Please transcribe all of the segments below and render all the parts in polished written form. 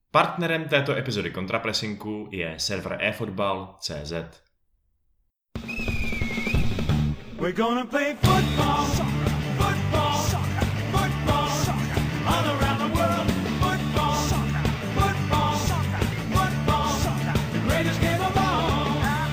Partnerem této epizody Kontrapressingu je server eFootball.cz. We're gonna play football, football, football, all around the world. Football, football, football, the greatest game of all.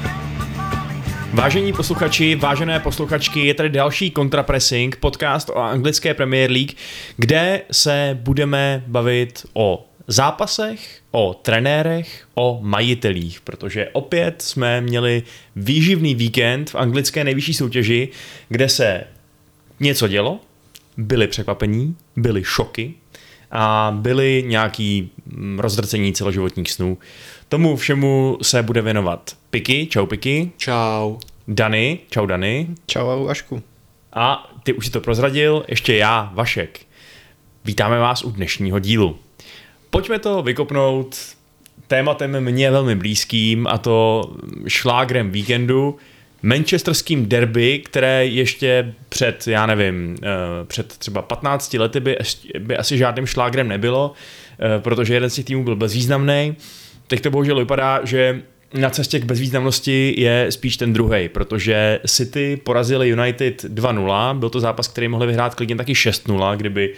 Vážení posluchači, vážené posluchačky, je tady další Kontrapressing, podcast o anglické Premier League, kde se budeme bavit o zápasech, o trenérech, o majitelích, protože opět jsme měli výživný víkend v anglické nejvyšší soutěži, kde se něco dělo, byly překvapení, byly šoky a byly nějaký rozdrcení celoživotních snů. Tomu všemu se bude věnovat Piky, čau Piky. Čau. Dany, čau Dany. Čau Vašku. A ty už si to prozradil, ještě já, Vašek. Vítáme vás u dnešního dílu. Pojďme to vykopnout tématem mně velmi blízkým, a to šlágrem víkendu, manchesterským derby, které ještě před, před třeba 15 lety by asi žádným šlágrem nebylo, protože jeden z těch týmů byl bezvýznamný. Teď to bohužel vypadá, že na cestě k bezvýznamnosti je spíš ten druhej, protože City porazili United 2-0, byl to zápas, který mohli vyhrát klidně taky 6-0, kdyby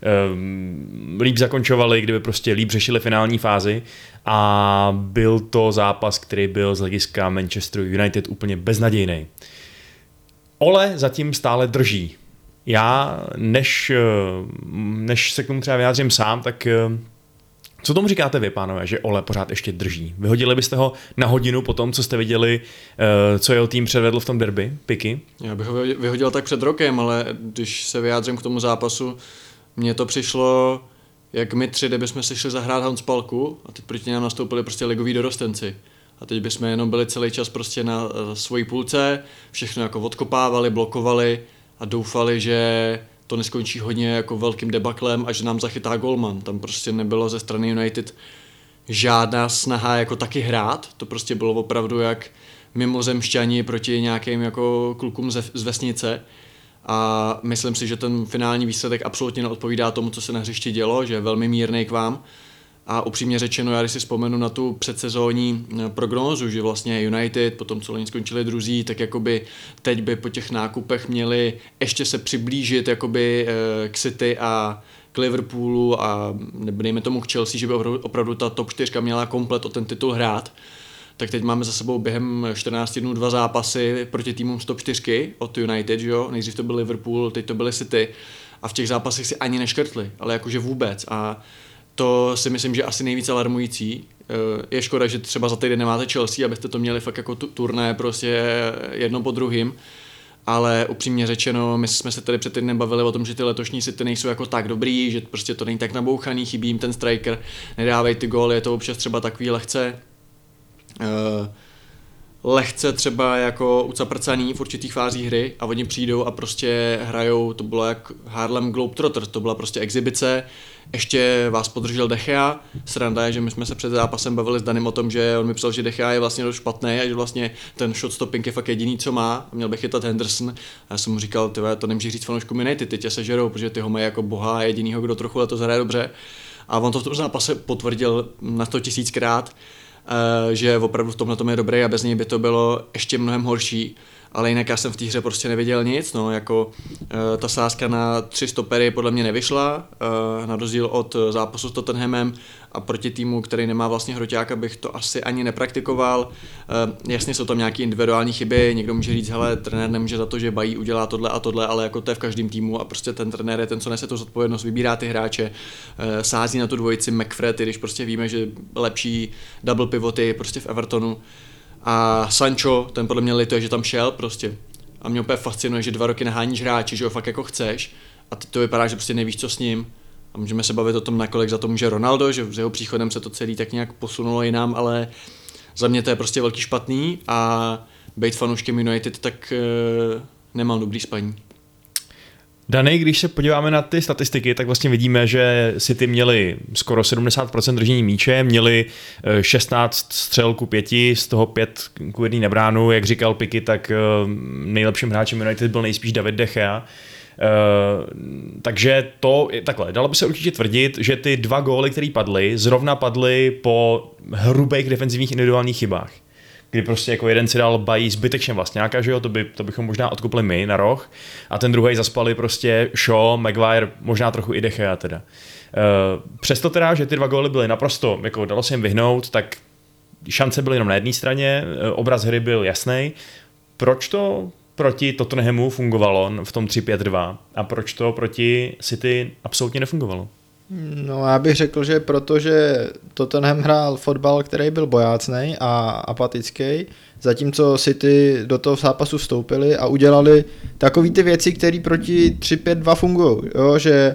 líp zakončovali, kdyby prostě líp řešili finální fázi, a byl to zápas, který byl z hlediska Manchesteru United úplně beznadějný. Ole zatím stále drží. Já, než se k tomu třeba vyjádřím sám, tak co tomu říkáte vy, pánové, že Ole pořád ještě drží? Vyhodili byste ho na hodinu po tom, co jste viděli, co jeho tým předvedl v tom derby, Piky? Já bych ho vyhodil tak před rokem, ale když se vyjádřím k tomu zápasu, mně to přišlo, jak my tři, kdybychom si šli zahrát Hanspalku a teď proti nám nastoupili prostě ligoví dorostenci. A teď bychom jenom byli celý čas prostě na svojí půlce, všechno jako odkopávali, blokovali a doufali, že to neskončí hodně jako velkým debaklem a že nám zachytá golman. Tam prostě nebylo ze strany United žádná snaha jako taky hrát, to prostě bylo opravdu jak mimozemšťani proti nějakým jako klukům z vesnice. A myslím si, že ten finální výsledek absolutně neodpovídá tomu, co se na hřišti dělo, že je velmi mírnej k vám. A upřímně řečeno, já když si vzpomenu na tu předsezónní prognózu, že vlastně United, potom co loni skončili druzí, tak jakoby teď by po těch nákupech měli ještě se přiblížit jakoby k City a k Liverpoolu a dejme tomu k Chelsea, že by opravdu ta top 4 měla komplet o ten titul hrát. Tak teď máme za sebou během 14 dnů 2 zápasy proti týmům z top 4 od United, že jo? Nejdřív to byl Liverpool, teď to byly City a v těch zápasech si ani neškrtli, ale jakože vůbec. A to si myslím, že asi nejvíc alarmující. Je škoda, že třeba za týden nemáte Chelsea, abyste to měli fakt jako turné prostě jedno po druhým, ale upřímně řečeno, my jsme se tady před týdnem bavili o tom, že ty letošní City nejsou jako tak dobrý, že prostě to není tak nabouchaný, chybí jim ten striker, nedávají ty góly, je to občas třeba takový lehce třeba jako ucaprcaný v určitých fázích hry a oni přijdou a prostě hrajou, to bylo jak Harlem Globetrotters, to byla prostě exibice, ještě vás podržel De Gea, sranda je, že my jsme se před zápasem bavili s Danem o tom, že on mi psal, že De Gea je vlastně dost špatný a že vlastně ten shot stopping je fakt jediný, co má, měl by chytat Henderson a já jsem mu říkal, tyhle, to nemůžeš říct fanouškům United, ty tě sežerou, protože ty ho mají jako boha a jedinýho, kdo trochu letos hraje dobře a on to v tom zápase potvrdil na 100 000krát, že opravdu v tomhle tom je dobrý a bez něj by to bylo ještě mnohem horší, ale jinak já jsem v té hře prostě neviděl nic, no, jako ta sázka na 3 stopery podle mě nevyšla, na rozdíl od zápasu s Tottenhamem a proti týmu, který nemá vlastně hroťáka, bych to asi ani nepraktikoval. Jasně jsou tam nějaké individuální chyby, někdo může říct, hele, trenér nemůže za to, že Bailly udělá tohle a tohle, ale jako to je v každém týmu a prostě ten trenér je ten, co nese tu zodpovědnost, vybírá ty hráče, sází na tu dvojici McFred, když prostě víme, že lepší double pivoty prostě v Evertonu. A Sancho, ten podle mě lituje, že tam šel prostě. A mě úplně fascinuje, že 2 roky naháníš hráči, že ho fakt jako chceš a teď to vypadá, že prostě nevíš, co s ním. A můžeme se bavit o tom, nakolik za to může Ronaldo, že s jeho příchodem se to celý tak nějak posunulo jinam, ale za mě to je prostě velký špatný a být fanouškem United, tak nemám dobrý spaní. Dany, když se podíváme na ty statistiky, tak vlastně vidíme, že City měli skoro 70% držení míče, měli 16 střel ku 5, z toho 5 ku 1 na bránu, jak říkal Piky, tak nejlepším hráčem United byl nejspíš David De Gea. Takže to je takhle. Dalo by se určitě tvrdit, že ty 2 góly, které padly, zrovna padly po hrubých defenzivních individuálních chybách. Kdy prostě jako jeden si dal Bailly zbytečně vlastňáka, že jo, to bychom možná odkupli my na roh, a ten druhej zaspali prostě Shaw, Maguire, možná trochu i De Gea teda. Přesto teda, že ty 2 góly byly naprosto, jako dalo se jim vyhnout, tak šance byly jenom na jedné straně, obraz hry byl jasný. Proč to proti Tottenhamu fungovalo v tom 3-5-2 a proč to proti City absolutně nefungovalo? No já bych řekl, že protože Tottenham hrál fotbal, který byl bojácnej a apatický, zatímco City do toho zápasu vstoupili a udělali takový ty věci, které proti 3-5-2 fungují, že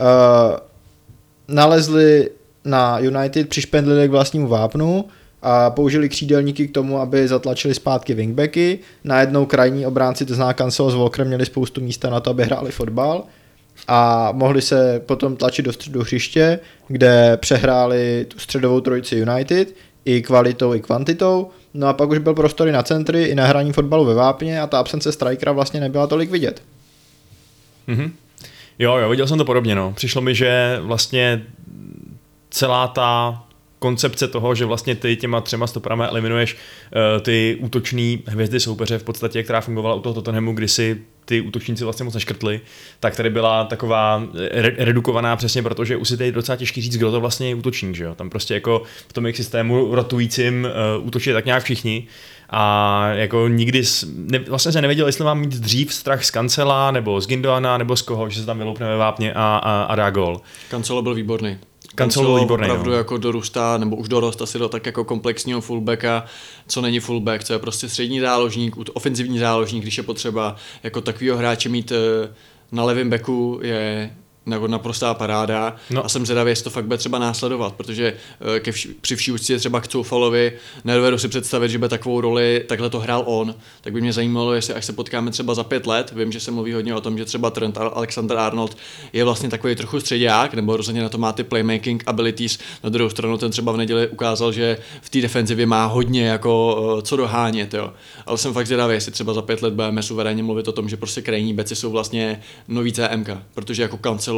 nalezli na United, přišpendlili k vlastnímu vápnu a použili křídelníky k tomu, aby zatlačili zpátky wingbacky. Najednou krajní obránci, to znamená Cancelo s Walkerem, měli spoustu místa na to, aby hráli fotbal a mohli se potom tlačit do středu hřiště, kde přehráli tu středovou trojici United i kvalitou, i kvantitou. No a pak už byl prostory na centry i na hraní fotbalu ve vápně a ta absence strikera vlastně nebyla tolik vidět. Mm-hmm. Jo, viděl jsem to podobně, no. Přišlo mi, že vlastně celá ta koncepce toho, že vlastně ty těma 3 stoperama eliminuješ ty útoční hvězdy soupeře v podstatě, která fungovala u toho Tottenhamu, kdy si ty útočníci vlastně moc neškrtli, tak tady byla taková redukovaná přesně, protože už si tady docela těžký říct, kdo to vlastně je útočník, že jo? Tam prostě jako v tom jejich systému rotujícím útočí tak nějak všichni a jako nikdy vlastně se nevěděl, jestli mám mít dřív strach z Cancela nebo z Gündoğana nebo z koho, že se tam vyloupne ve vápně a dá gól. Cancelo byl výborný. Cancelo byl výborný, opravdu jako dorůstá, nebo už dorost asi do tak jako komplexního fullbacka, co není fullback, co je prostě střední záložník, ofenzivní záložník, když je potřeba jako takovýho hráče mít na levém backu je jako naprostá paráda a jsem zvědavý, jestli to fakt bude třeba následovat, protože při vší úctě třeba k Coufalovi nedovedu si představit, že by takovou roli takhle to hrál on, tak by mě zajímalo, jestli až se potkáme třeba za 5 let, vím, že se mluví hodně o tom, že třeba Trent Alexander-Arnold je vlastně takový trochu středák, nebo rozhodně na to má ty playmaking abilities, na druhou stranu ten třeba v neděli ukázal, že v té defenzivě má hodně jako co dohánět, jo. Ale jsem fakt zvědavý, jestli třeba za 5 let budeme suverénně mluvit o tom, že prostě krajní beci jsou vlastně nový CMK, protože jako Cancelo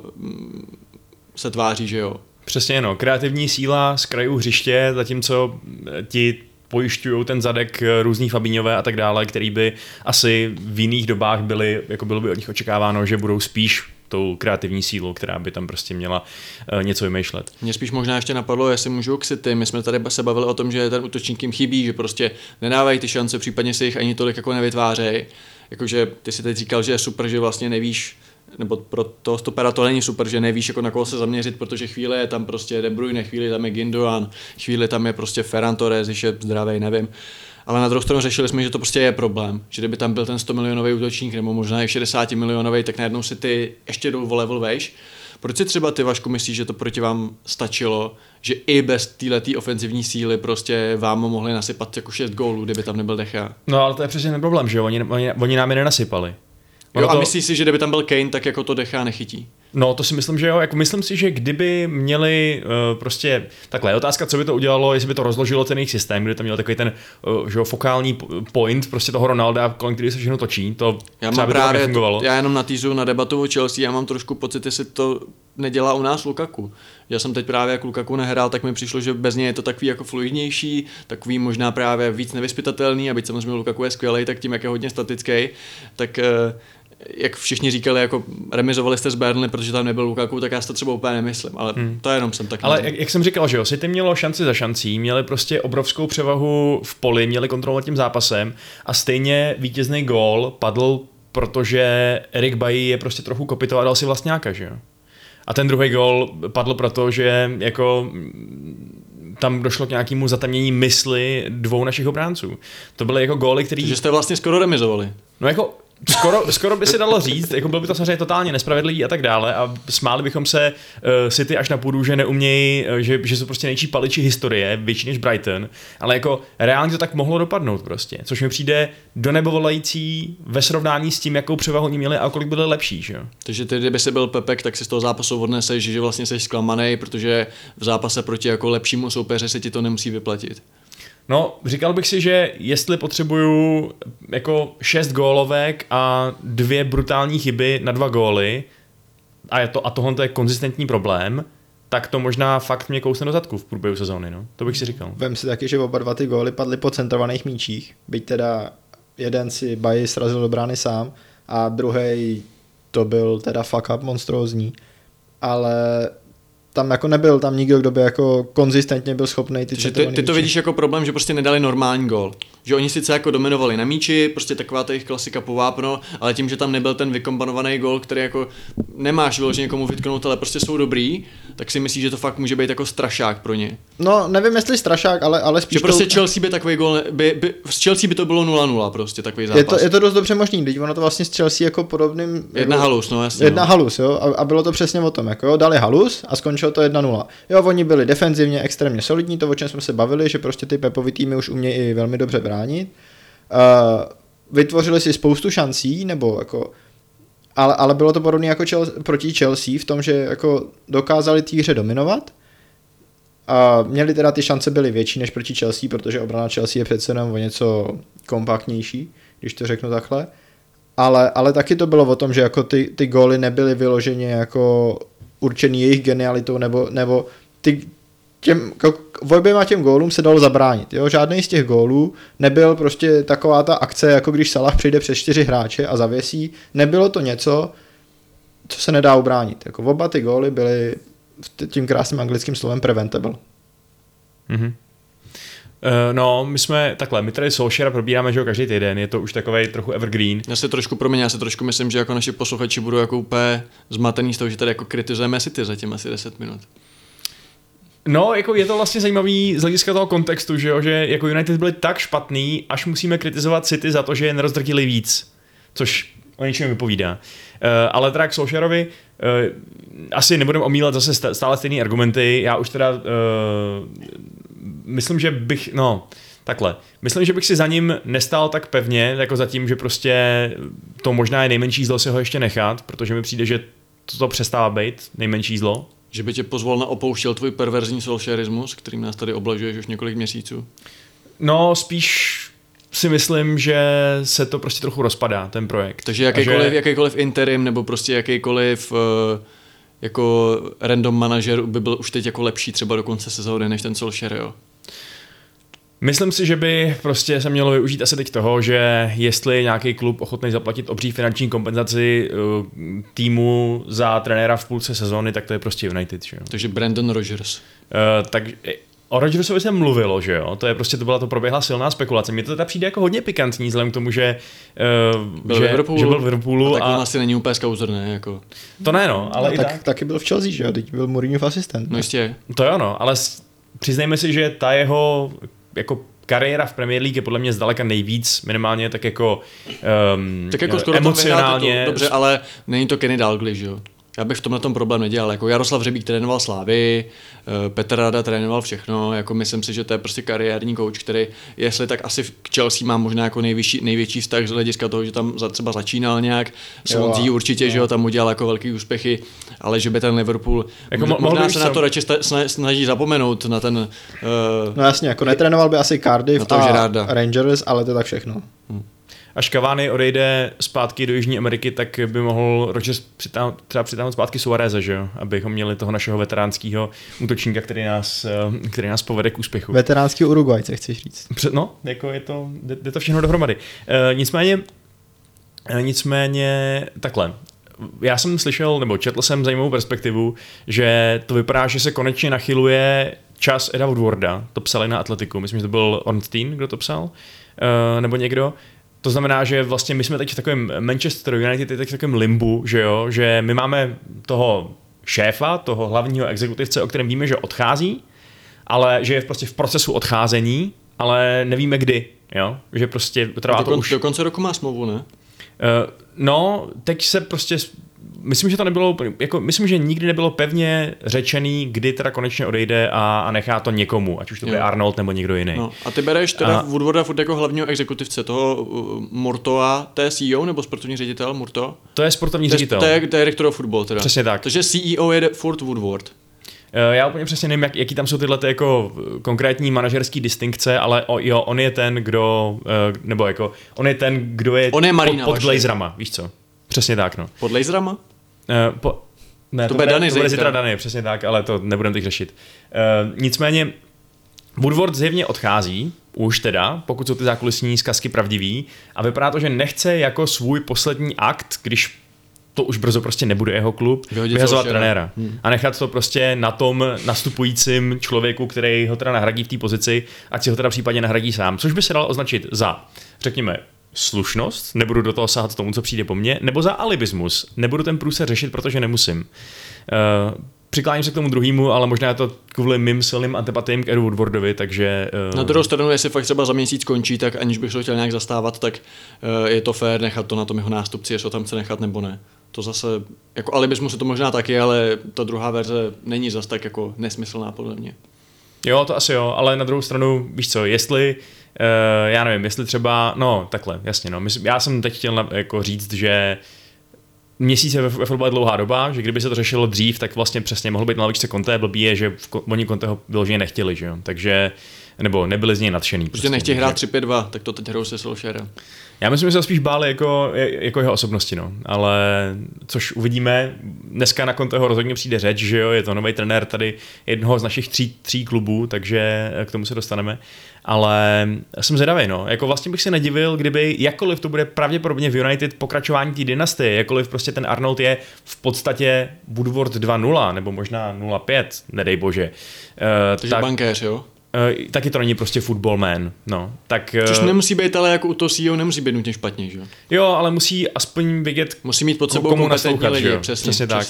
se tváří, že jo. Přesně, no, kreativní síla z krajů hřiště, zatímco ti pojišťují ten zadek různý Fabinhové a tak dále, který by asi v jiných dobách byly, jako bylo by od nich očekáváno, že budou spíš tou kreativní sílou, která by tam prostě měla něco vymýšlet. Mě spíš možná ještě napadlo, jestli můžu k City. My jsme tady se bavili o tom, že ten útočník jim chybí, že prostě nedávají ty šance, případně si jich ani tolik jako nevytvářejí. Jakože ty si teď říkal, že je super, že vlastně nevíš, nebo pro toho stopera to není super, že nevíš, jako na koho se zaměřit, protože chvíli je tam prostě De Bruyne, chvíli tam je Gündoğan, chvíli tam je prostě Ferran Torres, když je zdravý, nevím. Ale na druhou stranu řešili jsme, že to prostě je problém, že kdyby tam byl ten 100 milionový útočník nebo možná i 60 milionový, tak najednou si ty ještě jdou o level vejš. Proč si třeba ty, Vašku, myslíš, že to proti vám stačilo, že i bez téhletý ofenzivní síly prostě vám mohli nasypat jako 6 gólů, kdyby tam nebyl De Gea? No ale to je přesně ten problém, že jo, oni nám je nenasypali. Jo, a myslíš si, že kdyby tam byl Kane, tak jako to De Gea nechytí? No, to si myslím, že jo. Jako myslím si, že kdyby měli prostě takhle, je otázka, co by to udělalo, jestli by to rozložilo ten jejich systém, kdyby to měl takový ten že jo, fokální point prostě toho Ronalda, kolem který se všechno točí, to třeba by to nefungovalo. Já jenom natýzu na debatu o Chelsea, já mám trošku pocit, jestli to nedělá u nás Lukaku. Já jsem teď právě jak Lukaku nehrál, tak mi přišlo, že bez něj je to takový jako fluidnější, takový možná právě víc nevyzpytatelný, a byť samozřejmě Lukaku je skvělý, tak tím, jak je hodně statický, tak jak všichni říkali, jako remizovali jste z Burnley, protože tam nebyl Lukaku, tak já si to třeba úplně nemyslím, ale to jenom jsem tak. Ale jak jsem říkal, že jo, City mělo šanci za šancí, měli prostě obrovskou převahu v poli, měli kontrolovat tím zápasem a stejně vítězný gól padl, protože Eric Bailly je prostě trochu kopito a dal si vlastňáka, že jo. A ten druhý gól padl proto, že jako tam došlo k nějakému zatemnění mysli 2 našich obránců. To byly jako góly, který... Takže jste vlastně skoro remizovali. No jako skoro by se dalo říct, jako bylo by to samozřejmě totálně nespravedlivý a tak dále a smáli bychom se City až na půdu, že neumějí, že jsou prostě nejčí paliči historie, větší než Brighton, ale jako reálně to tak mohlo dopadnout prostě, což mi přijde do nebe volající ve srovnání s tím, jakou převahu oni měli a kolik byli lepší, že jo. Takže ty, kdyby si byl Pepek, tak si z toho zápasu odneseš, že vlastně jsi zklamaný, protože v zápase proti jako lepšímu soupeři se ti to nemusí vyplatit. No, říkal bych si, že jestli potřebuju jako 6 gólovek a 2 brutální chyby na 2 góly a tohle je konzistentní problém, tak to možná fakt mě kousne do zadku v průběhu sezóny, no. To bych si říkal. Vem si taky, že oba 2 ty góly padly po centrovaných míčích, byť teda jeden si Bailly srazil do brány sám a druhý to byl teda fuck up monstrózní, ale tam jako nebyl tam nikdo, kdo by jako konzistentně byl schopný ty to vidíš jako problém, že prostě nedali normální gól. Že oni sice jako dominovali na míči, prostě taková ta jejich klasika po vápno, ale tím, že tam nebyl ten vykombinovaný gól, který jako nemáš vyloženě komu vytknout, ale prostě jsou dobrý, tak si myslíš, že to fakt může být jako strašák pro ně. No, nevím, jestli strašák, ale spíš že prostě Chelsea by takový gól, z Chelsea by to bylo 0-0 prostě takový zápas. Je to dost dobře možný, teď ono to vlastně s Chelsea jako podobným... Jedna halus, no jasně. Jedna halus, jo, a bylo to přesně o tom, jako dali halus a skončilo to 1-0. Jo, oni byli defenzivně extrémně solidní, to o čem jsme se bavili, že prostě ty Pepovy týmy už umějí i velmi dobře bránit. Vytvořili si spoustu šancí, nebo jako... Ale bylo to podobné jako proti Chelsea v tom, že jako dokázali té hře dominovat. A měli teda ty šance byly větší než proti Chelsea, protože obrana Chelsea je přece jenom o něco kompaktnější, když to řeknu takhle. Ale taky to bylo o tom, že jako ty góly nebyly vyloženě jako určený jejich genialitou, nebo oběma těm gólům se dalo zabránit. Jo? Žádný z těch gólů nebyl prostě taková ta akce, jako když Salah přijde přes 4 hráče a zavěsí. Nebylo to něco, co se nedá ubránit. Jako oba ty góly byly tím krásným anglickým slovem preventable. Mm-hmm. No, my tady Solskjaera probíráme, že jo, každý týden, je to už takovej trochu evergreen. Já se trošku myslím, že jako naši posluchači budou jako úplně zmatený z toho, že tady jako kritizujeme City za těm asi 10 minut. No, jako je to vlastně zajímavý z hlediska toho kontextu, že jo, že jako United byli tak špatný, až musíme kritizovat City za to, že je nerozdrtili víc, což o něčem vypovídá. Ale teda k Solskjaerovi asi nebudeme omílat zase stále stejné argumenty, já už teda myslím, že bych si za ním nestál tak pevně, jako za tím, že prostě to možná je nejmenší zlo si ho ještě nechat, protože mi přijde, že to přestává být nejmenší zlo. Že by tě pozvolna opouštěl tvůj perverzní solskjaerismus, kterým nás tady oblažuješ už několik měsíců? No, spíš si myslím, že se to prostě trochu rozpadá, ten projekt. Takže jakýkoliv interim nebo prostě jakýkoliv jako random manažer by byl už teď jako lepší třeba do konce sezóny než ten Solskjaer, jo? Myslím si, že by prostě se mělo využít asi teď toho, že jestli nějaký klub ochotný zaplatit obří finanční kompenzaci týmu za trenéra v půlce sezóny, tak to je prostě United, že jo. Takže Brandon Rodgers. O Rodgersovi se mluvilo, že jo, to byla to proběhla silná spekulace. Mně to teda přijde jako hodně pikantní, vzhledem k tomu, že byl v Liverpoolu. A tak on asi není úplně skauzer, ne? Jako. To ne, no, ale i tak. Taky byl v Chelsea, že jo, teď byl Mourinhův asistent. No jistě. To jo, no, ale přiznejme si, že ta jeho jako kariéra v Premier League je podle mě zdaleka nejvíc, minimálně tak jako skoro emocionálně. Dobře, ale není to Kenny Dalglish, jo. Já bych v tomhle tom problém nedělal. Jako Jaroslav Řebík trénoval Slávy, Petr Rada trénoval všechno. Jako myslím si, že to je prostě kariérní kouč, který, jestli tak asi k Chelsea má možná jako největší vztah z hlediska toho, že tam třeba začínal nějak. Swansea určitě, že jo, tam udělal jako velký úspěchy, ale že by ten Liverpool jako možná se na to radši snaží zapomenout na ten... No jasně, jako netrénoval by asi Cardiff a Rangers, ale to je tak všechno. Až Cavani odejde zpátky do Jižní Ameriky, tak by mohl Rodgers třeba přitáhnout zpátky Suareze, že jo? Abychom měli toho našeho veteránského útočníka, který nás povede k úspěchu. Veteránského Uruguajce, chceš říct? No, jako jde to všechno dohromady. Nicméně takhle. Já jsem slyšel, nebo četl jsem zajímavou perspektivu, že to vypadá, že se konečně nachyluje čas Eda Woodwarda. To psali na Atletiku. Myslím, že to byl Ornstein, kdo to psal, nebo někdo. To znamená, že vlastně my jsme teď v takovém Manchester United je teď v takovém limbu, že jo, že my máme toho šéfa, toho hlavního exekutivce, o kterém víme, že odchází, ale že je prostě v procesu odcházení, ale nevíme kdy, jo, že prostě trvá to už... Do konce roku má smlouvu, ne? No, teď se prostě... Myslím, že to nebylo, jako, myslím, že nikdy nebylo pevně řečený, kdy teda konečně odejde a nechá to někomu, ať už to bude Arnold nebo někdo jiný. No, a ty bereš teda Woodwarda furt jako hlavního exekutivce, toho Murtoa, to je CEO nebo sportovní ředitel Murto? To je sportovní ředitel. To je direktor football teda. Přesně tak. Takže CEO je furt Woodward. Já úplně přesně nevím, jaký tam jsou tyhle jako konkrétní manažerský distinkce, ale on je ten, kdo, nebo jako, on je ten, kdo je, pod Glazerama, víš co? Přesně tak, no. Pod Glazerama? Ne, to bude zítra Dany, přesně tak, ale to nebudeme teď řešit. Nicméně Woodward zjevně odchází, už teda, pokud jsou ty zákulisní zkazky pravdivý, a vypadá to, že nechce jako svůj poslední akt, když to už brzo prostě nebude jeho klub, vyhazovat trenéra. A nechat to prostě na tom nastupujícím člověku, který ho teda nahradí v té pozici, ať si ho teda případně nahradí sám. Což by se dalo označit za, řekněme, slušnost, nebudu do toho sahat tomu, co přijde po mně, nebo za alibismus, nebudu ten průser řešit, protože nemusím. Přikláním se k tomu druhému, ale možná je to kvůli mým silným antipatím k Edu Woodwardovi, takže... Na druhou stranu, jestli fakt třeba za měsíc končí, tak aniž bych to chtěl nějak zastávat, tak je to fér nechat to na tom jeho nástupci, jestli ho tam chce nechat nebo ne. To zase, jako alibismus je to možná taky, ale ta druhá verze není zas tak jako nesmyslná podle mě. Jo, to asi jo, ale na druhou stranu, víš co, jestli, já nevím, jestli třeba, no takhle, jasně, no, já jsem teď chtěl jako říct, že měsíc je ve fotbale dlouhá doba, že kdyby se to řešilo dřív, tak vlastně přesně mohl být na lavičce Conte, blbý je, že oni Conteho vyloženě nechtěli, že jo, takže, nebo nebyli z něj nadšený. Prostě nechtějí hrát 3-5-2, tak to teď hrajou se Solskjaerem. Já myslím, že se spíš báli jako jeho osobnosti, no. Ale což uvidíme, dneska na Conteho rozhodně přijde řeč, že jo, je to nový trenér tady jednoho z našich tří klubů, takže k tomu se dostaneme. Ale jsem zvědavý, no. Jako vlastně bych se nedivil, kdyby jakkoliv to bude pravděpodobně v United pokračování té dynastie, jakkoliv prostě ten Arnold je v podstatě Woodward 2.0, nebo možná 0.5, nedej bože. Takže bankéř, jo? Taky to není prostě footballman, no. Tak, což nemusí být, ale jako u toho CEO nemusí být nutně špatně, že jo? Jo, ale musí aspoň vědět, musí mít pod sebou kompetentní lidi, přesně tak.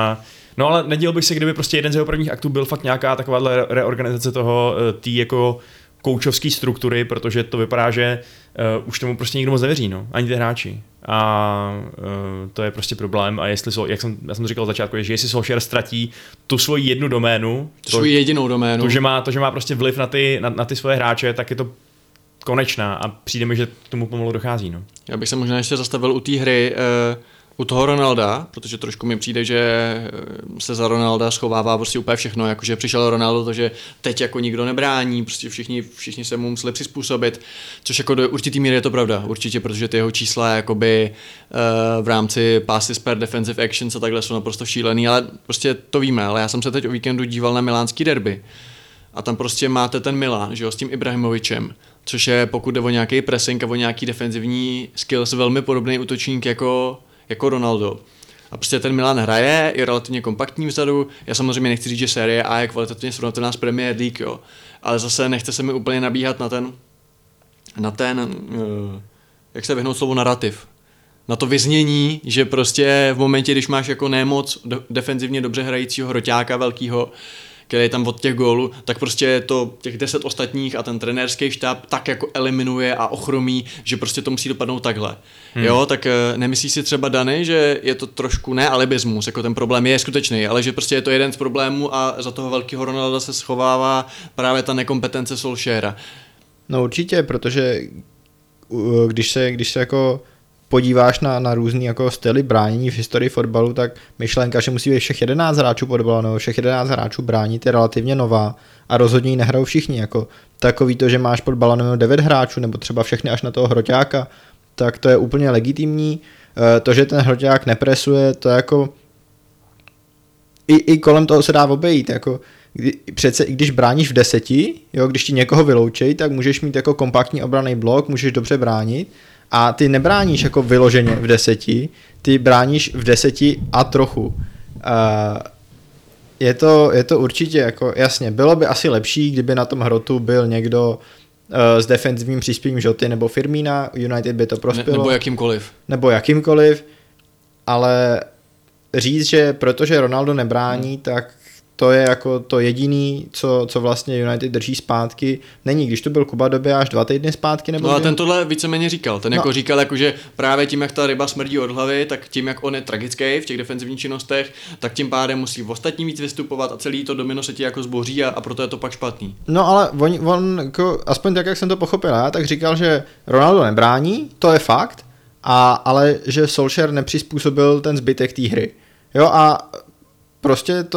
No ale nedělal bych se, kdyby prostě jeden z jeho prvních aktů byl fakt nějaká takováhle reorganizace toho, tý jako koučovský struktury, protože to vypadá, že už tomu prostě nikdo moc nevěří, no, ani ty hráči. A to je prostě problém. A jestli, já jsem to říkal od začátku, že jestli Solskjaer ztratí tu svoji jednu doménu, svoji jedinou doménu, to, že má prostě vliv na ty svoje hráče, tak je to konečná a přijde mi, že tomu pomalu dochází. No. Já bych se možná ještě zastavil u té hry, u toho Ronalda, protože trošku mi přijde, že se za Ronalda schovává prostě úplně všechno, jakože přišel Ronaldo, takže teď jako nikdo nebrání, prostě všichni se mu museli přizpůsobit, což jako do určitý míry je to pravda, určitě, protože ty jeho čísla jakoby v rámci passes per defensive actions a takhle jsou naprosto šílený, ale prostě to víme, ale já jsem se teď o víkendu díval na milánský derby a tam prostě máte ten Milan, že jo, s tím Ibrahimovičem, což je, pokud jde o nějaký pressing a o nějaký defenzivní skills, velmi podobný útočník jako Ronaldo. A prostě ten Milan hraje, je relativně kompaktní vzadu. Já samozřejmě nechci říct, že série A je kvalitativně srovnatelná s Premier League, jo. Ale zase nechce se mi úplně nabíhat na ten jak se vyhnout slovu narrativ. Na to vyznění, že prostě v momentě, když máš jako nemoc defenzivně dobře hrajícího hroťáka velkýho, který je tam od těch gólů, tak prostě to těch 10 ostatních a ten trenérský štáb tak jako eliminuje a ochromí, že prostě to musí dopadnout takhle. Jo, tak nemyslíš si třeba, Dany, že je to trošku ne alibismus, jako ten problém je skutečný, ale že prostě je to jeden z problémů a za toho velkého Ronalda se schovává právě ta nekompetence Solskjaera. No určitě, protože když se jako podíváš na různý jako styly bránění v historii fotbalu, tak myšlenka, že musí být všech 11 hráčů pod balónem, všech 11 hráčů bránit, je relativně nová a rozhodně ji nehrajou všichni. Jako takový to, že máš pod balónem 9 hráčů nebo třeba všechny až na toho hroťáka, tak to je úplně legitimní. To, že ten hroťák nepresuje, to jako i kolem toho se dá obejít. Jako přece i když bráníš v 10, jo, když ti někoho vyloučej, tak můžeš mít jako kompaktní obranný blok, můžeš dobře bránit. A ty nebráníš jako vyloženě v 10, ty bráníš v 10 a trochu. Je to určitě jako, jasně, bylo by asi lepší, kdyby na tom hrotu byl někdo s defenzivním příspěvím Joty nebo Firmína, United by to prospělo. Nebo jakýmkoliv, ale říct, že protože Ronaldo nebrání, tak to je jako to jediný, co vlastně United drží zpátky. Není, když to byl Kuba době až 2 týdny zpátky. Nebo no a ten tohle víceméně říkal. Ten jako říkal, jako, že právě tím, jak ta ryba smrdí od hlavy, tak tím, jak on je tragický v těch defenzivních činnostech, tak tím pádem musí v ostatní víc vystupovat a celý to domino se ti jako zboří a proto je to pak špatný. No ale on jako, aspoň tak, jak jsem to pochopil, tak říkal, že Ronaldo nebrání, to je fakt, ale že Solskjaer nepřizpůsobil ten zbytek té hry. Jo a prostě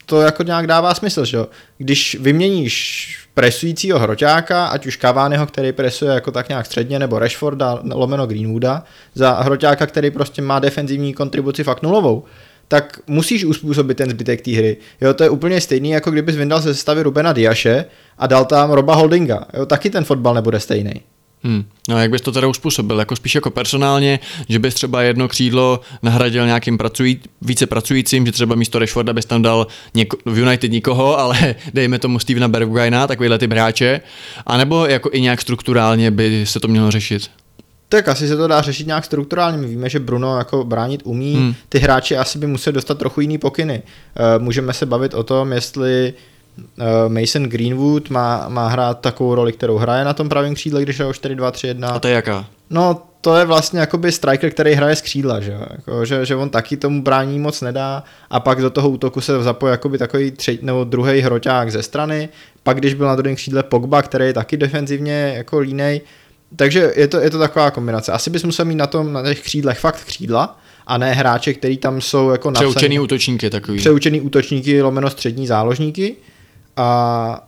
to jako nějak dává smysl, že jo. Když vyměníš presujícího hroťáka, ať už Cavaniho, který presuje jako tak nějak středně, nebo Rashforda, lomeno Greenwooda, za hroťáka, který prostě má defenzivní kontribuci fakt nulovou, tak musíš uspůsobit ten zbytek té hry. Jo, to je úplně stejný, jako kdybys vyndal ze sestavy Rubena Diashe a dal tam Roba Holdinga. Jo, taky ten fotbal nebude stejný. No jak bys to teda uspůsobil? Jako spíš jako personálně, že bys třeba jedno křídlo nahradil nějakým více pracujícím, že třeba místo Rashforda bys tam dal v United nikoho, ale dejme tomu Stevena Bergwijna, takovýhle typ hráče, anebo jako i nějak strukturálně by se to mělo řešit? Tak asi se to dá řešit nějak strukturálně. My víme, že Bruno jako bránit umí, ty hráči asi by museli dostat trochu jiný pokyny. Můžeme se bavit o tom, jestli Mason Greenwood má hrát takovou roli, kterou hraje na tom pravém křídle, když je o 4-2-3-1. A to je jaká? No, to je vlastně jakoby striker, který hraje z křídla, že? Jako, že on taky tomu brání moc nedá a pak do toho útoku se zapojí jakoby takový nebo druhý hroťák ze strany, pak když byl na druhém křídle Pogba, který je taky defenzivně jako línej, takže je to taková kombinace. Asi bys musel mít na těch křídlech fakt křídla a ne hráče, který tam jsou jako přeučený útočníky takový. Přeučený útočníky lomeno střední záložníky a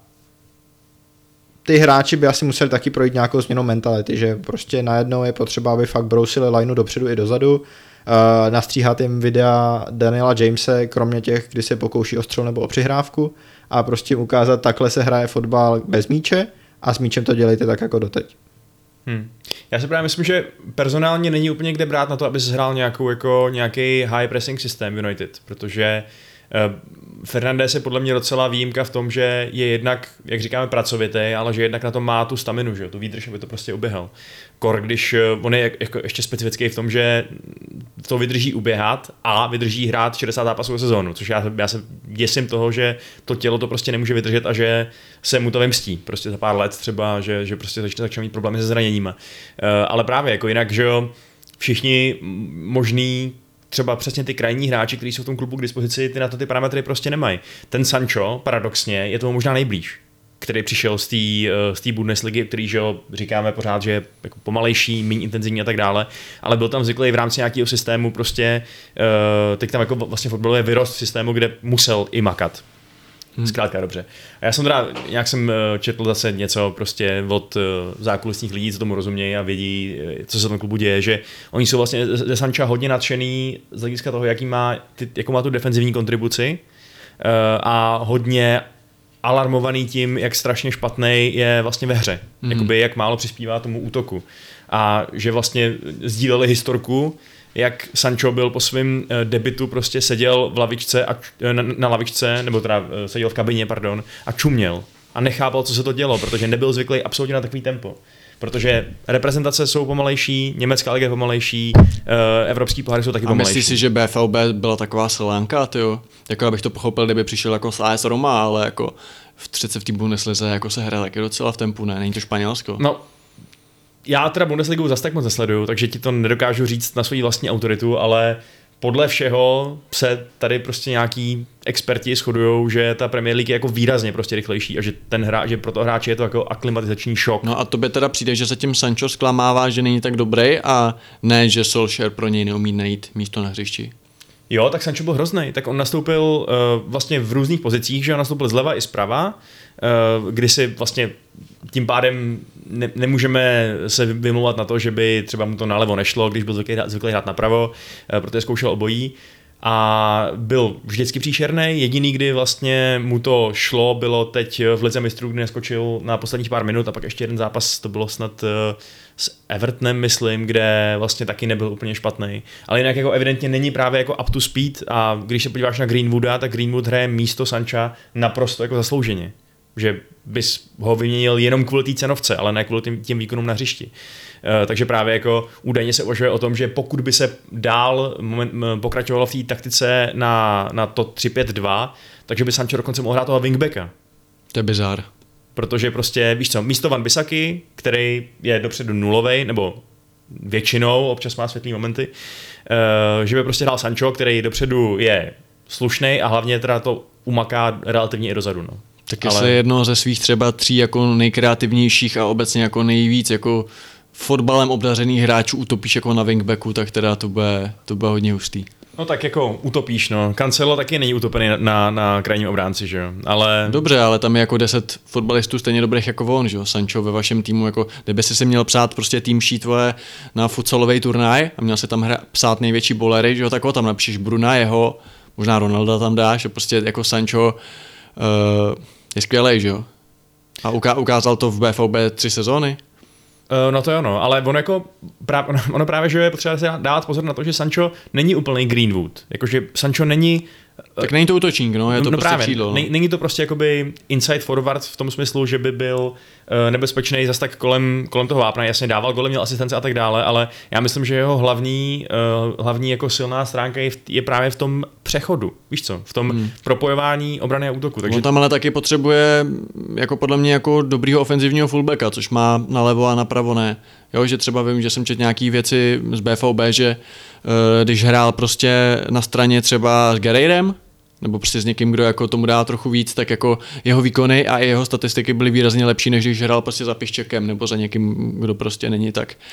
ty hráči by asi museli taky projít nějakou změnou mentality, že prostě najednou je potřeba, aby fakt brousili lineu dopředu i dozadu, nastříhat jim videa Daniela Jamese, kromě těch, kdy se pokouší o střel nebo o přihrávku a prostě ukázat, takhle se hraje fotbal bez míče a s míčem to dělejte tak jako doteď. Já si právě myslím, že personálně není úplně kde brát na to, aby se hrál nějaký high pressing systém United, protože Fernandes je podle mě docela výjimka v tom, že je jednak, jak říkáme, pracovitý, ale že jednak na to má tu staminu, že? Tu výdrž, aby to prostě uběhal. Kor, když on je jako ještě specifický v tom, že to vydrží uběhat a vydrží hrát 60 zápasů sezónu, což já se děsím toho, že to tělo to prostě nemůže vydržet a že se mu to vymstí. Prostě za pár let třeba, že prostě začne mít problémy se zraněníma. Ale právě jako jinak, že jo, všichni možný třeba přesně ty krajní hráči, kteří jsou v tom klubu k dispozici, ty na to ty parametry prostě nemají. Ten Sancho, paradoxně, je tomu možná nejblíž, který přišel z té Bundesligy, který, že jo, říkáme pořád, že je jako pomalejší, méně intenzivní a tak dále, ale byl tam zvyklý v rámci nějakého systému prostě, teď tam jako vlastně fotbalový vyrost v systému, kde musel i makat. Zkrátka dobře. A já jsem teda, nějak jsem četl zase něco prostě od zákulisních lidí, co tomu rozumějí a vědí, co se v tom klubu děje, že oni jsou vlastně ze Sancha hodně nadšený z hlediska toho, jakou má tu defenzivní kontribuci a hodně alarmovaný tím, jak strašně špatný je vlastně ve hře. Jakoby jak málo přispívá tomu útoku. A že vlastně sdíleli historku, jak Sancho byl po svém debutu prostě seděl v lavičce na lavičce, nebo teda seděl v kabině, pardon, a čuměl. A nechápal, co se to dělo, protože nebyl zvyklý absolutně na takový tempo. Protože reprezentace jsou pomalejší, německá liga je pomalejší, evropský poháry jsou taky pomalejší. A myslíš si, že BVB byla taková selánka, tyjo? Jako abych to pochopil, kdyby přišel jako z AS Roma, ale jako v té Bundeslize jako se hraje taky docela v tempu, ne? Není to Španělsko? No, já teda Bundesligu zase tak moc nesleduju, takže ti to nedokážu říct na svou vlastní autoritu, ale podle všeho se tady prostě nějaký experti shodujou, že ta Premier League je jako výrazně prostě rychlejší a že pro to hráče je to jako aklimatizační šok. No a tobě teda přijde, že se tím Sancho zklamává, že není tak dobrý a ne, že Solskjaer pro něj neumí najít místo na hřišti. Jo, tak Sancho byl hrozný. Tak on nastoupil vlastně v různých pozicích, že on nastoupil zleva i zprava, kdy si vlastně tím pádem nemůžeme se vymlouvat na to, že by třeba mu to nalevo nešlo, když byl zvyklý hrát napravo, protože zkoušel obojí. A byl vždycky příšerný. Jediný, kdy vlastně mu to šlo, bylo teď v Lize mistrů, kdy neskočil na posledních pár minut a pak ještě jeden zápas, to bylo snad s Evertonem, myslím, kde vlastně taky nebyl úplně špatný. Ale jinak jako evidentně není právě jako up to speed a když se podíváš na Greenwooda, tak Greenwood hraje místo Sancha naprosto jako zaslouženě. Že bys ho vyměnil jenom kvůli té cenovce, ale ne kvůli těm výkonům na hřišti. Takže právě jako údajně se uvažuje o tom, že pokud by se dál pokračovalo v té taktice na to 3-5-2, takže by Sancho dokonce mohl hrát toho wingbacka. To je bizár. Protože prostě, víš co, místo Van Bissaky, který je dopředu nulovej, nebo většinou, občas má světlý momenty, že by prostě hrál Sancho, který dopředu je slušnej a hlavně teda to umaká relativně i dozadu. No. Tak jestli jedno ze svých třeba 3 jako nejkreativnějších a obecně jako nejvíc jako fotbalem obdařených hráčů utopíš jako na wingbacku, tak teda to bude hodně hustý. No tak jako utopíš, no. Cancelo taky není utopený na krajním obránci, že jo, ale... Dobře, ale tam je jako 10 fotbalistů stejně dobrých jako on, že jo. Sancho ve vašem týmu, jako kdyby si měl psát prostě tým sheet na futsalový turnaj a měl si tam psát největší bolery, že jo, tak ho tam napíšeš Bruna, jeho, možná Ronalda tam dáš a prostě jako Sancho je skvělej, že jo. A ukázal to v BVB 3 sezóny. No to je ono, ale ono právě, že je potřeba se dát pozor na to, že Sancho není úplný Greenwood. Jakože Sancho není... Tak není to útočník, no, je to prostě právě, křídlo. No. Není to prostě jakoby inside forward v tom smyslu, že by byl nebezpečný zas tak kolem toho vápna, jasně dával goly, měl asistence a tak dále, ale já myslím, že jeho hlavní jako silná stránka je právě v tom přechodu, víš co, v tom propojování obrany a útoku. Takže... On tam ale taky potřebuje jako podle mě jako dobrýho ofenzivního fullbacka, což má nalevo a napravo ne. Jo, že třeba vím, že jsem četl nějaký věci z BVB, že když hrál prostě na straně třeba s Guerreirem, nebo prostě s někým, kdo jako tomu dá trochu víc, tak jako jeho výkony a jeho statistiky byly výrazně lepší, než když hrál prostě za Piščekem nebo za někým, kdo prostě není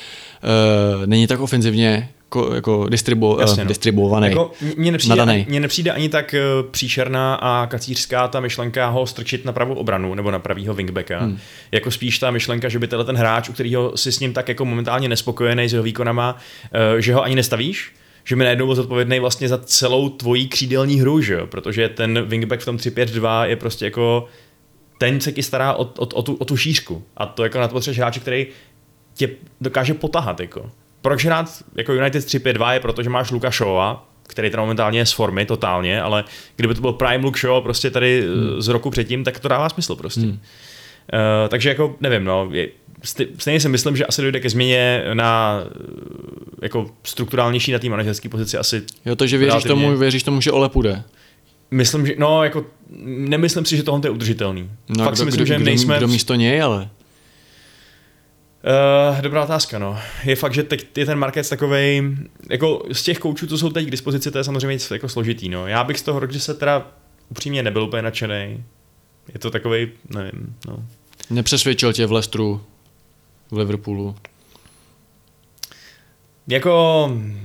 tak ofenzivně jako distribuovaný. Jako mně nepřijde ani tak příšerná a kacířská ta myšlenka ho strčit na pravou obranu nebo na pravýho wingbacka. Jako spíš ta myšlenka, že by ten hráč, u kterého si s ním tak jako momentálně nespokojený s jeho výkonama, že ho ani nestavíš, že mi najednou byl zodpovědný vlastně za celou tvojí křídelní hru, že jo? Protože ten wingback v tom 3-5-2 je prostě jako ten se ti stará o tu šířku a to jako na to potřebuješ hráče, který tě dokáže potahat jako. Proč hrát jako United 3-5-2 je proto, že máš Luka Shawa, který teda momentálně je z formy totálně, ale kdyby to byl prime Luke Shaw prostě tady z roku předtím, tak to dává smysl prostě. Takže jako nevím, no, stejně si myslím, že asi dojde ke změně na jako strukturálnější na té manažerské pozici asi. Jo, takže věříš tomu, že Ole půjde. Myslím, že no, jako nemyslím si, že tohle je udržitelný. No, fakt si myslím, že nejsme kdo místo něj, ale dobrá otázka, no. Je fakt, že teď je ten market takovej, jako z těch koučů, co jsou teď k dispozici, to je samozřejmě jako složitý, no. Já bych z toho rok, že se teda upřímně nebyl úplně nadšenej. Je to takovej, nevím, no. Nepřesvědčil tě v Leicesteru, v Liverpoolu? Jako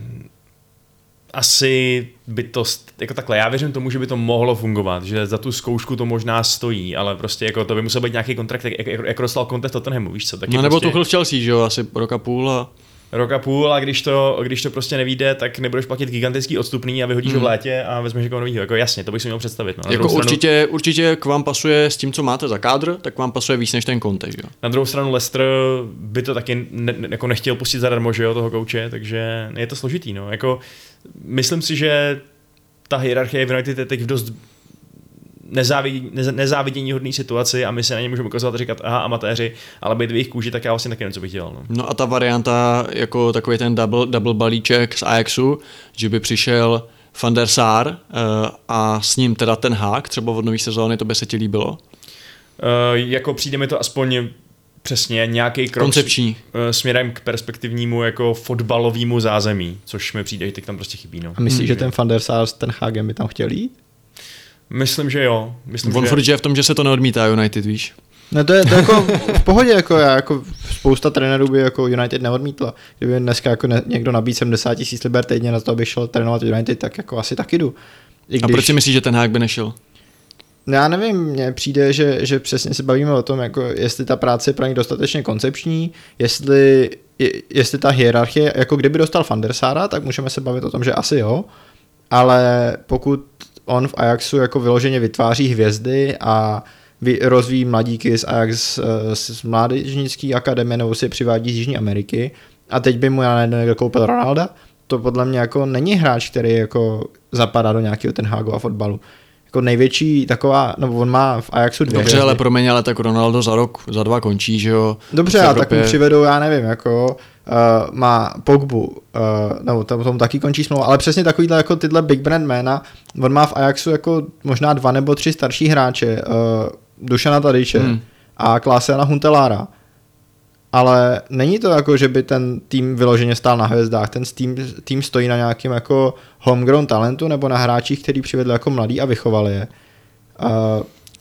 asi by to, jako takhle, já věřím tomu, že by to mohlo fungovat, že za tu zkoušku to možná stojí, ale prostě jako to by musel být nějaký kontrakt, jako dostal kontrakt Tottenhamu, víš co? Taky no nebo prostě... Tuchel v Chelsea, že jo, asi rok a půl a když to prostě nevyjde, tak nebudeš platit gigantický odstupný a vyhodíš ho v létě a vezmeš někoho novýho. Jako jasně, to bych si měl představit. No. Jako určitě k vám pasuje s tím, co máte za kádr, tak vám pasuje víc než ten Conte, jo. Na druhou stranu Leicester by to taky jako nechtěl pustit zadarmo, že jo, toho kouče, takže je to složitý, no. Jako myslím si, že ta hierarchie v United je teď v dost nezávidění hodný situaci a my se na ně můžeme ukazovat a říkat, aha, amatéři, ale být v jejich kůži, tak já vlastně taky něco bych dělal. No a ta varianta, jako takový ten double balíček z Ajaxu, že by přišel Van der Sar a s ním teda ten Hák, třeba od nový sezóny, to by se ti líbilo? Jako přijde mi to aspoň přesně nějaký krok koncepční směrem k perspektivnímu jako fotbalovému zázemí, což mi přijde, že teď tam prostě chybí. No. A myslíš, že ten Van der Sar s ten Hágem by tam chtěl jít? Myslím, že jo. On furt je v tom, že se to neodmítá United, víš? No to je jako v pohodě, jako spousta trenérů by jako United neodmítla. Kdyby dneska jako někdo nabít 70 000 liber týdně na to, aby šel trénovat United, tak jako asi taky jdu. A proč si myslíš, že ten Hák by nešel? No já nevím, mně přijde, že přesně se bavíme o tom, jako jestli ta práce je pro ně dostatečně koncepční, jestli ta hierarchie, jako kdyby dostal Van der Sara, tak můžeme se bavit o tom, že asi jo, ale pokud on v Ajaxu jako vyloženě vytváří hvězdy a rozvíjí mladíky z Ajax z mládežnické akademie nebo si je přivádí z Jižní Ameriky a teď by mu někdo koupil Ronalda, to podle mě jako není hráč, který jako zapadá do nějakého Ten Hagu a fotbalu. Jako největší taková, no on má v Ajaxu 2 Dobře, ale promiň, ale tak Ronaldo za rok, za 2 končí, že jo? Dobře, a tak mu přivedou, já nevím, jako má Pogbu, nebo tomu taky končí smlouva, ale přesně takovýhle jako tyhle big brand jména, on má v Ajaxu jako možná 2 nebo 3 starší hráče, Dušana Tadiče a Klásena Huntelára. Ale není to jako, že by ten tým vyloženě stál na hvězdách, ten tým stojí na nějakém jako homegrown talentu nebo na hráčích, který přivedli jako mladý a vychovali je.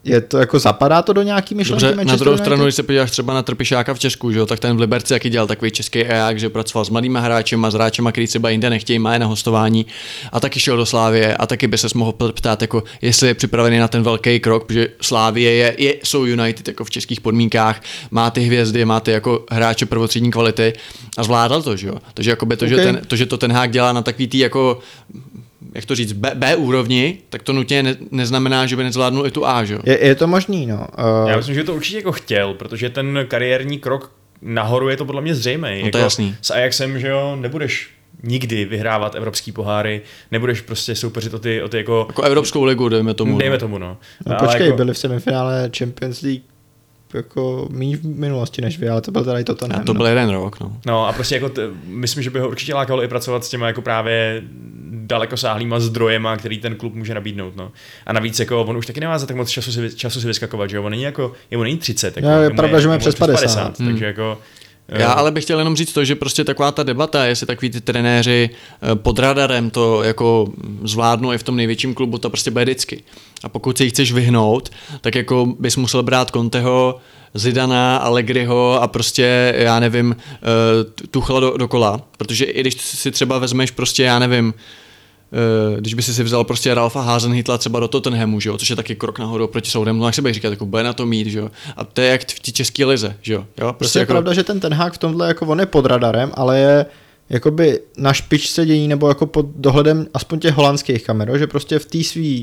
je to jako zapadá to do nějaký myšlenky Dobře, Manchester na druhou United? stranu, když se podíváš třeba na Trpišáka v Česku, že jo, tak ten v Liberci jaký dělal takový český Ajax, že pracoval s mladými hráčema, s hráčema, který třeba jinde nechtějí, má je na hostování a taky šel do Slávie a taky by ses mohl ptát, jako jestli je připravený na ten velký krok, protože Slávie jsou United jako v českých podmínkách, má ty hvězdy, má ty jako hráče prvotřídní kvality a zvládal to, že jo. Takže jakoby to, Okay. že to ten Hák dělá na takový tý jako jak to říct, B úrovni, tak to nutně neznamená, že by nezvládnul i tu A, že jo? Je to možný, no. Já myslím, že to určitě jako chtěl, protože ten kariérní krok nahoru je to podle mě zřejmý. No to je jasný. S Ajaxem, že jo, nebudeš nikdy vyhrávat evropský poháry, nebudeš prostě soupeřit o ty jako Evropskou ligu, dejme tomu. Dejme tomu, no. No počkej, byli v semifinále Champions League jako méně v minulosti než vy, ale to byl teda i Tottenham. A to byl jeden rok, no. No a prostě jako myslím, že by ho určitě lákalo i pracovat s těma jako právě dalekosáhlýma zdrojema, který ten klub může nabídnout, no. A navíc jako on už taky nemá za tak moc času si vyskakovat, že jo, on není jako, jemu není 30, jako, je pravda, že má přes 50. Takže jako já ale bych chtěl jenom říct to, že prostě taková ta debata, jestli takový ty trenéři pod radarem to jako zvládnou i v tom největším klubu, to prostě bude vždycky. A pokud se jí chceš vyhnout, tak jako bys musel brát Conteho, Zidana, Allegriho a prostě, já nevím, Tuchela dokola, protože i když si třeba vezmeš prostě, já nevím, když by si vzal prostě Ralfa Hasenhüttla třeba do Tottenhamu, že jo, což je taky krok nahoru proti Southamptonu, jak se bych říkat, jako bude na to mít, že jo. A to je jak v té české lize, že jo. Prostě je jako pravda, že ten Hák v tomhle jako on je pod radarem, ale je jakoby na špičce dění nebo jako pod dohledem aspoň těch holandských kamer, že prostě v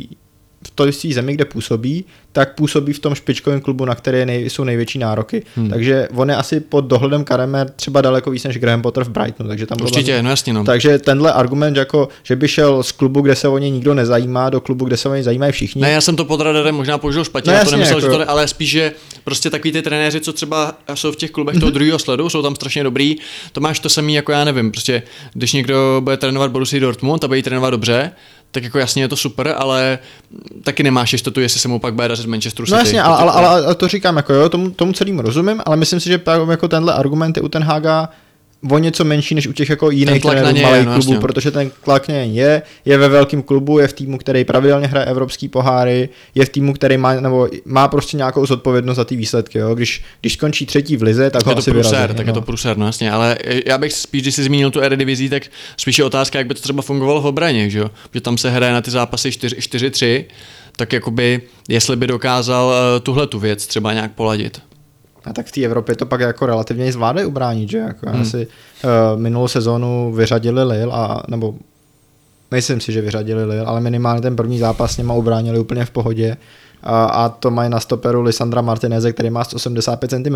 té svý zemi, kde působí, tak působí v tom špičkovém klubu, na které jsou největší nároky. Takže on je asi pod dohledem kamer třeba daleko víc než Graham Potter v Brightonu. Takže tam určitě, no jasně, no. Takže tenhle argument, jako, že by šel z klubu, kde se o ně nikdo nezajímá, do klubu, kde se o ně zajímají všichni. Ne, já jsem to pod radarem možná použil špatně, to nemyslel, jako... že to, ale spíš, že prostě takový ty trenéři, co třeba jsou v těch klubech toho druhého sledu, jsou tam strašně dobrý. To máš to samý, jako já nevím, prostě když někdo bude trénovat Borussia Dortmund a bude jí trénovat dobře, tak jako jasně je to super, ale taky nemáš jistotu, jestli se mu pak bude dařit Manchesteru City. No jasně, ale to říkám, jako jo, tomu celému rozumím, ale myslím si, že jako tenhle argument je u Ten Haga o něco menší než u těch jako jiných trenérů malých klubů, protože ten tlak na něj je ve velkém klubu, je v týmu, který pravidelně hraje evropský poháry, je v týmu, který má prostě nějakou zodpovědnost za ty výsledky, jo. Když skončí třetí v lize, tak ho asi vyrazí. Tak je to průser, no jasně, ale já bych spíš, když jsi zmínil tu Eredivizi, tak spíš je otázka, jak by to třeba fungovalo v obraně, že jo? Že tam se hraje na ty zápasy 4-3, tak jakoby, jestli by dokázal tuhletu věc třeba nějak poladit. A tak v té Evropě to pak jako relativně zvládají ubránit, že? Jako asi minulou sezónu vyřadili Lille, nebo myslím si, že vyřadili Lille, ale minimálně ten první zápas s něma ubránili úplně v pohodě a to mají na stoperu Lisandra Martineze, který má 185 cm.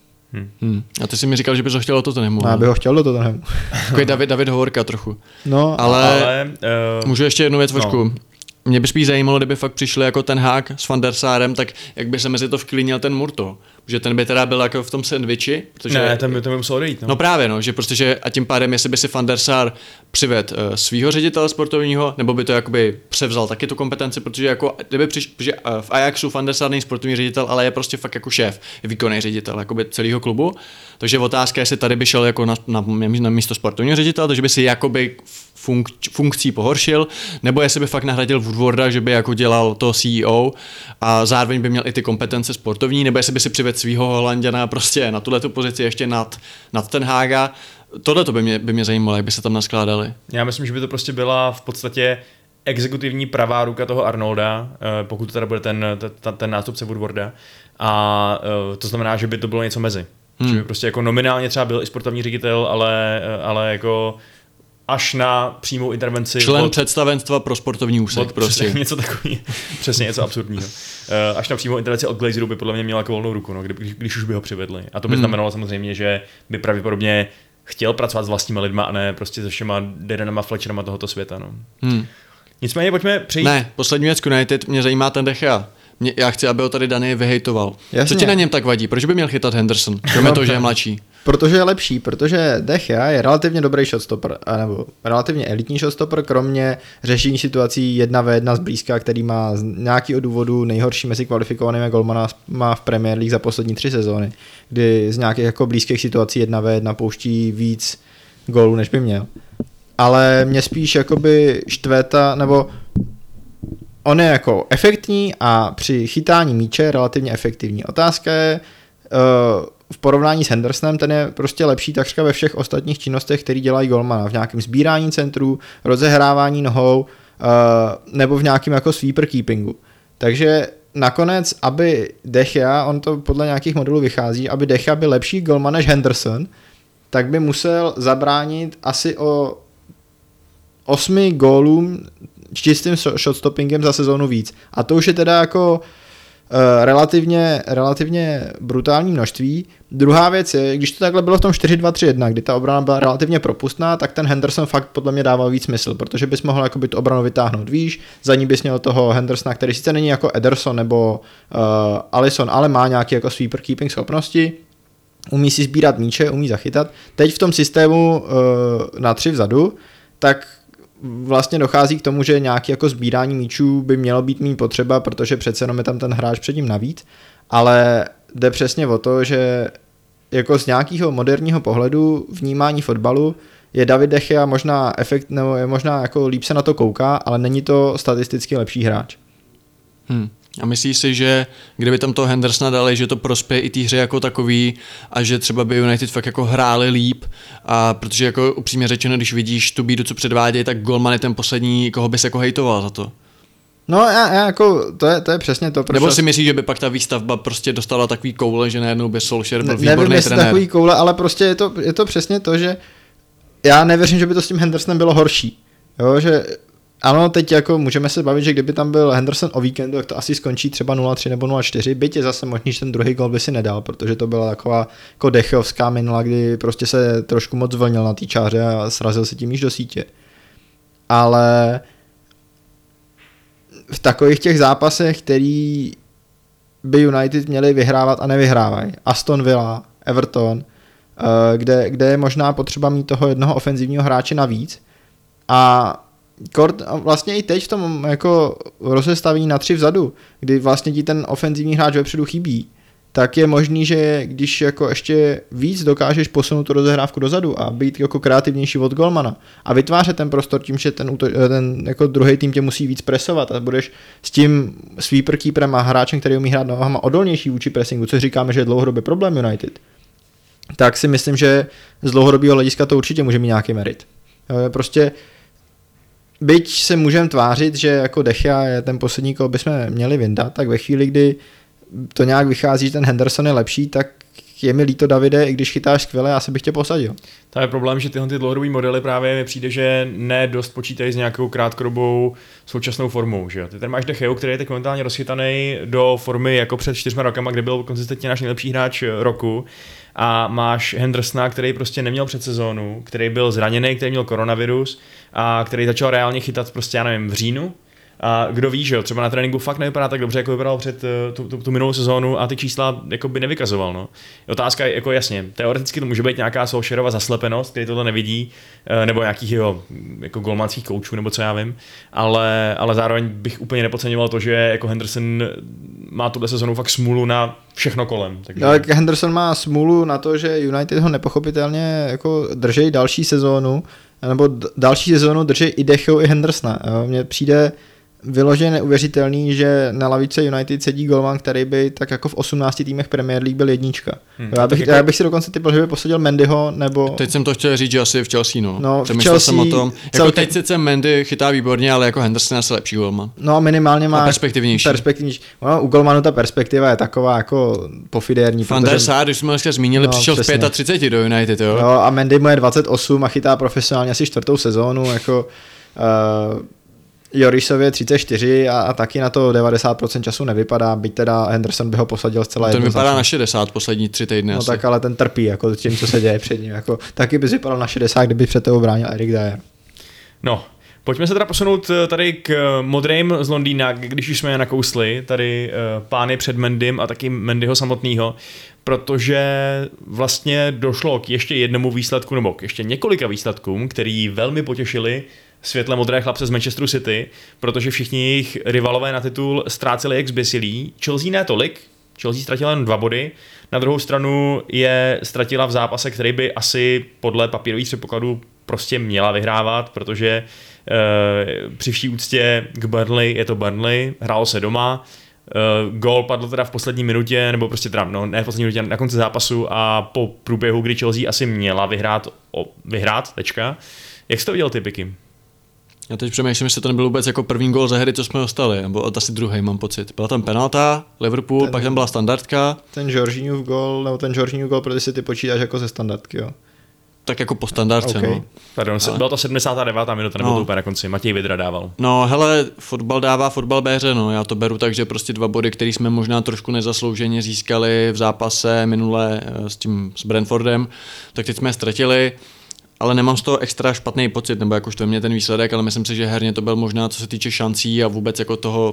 A ty jsi mi říkal, že bys ho chtěl do Tottenhamu. Já bych ho chtěl do Tottenhamu. Takový David Hovorka trochu. No, ale můžu ještě jednu věc, Vošku. No. Mě by spíš zajímalo, kdyby fakt přišli jako ten Hák s Van der Sárem, tak jak by se mezi to vklínil ten Murto. Že ten by teda byl jako v tom sandwichi. Protože... Ne, ten by musel odejít. No právě, no, že protože a tím pádem, jestli by si Van der Sar přivedl svýho ředitele sportovního, nebo by to jakoby převzal taky tu kompetenci, protože jako protože v Ajaxu Van der Sar není sportovní ředitel, ale je prostě fakt jako šéf, je výkonný ředitel jakoby celého klubu. Takže otázka, jestli tady by šel jako na místo sportovního ředitele, takže by si jakoby funkcí pohoršil, nebo jestli by fakt nahradil Woodwarda, že by jako dělal to CEO a zároveň by měl i ty kompetence sportovní, nebo jestli by si přivedl svýho Holanděna prostě na tuhletu pozici ještě nad Ten Haga. Tohle to by mě zajímalo, jak by se tam naskládali. Já myslím, že by to prostě byla v podstatě exekutivní pravá ruka toho Arnolda, pokud to teda bude ten nástupce Woodwarda. A to znamená, že by to bylo něco mezi. Že by prostě jako nominálně třeba byl i sportovní ředitel, ale jako až na přímou intervenci. Člen představenstva pro sportovní úsek. Prostě. Něco takový, přesně něco absurdního. Až na přímou intervenci od Glazeru by podle mě měl jako volnou ruku, no, když už by ho přivedli. A to by znamenalo samozřejmě, že by pravděpodobně chtěl pracovat s vlastními lidma a ne prostě se všema Darrenama Fletcherama tohoto světa. No. Nicméně pojďme přejít. Ne, poslední věc United, mě zajímá ten De Gea. Já chci, aby ho tady Dany vyhejtoval. Jasně. Co ti na něm tak vadí? Proč by měl chytat Henderson? Kromě toho, že je mladší. Protože je lepší, protože De Gea je relativně dobrý shotstopper, nebo relativně elitní shotstopper, kromě řešení situací 1v1 zblízka, který má z nějakého důvodu nejhorší mezi kvalifikovanými golmana má v Premier League za poslední 3 sezóny, kdy z nějakých jako blízkých situací 1v1 pouští víc gólů, než by měl. Ale mě spíš jakoby štve nebo on je jako efektní a při chytání míče relativně efektivní. Otázka je, v porovnání s Hendersonem, ten je prostě lepší takřka ve všech ostatních činnostech, které dělají golmana. V nějakém sbírání centrů, rozehrávání nohou, nebo v nějakém jako sweeper keepingu. Takže nakonec, aby De Gea, on to podle nějakých modelů vychází, aby De Gea byl lepší golman než Henderson, tak by musel zabránit asi o 8 gólům čistým shotstoppingem za sezónu víc. A to už je teda jako relativně brutální množství. Druhá věc je, když to takhle bylo v tom 4-2-3-1, kdy ta obrana byla relativně propustná, tak ten Henderson fakt podle mě dával víc smysl, protože bys mohl jakoby tu obranu vytáhnout výš, za ní bys měl toho Hendersona, který sice není jako Ederson nebo Alisson, ale má nějaký jako sweeper keeping schopnosti, umí si sbírat míče, umí zachytat. Teď v tom systému na 3 vzadu, tak vlastně dochází k tomu, že nějaké jako sbírání míčů by mělo být méně potřeba, protože přece jenom je tam ten hráč před ním navíc, ale jde přesně o to, že jako z nějakého moderního pohledu vnímání fotbalu je David De Gea možná nebo je možná jako líp se na to kouká, ale není to statisticky lepší hráč. A myslíš si, že kdyby tam toho Hendersona dali, že to prospěje i té hře jako takový a že třeba by United fakt jako hráli líp, a protože jako upřímně řečeno, když vidíš tu bídu, co předvádějí, tak golman je ten poslední, koho bys jako hejtoval za to. No já jako, to je přesně to. Nebo si myslíš, že by pak ta výstavba prostě dostala takový koule, že najednou by Solskjaer byl výborný trenér? Nevím, takový koule, ale prostě je to přesně to, že já nevěřím, že by to s tím Hendersonem bylo horší. Jo, že ano, teď jako můžeme se bavit, že kdyby tam byl Henderson o víkendu, tak to asi skončí třeba 0-3 nebo 0-4, byť je zase možný, že ten druhý gol by si nedal, protože to byla taková jako Decheovská minula, kdy prostě se trošku moc zvlnil na té čáře a srazil se tím již do sítě. Ale v takových těch zápasech, který by United měli vyhrávat a nevyhrávají, Aston Villa, Everton, kde je možná potřeba mít toho jednoho ofenzivního hráče navíc a vlastně i teď v tom jako rozestavení na 3 vzadu, kdy vlastně ti ten ofenzivní hráč vepředu chybí, tak je možný, že když jako ještě víc dokážeš posunout tu rozehrávku dozadu a být jako kreativnější od golmana a vytvářet ten prostor tím, že ten jako druhý tým tě musí víc presovat a budeš s tím sweeper keeperem a hráčem, který umí hrát nohama odolnější vůči pressingu, což říkáme, že je dlouhodobě problém United, tak si myslím, že z dlouhodobého hlediska to určitě může mít nějaký merit. Prostě byť se můžeme tvářit, že jako De Gea je ten poslední, koho bychom měli vyndat, tak ve chvíli, kdy to nějak vychází, že ten Henderson je lepší, tak je mi líto, Davide, i když chytáš skvěle, já se bych tě posadil. To je problém, že tyhle dlouhodobý modely právě mi přijde, že ne dost počítají s nějakou krátkodobou současnou formou. Že? Ty tady máš De Geu, který je teď momentálně rozchytaný do formy jako před 4 rokama, kde byl konzistentně náš nejlepší hráč roku. A máš Hendersona, který prostě neměl předsezónu, který byl zraněný, který měl koronavirus a který začal reálně chytat prostě, já nevím, v říjnu. A kdo ví, že jo, třeba na tréninku fakt nevypadá tak dobře, jako vypadal před tu minulou sezónu a ty čísla jako by nevykazoval. No. Otázka je jako jasně, teoreticky to může být nějaká Solskjaerova zaslepenost, který tohle nevidí, nebo nějakých jeho jako golmanských koučů, nebo co já vím, ale zároveň bych úplně nepodceňoval to, že jako Henderson má tuhle sezónu fakt smůlu na všechno kolem. Takže... Ale Henderson má smůlu na to, že United ho nepochopitelně jako drží další sezónu, nebo další sezónu drží i De Geu, i Hendersona. Mně přijde vyloženě neuvěřitelný, že na lavice United sedí golman, který by tak jako v 18 týmech Premier League byl jednička. Já bych si dokonce typl, že by posadil Mendyho, nebo... Teď jsem to chtěl říct, že asi v Chelsea, no. V Chelsea jsem o tom. Jako teď sice Mendy chytá výborně, ale jako Henderson je asi lepší golman. No minimálně má... Perspektivnější. No, u golmanu ta perspektiva je taková jako pofidérní. Van der Sar, když jsme dneska zmínili, přišel v 35 do United, jo. No a Mendy mu je 28 a chytá profesionálně asi 4. sezónu, jako... Jorisově 34 a taky na to 90% času nevypadá, byť teda Henderson by ho posadil zcela jednoznačně. Ten vypadá na 60 poslední 3 týdny no asi. tak ale ten trpí jako tím, co se děje před ním. Jako, taky bys vypadal na 60, kdyby před tebou bránil Eric Dyer. No, pojďme se teda posunout tady k modrým z Londýna, když už jsme je nakousli, tady pány před Mendym a taky Mendyho samotného, protože vlastně došlo k ještě jednomu výsledku, nebo k ještě několika výsledkům, který velmi potěšili světle modré chlapce z Manchesteru City, protože všichni jejich rivalové na titul ztráceli jak zběsilí. Chelsea ne tolik, Chelsea ztratila jen 2 body, na druhou stranu je ztratila v zápase, který by asi podle papírových předpokladů prostě měla vyhrávat, protože při vší úctě k Burnley je to Burnley, hrálo se doma, gól padl teda v poslední minutě, nebo prostě teda, no ne v poslední minutě, na konci zápasu a po průběhu, kdy Chelsea asi měla vyhrát, tečka. Jak jsi to viděl ty piky? Já teď přemýšlím, že to nebyl vůbec jako první gól za hry, co jsme dostali, nebo asi druhý, mám pocit. Byla tam penalta, Liverpool, pak tam byla standardka. Ten Jorginhův gól, nebo ten Jorginhův gól, protože si ty počítáš jako ze standardky, jo? Tak jako po standardce, okay. No. Pardon, byla to 79. minuta, nebo to úplně na konci, Matěj Vydra dával. No hele, fotbal dává, fotbal béře, no, já to beru tak, že prostě 2 body, které jsme možná trošku nezaslouženě získali v zápase minule s Brentfordem, tak teď jsme je ztratili. Ale nemám z toho extra špatný pocit, nebo jakož to je mě ten výsledek, ale myslím si, že herně to byl možná, co se týče šancí a vůbec jako toho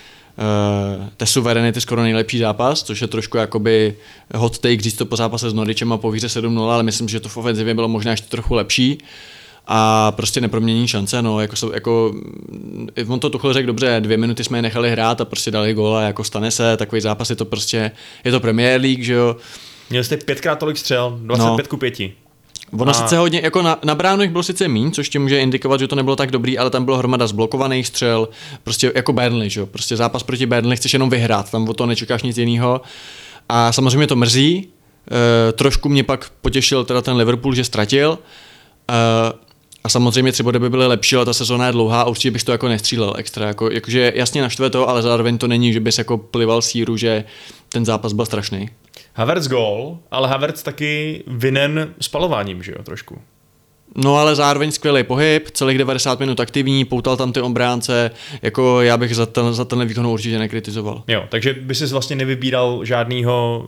té suverenity skoro nejlepší zápas, což je trošku jakoby hot take říct to po zápase s Norwichem a po výhře 7-0, ale myslím, že to v ofenzivě bylo možná ještě trochu lepší a prostě nepromění šance, no, jako on to Tuchel řekl dobře, 2 minuty jsme je nechali hrát a prostě dali góla, jako stane se, takový zápas je to prostě, je to Premier League, že jo. Měli jste 5x tolik střel, 25-5. Ono sice hodně, jako na bránu jich bylo sice míň, což ti může indikovat, že to nebylo tak dobrý, ale tam bylo hromada zblokovaných střel, prostě jako Burnley, že jo, prostě zápas proti Burnley chceš jenom vyhrát, tam o to nečekáš nic jiného. A samozřejmě to mrzí, trošku mě pak potěšil teda ten Liverpool, že ztratil, a samozřejmě 3 body by byly lepší, ale ta sezóna je dlouhá a určitě bych to jako nestřílel extra, jakože jasně naštve to, ale zároveň to není, že bys jako plival síru, že ten zápas byl strašný. Havertz gól, ale Havertz taky vinen spalováním, že jo, trošku. No ale zároveň skvělý pohyb, celých 90 minut aktivní, poutal tam ty obránce, jako já bych za tenhle výkon určitě nekritizoval. Jo, takže by si vlastně nevybíral žádný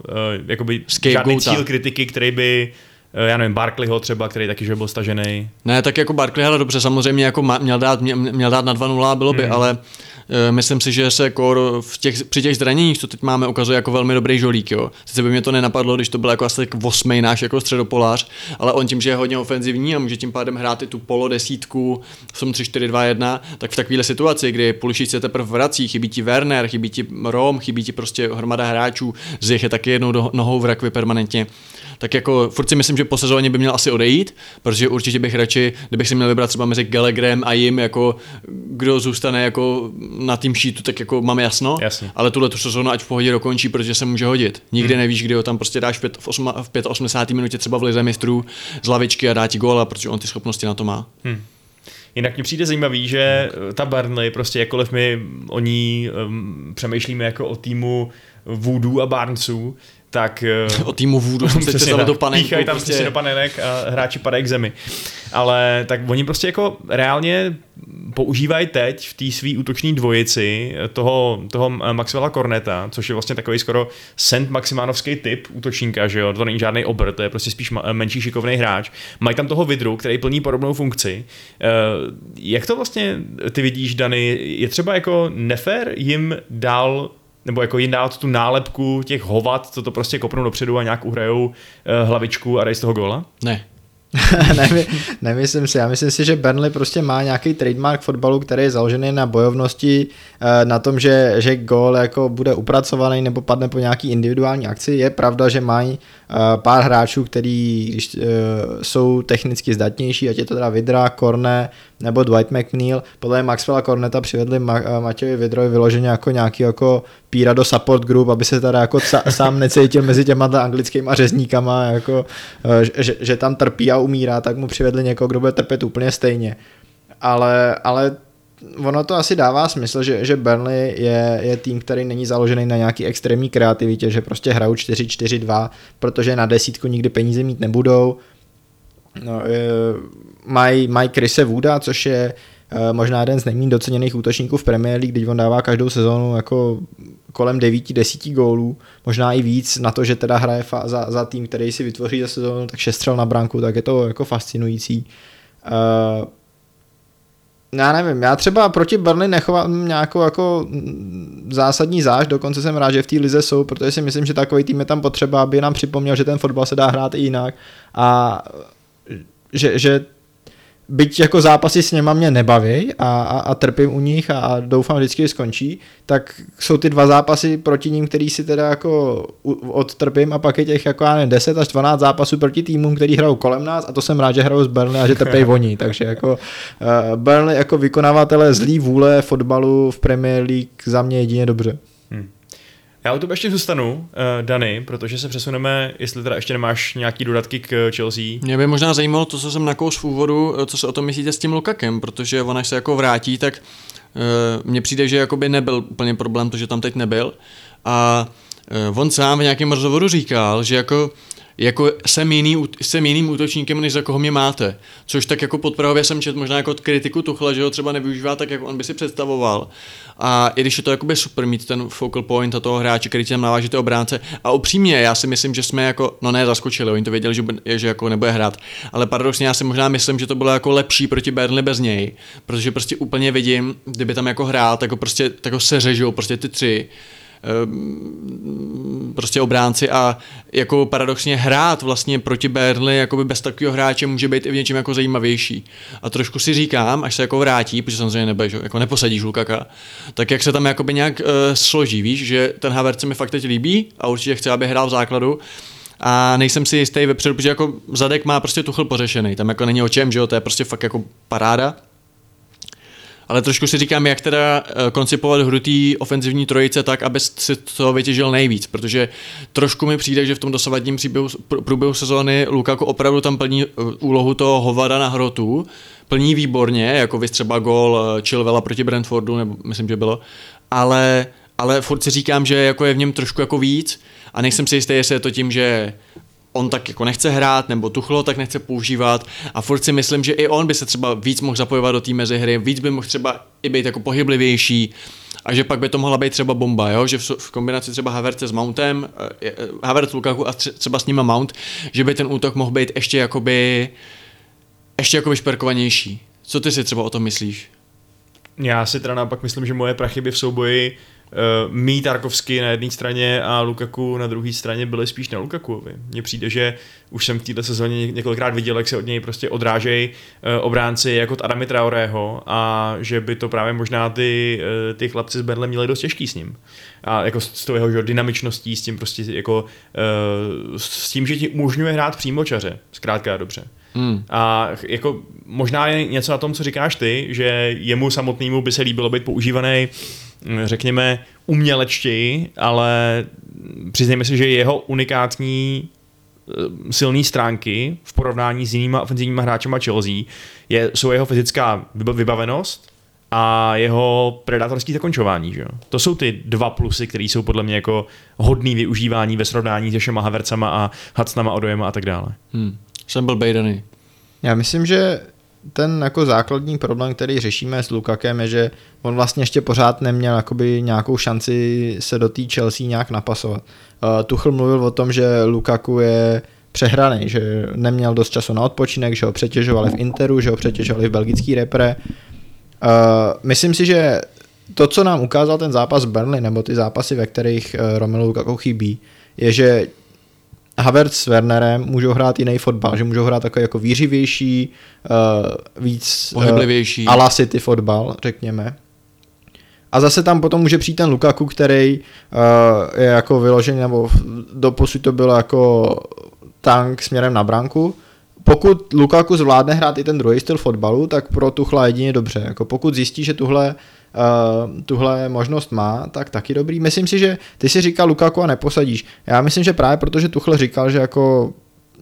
cíl kritiky, který by, já nevím, Barkleyho třeba, který taky, že byl stažený. Ne, tak jako Barkley, ale dobře, samozřejmě jako měl dát na 2-0, bylo by, ale myslím si, že se při těch zraněních, co teď máme, ukazuje jako velmi dobrý žolík, jo. Sice by mě to nenapadlo, když to byl jako asi 8. náš jako středopolář, ale on tím, že je hodně ofenzivní a může tím pádem hrát i tu polodesítku, v 3-4-2-1, tak v takovéhle situaci, kdy Pulisic se teprve vrací, chybí ti Werner, chybí ti Rom, chybí ti prostě hromada hráčů, Ziyech je taky jednou nohou v rakvi permanentně. Tak jako furt si myslím, že po sezóně by měl asi odejít, protože určitě bych radši, kdybych si měl vybrat třeba mezi Gallagherem a jim, jako kdo zůstane jako na tým sheetu, tak jako máme jasno. Jasně. Ale tuhle tu sezónu ať v pohodě dokončí, protože se může hodit. Nikdy nevíš, kdy ho tam prostě dáš v 85. minutě třeba v lize mistrů z lavičky a dá ti góla, protože on ty schopnosti na to má. Jinak mi přijde zajímavý, že ta Burnley, prostě jakkoliv my o ní přemýšlíme jako o týmu Voodoo a Barnesů, tak o týmu Voodoo jsem se představil do panenku. Píchají tam prostě do panenek a hráči padají k zemi. Ale tak oni prostě jako reálně používají teď v té svý útoční dvojici toho Maxwella Corneta, což je vlastně takový skoro Saint Maximánovský typ útočníka, že jo, to není žádný obr, to je prostě spíš menší šikovný hráč. Mají tam toho Vydru, který plní podobnou funkci. Jak to vlastně ty vidíš, Dany, je třeba jako nefér jim dál nebo jako jim dát tu nálepku těch hovat, co to prostě kopnou dopředu a nějak uhrajou hlavičku a dají z toho góla? Ne. Nemyslím si. Já myslím si, že Burnley prostě má nějaký trademark fotbalu, který je založený na bojovnosti, na tom, že gól jako bude upracovaný nebo padne po nějaký individuální akci. Je pravda, že mají pár hráčů, který když jsou technicky zdatnější, ať je to teda Vydra, Cornet nebo Dwight McNeil. Podle Maxwella Corneta přivedli Matějovi Vydrovi vyloženě jako nějaký jako píra do support group, aby se teda jako sám necítil mezi těma anglickýma řezníkama, jako, že tam trpí a umírá, tak mu přivedli někoho, kdo bude trpět úplně stejně. Ale ono to asi dává smysl, že Burnley je tým, který není založený na nějaký extrémní kreativitě, že prostě hrajou 4-4-2, protože na desítku nikdy peníze mít nebudou. No, mají Chrise Wooda, což je možná jeden z nejméně doceněných útočníků v Premier League, když on dává každou sezónu jako kolem 9-10 gólů, možná i víc na to, že teda hraje za tým, který si vytvoří za sezónu, tak 6 střel na branku, tak je to jako fascinující. Já nevím, já třeba proti Burnley nechovám nějakou jako zásadní zášť, dokonce jsem rád, že v té lize jsou, protože si myslím, že takový tým je tam potřeba, aby nám připomněl, že ten fotbal se dá hrát i jinak a že byť jako zápasy s něma mě nebaví a trpím u nich a doufám vždycky, že skončí, tak jsou ty 2 zápasy proti ním, který si teda jako odtrpím a pak je těch jako 10 až 12 zápasů proti týmům, který hrajou kolem nás a to jsem rád, že hrajou z Burnley a že trpějí oni, takže jako Burnley jako vykonavatele zlý vůle fotbalu v Premier League za mě jedině dobře. Já u tebe ještě zůstanu, Dany, protože se přesuneme, jestli teda ještě nemáš nějaký dodatky k Chelsea. Mě by možná zajímalo to, co jsem nakous v úvodu, co se o tom myslíte s tím Lukakem, protože on až se jako vrátí, tak mně přijde, že jakoby nebyl úplně problém to, že tam teď nebyl. A on sám v nějakém rozhovoru říkal, že jako jsem jiným útočníkem, než za koho mě máte. Což tak jako podprahově jsem četl možná jako kritiku Tuchla, že ho třeba nevyužívá tak, jak on by si představoval. A i když je to jakoby super mít ten focal point a toho hráče, který tam naváží ty obránce. A upřímně, já si myslím, že jsme jako, zaskočili, oni to věděli, že jako nebude hrát. Ale paradoxně já si možná myslím, že to bylo jako lepší proti Burnley bez něj, protože prostě úplně vidím, kdyby tam jako hrál, tak ho seřežou prostě ty 3 prostě obránci a jako paradoxně hrát vlastně proti Burnley jakoby bez takového hráče může být i v něčem jako zajímavější. A trošku si říkám, až se jako vrátí, protože samozřejmě jako neposadíš Lukaka, tak jak se tam jakoby nějak složí, víš, že ten Havertz se mi fakt teď líbí a určitě chce, aby hrál v základu. A nejsem si jistý vepředu, protože jako zadek má prostě Tuchel pořešený, tam jako není o čem, že jo, to je prostě fakt jako paráda. Ale trošku si říkám, jak teda koncipovat hru té ofenzivní trojice tak, aby si to vytěžil nejvíc, protože trošku mi přijde, že v tom dosavadním průběhu sezóny Lukaku opravdu tam plní úlohu toho hovada na hrotu, plní výborně, jako vys třeba gól Chilwella proti Brentfordu, nebo myslím, že bylo, ale furt si říkám, že jako je v něm trošku jako víc a nejsem si jistý, jestli je to tím, že on tak jako nechce hrát, nebo Tuchlo tak nechce používat a furt si myslím, že i on by se třeba víc mohl zapojovat do té mezihry, víc by mohl třeba i být jako pohyblivější a že pak by to mohla být třeba bomba, jo? Že v kombinaci třeba Havertze s Mountem, Havertz, Lukaku a třeba s nima Mount, že by ten útok mohl být ještě jakoby šperkovanější. Co ty si třeba o tom myslíš? Já si teda naopak myslím, že moje prachy by v souboji mít Tarkovsky na jedné straně a Lukaku na druhé straně byly spíš na Lukakuovi. Mně přijde, že už jsem v této sezóně několikrát viděl, jak se od něj prostě odrážejí obránci jako od Adama Traoreho a že by to právě možná ty chlapci z Burnley měli dost těžký s ním. A jako s tou jeho dynamičností, s tím prostě jako s tím, že ti umožňuje hrát přímočaře, zkrátka a dobře. A jako možná je něco na tom, co říkáš ty, že jemu samotnému by se líbilo být používaný, řekněme, umělečtěji, ale přiznejme si, že jeho unikátní silné stránky v porovnání s jinýma ofenzivníma hráčema Chelsea jsou jeho fyzická vybavenost a jeho predátorský zakončování. Že? To jsou ty 2 plusy, které jsou podle mě jako hodný využívání ve srovnání s těma Havertzama a Hudsonama, Odoyema a tak dále. Jsem byl bejdaný. Já myslím, že ten jako základní problém, který řešíme s Lukakem, je, že on vlastně ještě pořád neměl jakoby nějakou šanci se do té Chelsea nějak napasovat. Tuchel mluvil o tom, že Lukaku je přehraný, že neměl dost času na odpočinek, že ho přetěžovali v Interu, že ho přetěžovali v belgický repre. Myslím si, že to, co nám ukázal ten zápas Burnley, nebo ty zápasy, ve kterých Romelu Lukaku chybí, je, že Havertz s Wernerem můžou hrát jiný fotbal, že můžou hrát takový jako výřivější, víc pohyblivější, a la City fotbal, řekněme. A zase tam potom může přijít ten Lukaku, který je jako vyložený, nebo doposud to bylo jako tank směrem na branku. Pokud Lukaku zvládne hrát i ten druhý styl fotbalu, tak pro Tuchla jedině dobře. Jako pokud zjistí, že tuhle možnost má, tak taky dobrý. Myslím si, že ty si říkal Lukaku a neposadíš. Já myslím, že právě protože Tuchel říkal, že jako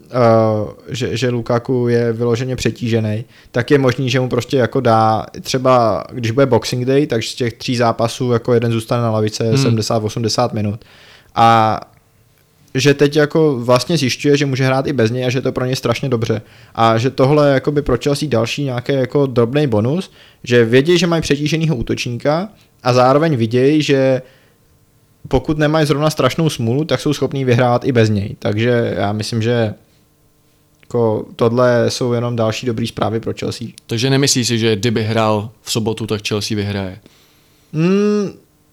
že Lukaku je vyloženě přetížený, tak je možný, že mu prostě jako dá, třeba když bude Boxing Day, tak z těch 3 zápasů jako jeden zůstane na lavice 70-80 minut. A že teď jako vlastně zjišťuje, že může hrát i bez něj a že je to pro ně strašně dobře. A že tohle jako by pro Chelsea další nějaký jako drobný bonus, že vědí, že mají přetíženýho útočníka a zároveň vidějí, že pokud nemají zrovna strašnou smůlu, tak jsou schopní vyhrát i bez něj. Takže já myslím, že jako tohle jsou jenom další dobrý zprávy pro Chelsea. Takže nemyslíš si, že kdyby hrál v sobotu, tak Chelsea vyhraje?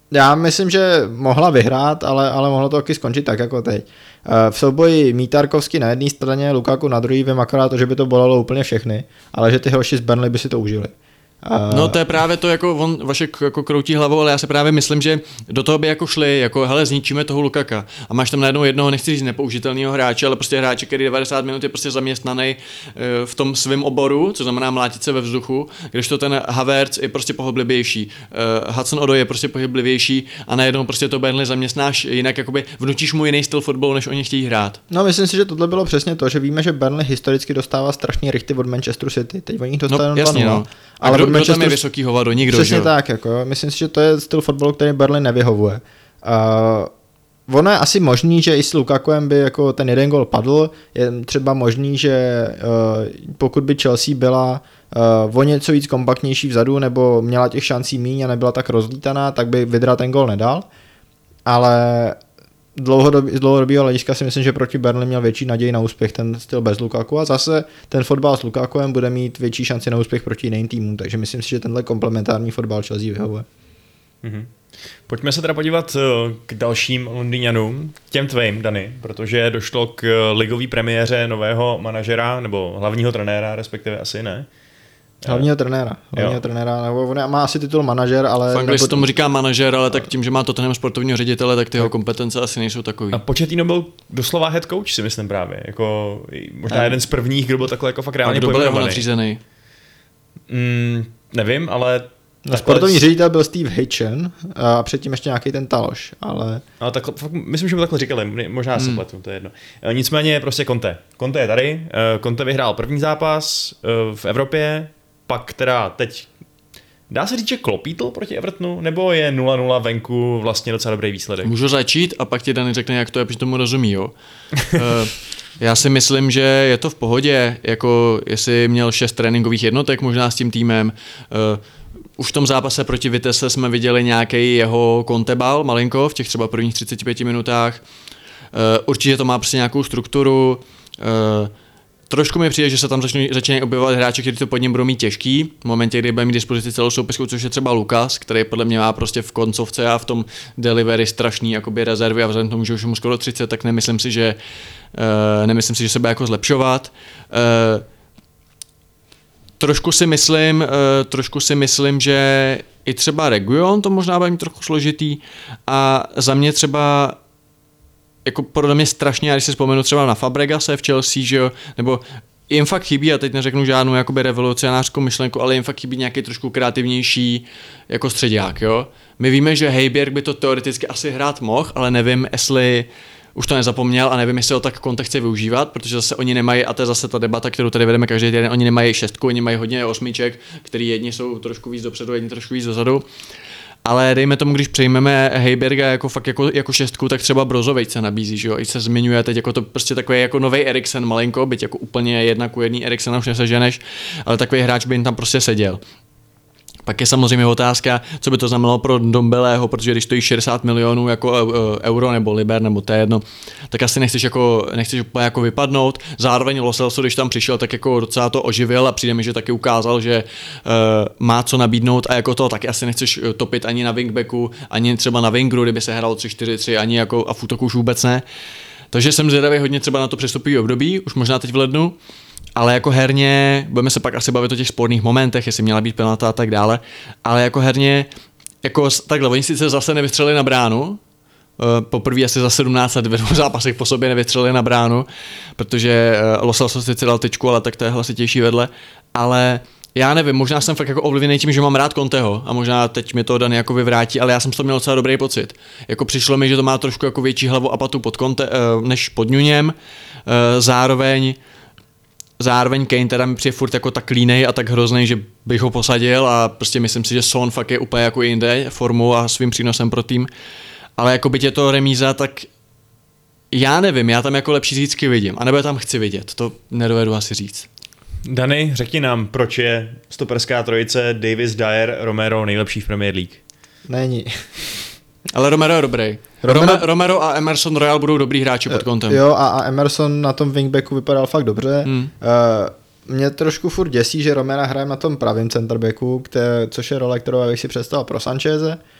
Já myslím, že mohla vyhrát, ale mohlo to taky skončit tak jako teď. V souboji Mítarkovský na jedné straně, Lukaku na druhé, vím akorát to, že by to bolelo úplně všechny, ale že ty hoši z Burnley by si to užili. No to je právě to, jako on Vašek jako kroutí hlavou, ale já se právě myslím, že do toho by jako šli, jako hele, zničíme toho Lukaka a máš tam najednou jednoho, nechci říct nepoužitelného hráče, ale prostě hráče, který 90 minut je prostě zaměstnaný v tom svém oboru, co znamená mlátit se ve vzduchu, kdežto ten Havertz je prostě pohyblivější, Hudson-Odoi je prostě pohyblivější a najednou prostě to Burnley zaměstnáš, jinak jakoby vnutíš mu jiný styl fotbalu, než oni chtějí hrát. No myslím si, že tohle bylo přesně to, že víme, že Burnley historicky dostává strašně rychty od Manchesteru City, teď oni dostali 2-0. Ale kdo tam je vysoký hovado? Nikdo, přesně že? tak, jako, myslím si, že to je styl fotbalu, který Burnley nevyhovuje. Ono je asi možný, že i s Lukakuem by jako ten jeden gol padl, je třeba možný, že pokud by Chelsea byla o něco víc kompaktnější vzadu, nebo měla těch šancí míň a nebyla tak rozlítaná, tak by Vydra ten gol nedal, ale z dlouhodobého hlediska si myslím, že proti Burnley měl větší naději na úspěch ten styl bez Lukaku a zase ten fotbal s Lukakuem bude mít větší šanci na úspěch proti jiným týmům, takže myslím si, že tenhle komplementární fotbal Chelsea vyhovuje. Mm-hmm. Pojďme se teda podívat k dalším Londýňanům, těm tvým, Dany, protože došlo k ligové premiéře nového manažera, nebo hlavního trenéra, respektive asi ne. Hlavního trenéra, nebo on má asi titul manažer, ale... V Anglii se tomu říká manažer, ale tak tím, že má Tottenham sportovního ředitele, tak ty jeho kompetence asi nejsou takový. A Pochettino byl doslova head coach, si myslím právě, jako možná jeden z prvních, kdo byl takhle jako fakt reálně pojmenovaný. A kdo byl jeho nadřízený? Nevím, ale... Sportovní ředitel byl Steve Hitchen a předtím ještě nějaký ten Taloš, ale... No, takhle, myslím, že by takhle říkali, možná se pletu, to je jedno. Nicméně prostě Conte. Conte je tady, Conte vyhrál první zápas v Evropě, pak teda teď, dá se říct, že klopítl proti Evertonu, nebo je 0-0 venku vlastně docela dobrý výsledek? Můžu začít a pak ti Dany řekne, jak to je, protože tomu rozumí, jo. Já si myslím, že je to v pohodě, jako jestli měl 6 tréninkových jednotek možná s tím týmem, už v tom zápase proti Vitesse jsme viděli nějaký jeho kontebal malinko v těch třeba prvních 35 minutách. Určitě to má prostě nějakou strukturu. Trošku mi přijde, že se tam začínají objevovat hráči, kteří to pod ním budou mít těžký. V momentě, kdy bude mít dispozici celou soupisku, což je třeba Lukas, který podle mě má prostě v koncovce a v tom delivery strašný jakoby rezervy a vzhledem tomu, že už mu skoro 30, tak nemyslím si, že se bude jako zlepšovat. Trošku si myslím, že i třeba Reguilon to možná bude mít trochu složitý a za mě třeba jako podle mě strašně, když si vzpomenu třeba na Fabregase v Chelsea, že jo, nebo jim fakt chybí, a teď neřeknu žádnou jakoby revolucionářskou myšlenku, ale jim fakt chybí nějaký trošku kreativnější jako středák, jo. My víme, že Højbjerg by to teoreticky asi hrát mohl, ale nevím, jestli už to nezapomněl a nevím, jestli ho tak Conte chce využívat, protože zase oni nemají, a to je zase ta debata, kterou tady vedeme každý den, oni nemají šestku, oni mají hodně osmiček, který jedni jsou trošku víc dopředu, jedni trošku víc dozadu. Ale dejme tomu, když přejmeme Højbjerga jako fakt jako šestku, tak třeba Brozovic se nabízí, že jo, i se zmiňuje teď jako to prostě takový jako nový Eriksen malinko, byť jako úplně 1:1 Eriksena už neseženeš, ale takový hráč by jim tam prostě seděl. Pak je samozřejmě otázka, co by to znamenalo pro Dombeleho, protože když stojí 60 milionů jako euro nebo liber nebo to je jedno, tak asi nechceš úplně jako vypadnout. Zároveň Lo Celso, když tam přišel, tak jako docela to oživil a přijde mi, že taky ukázal, že má co nabídnout a jako to taky asi nechceš topit ani na wingbacku, ani třeba na wingru, kdyby se hrál 3-4-3, ani jako a v útoku už vůbec ne. Takže jsem zvědavý hodně třeba na to přestupové období, už možná teď v lednu. Ale jako herně, budeme se pak asi bavit o těch sporných momentech, jestli měla být penalta a tak dále, ale jako herně, jako takhle, oni sice zase nevystřelili na bránu, poprvé asi za 17 let ve 2 zápasech po sobě nevystřelili na bránu, protože Lo Celso sice dal tyčku, ale tak to je hlasitější vedle, ale já nevím, možná jsem fakt jako ovlivněný tím, že mám rád Conteho a možná teď mi to Dany jako vyvrátí, ale já jsem z toho měl docela dobrý pocit. Jako přišlo mi, že to má trošku jako větší hlavu a patu pod Conte, než pod Nunem, Zároveň Kane teda mi přijde furt jako tak línej a tak hrozný, že bych ho posadil a prostě myslím si, že Son fakt je úplně jako jinde formou a svým přínosem pro tým. Ale jako byť je to remíza, tak já nevím, já tam jako lepší zítřky vidím, anebo tam chci vidět, to nedovedu asi říct. Dany, řekni nám, proč je stoperská trojice Davis, Dyer, Romero nejlepší v Premier League? Není. Ale Romero je dobrý. Romero a Emerson Royal budou dobrý hráči pod Contem. Jo, a Emerson na tom wingbacku vypadal fakt dobře. Mě trošku furt děsí, že Romero hraje na tom pravém centerbacku, což je role, kterou bych si představil pro Sancheze.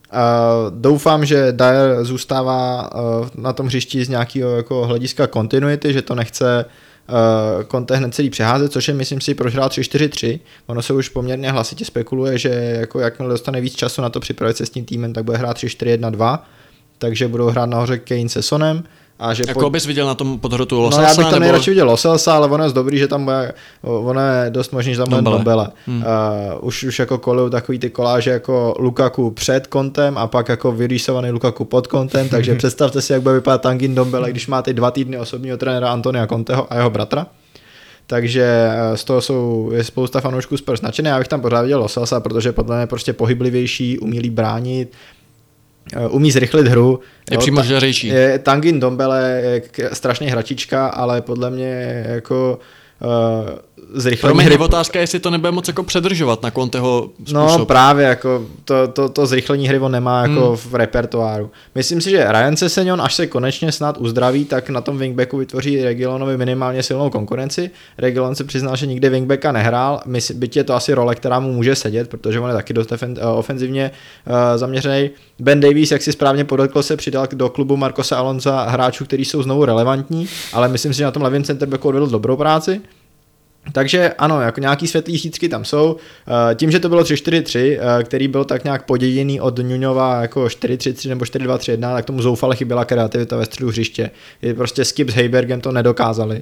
Doufám, že Dyer zůstává na tom hřišti z nějakého jako hlediska continuity, že to nechce Conte hned celý přeházet, což je, myslím si, proč hrál 3-4-3. Ono se už poměrně hlasitě spekuluje, že jako jakmile dostane víc času na to připravit se s tím týmem, tak bude hrát 3-4-1-2, takže budou hrát nahoře Kane se Sonem. A že jako bys viděl na tom podhrotu Lo Celsa? No já bych tam nejradši viděl Lo Celsa, ale ono je dobrý, že tam bude, ono je dost možný, že tam bude Ndombele. Už jako kolujou takový ty koláže jako Lukaku před Contem a pak jako vyrýsovaný Lukaku pod Contem, takže představte si, jak bude vypadat Tanguy Ndombele, když máte 2 týdny osobního trenéra Antonia Conteho a jeho bratra. Takže z toho je spousta fanoušků Spurs nadšený, já bych tam pořád viděl Lo Celsa, protože podle mě je prostě pohyblivější, umí bránit, umí zrychlit hru. Je přímo žařejší. Tanguy Ndombele je strašný hračička, ale podle mě jako zrychlení hry. Otázka, jestli to nebude moc jako předržovat na Conteho způsob. No právě, jako to zrychlení hry on nemá jako v repertoáru. Myslím si, že Ryan Sessegnon, až se konečně snad uzdraví, tak na tom wingbacku vytvoří Reguilonovi minimálně silnou konkurenci. Reguilon se přiznal, že nikdy wingbacka nehrál, byť je to asi role, která mu může sedět, protože on je taky dost ofenzivně zaměřený. Ben Davies, jak si správně podotkl, se přidal do klubu Marcosa Alonsa hráčů, kteří jsou znovu relevantní, ale myslím si, že na tom levém centerbacku odvedl dobrou práci. Takže ano, jako nějaký světlý šítky tam jsou. Tím, že to bylo 3-4-3, který byl tak nějak poděděný od Nuňova jako 4-3-3 nebo 4-2-3-1, tak tomu zoufale chyběla kreativita ve středu hřiště. Prostě Skip s Heibergem to nedokázali.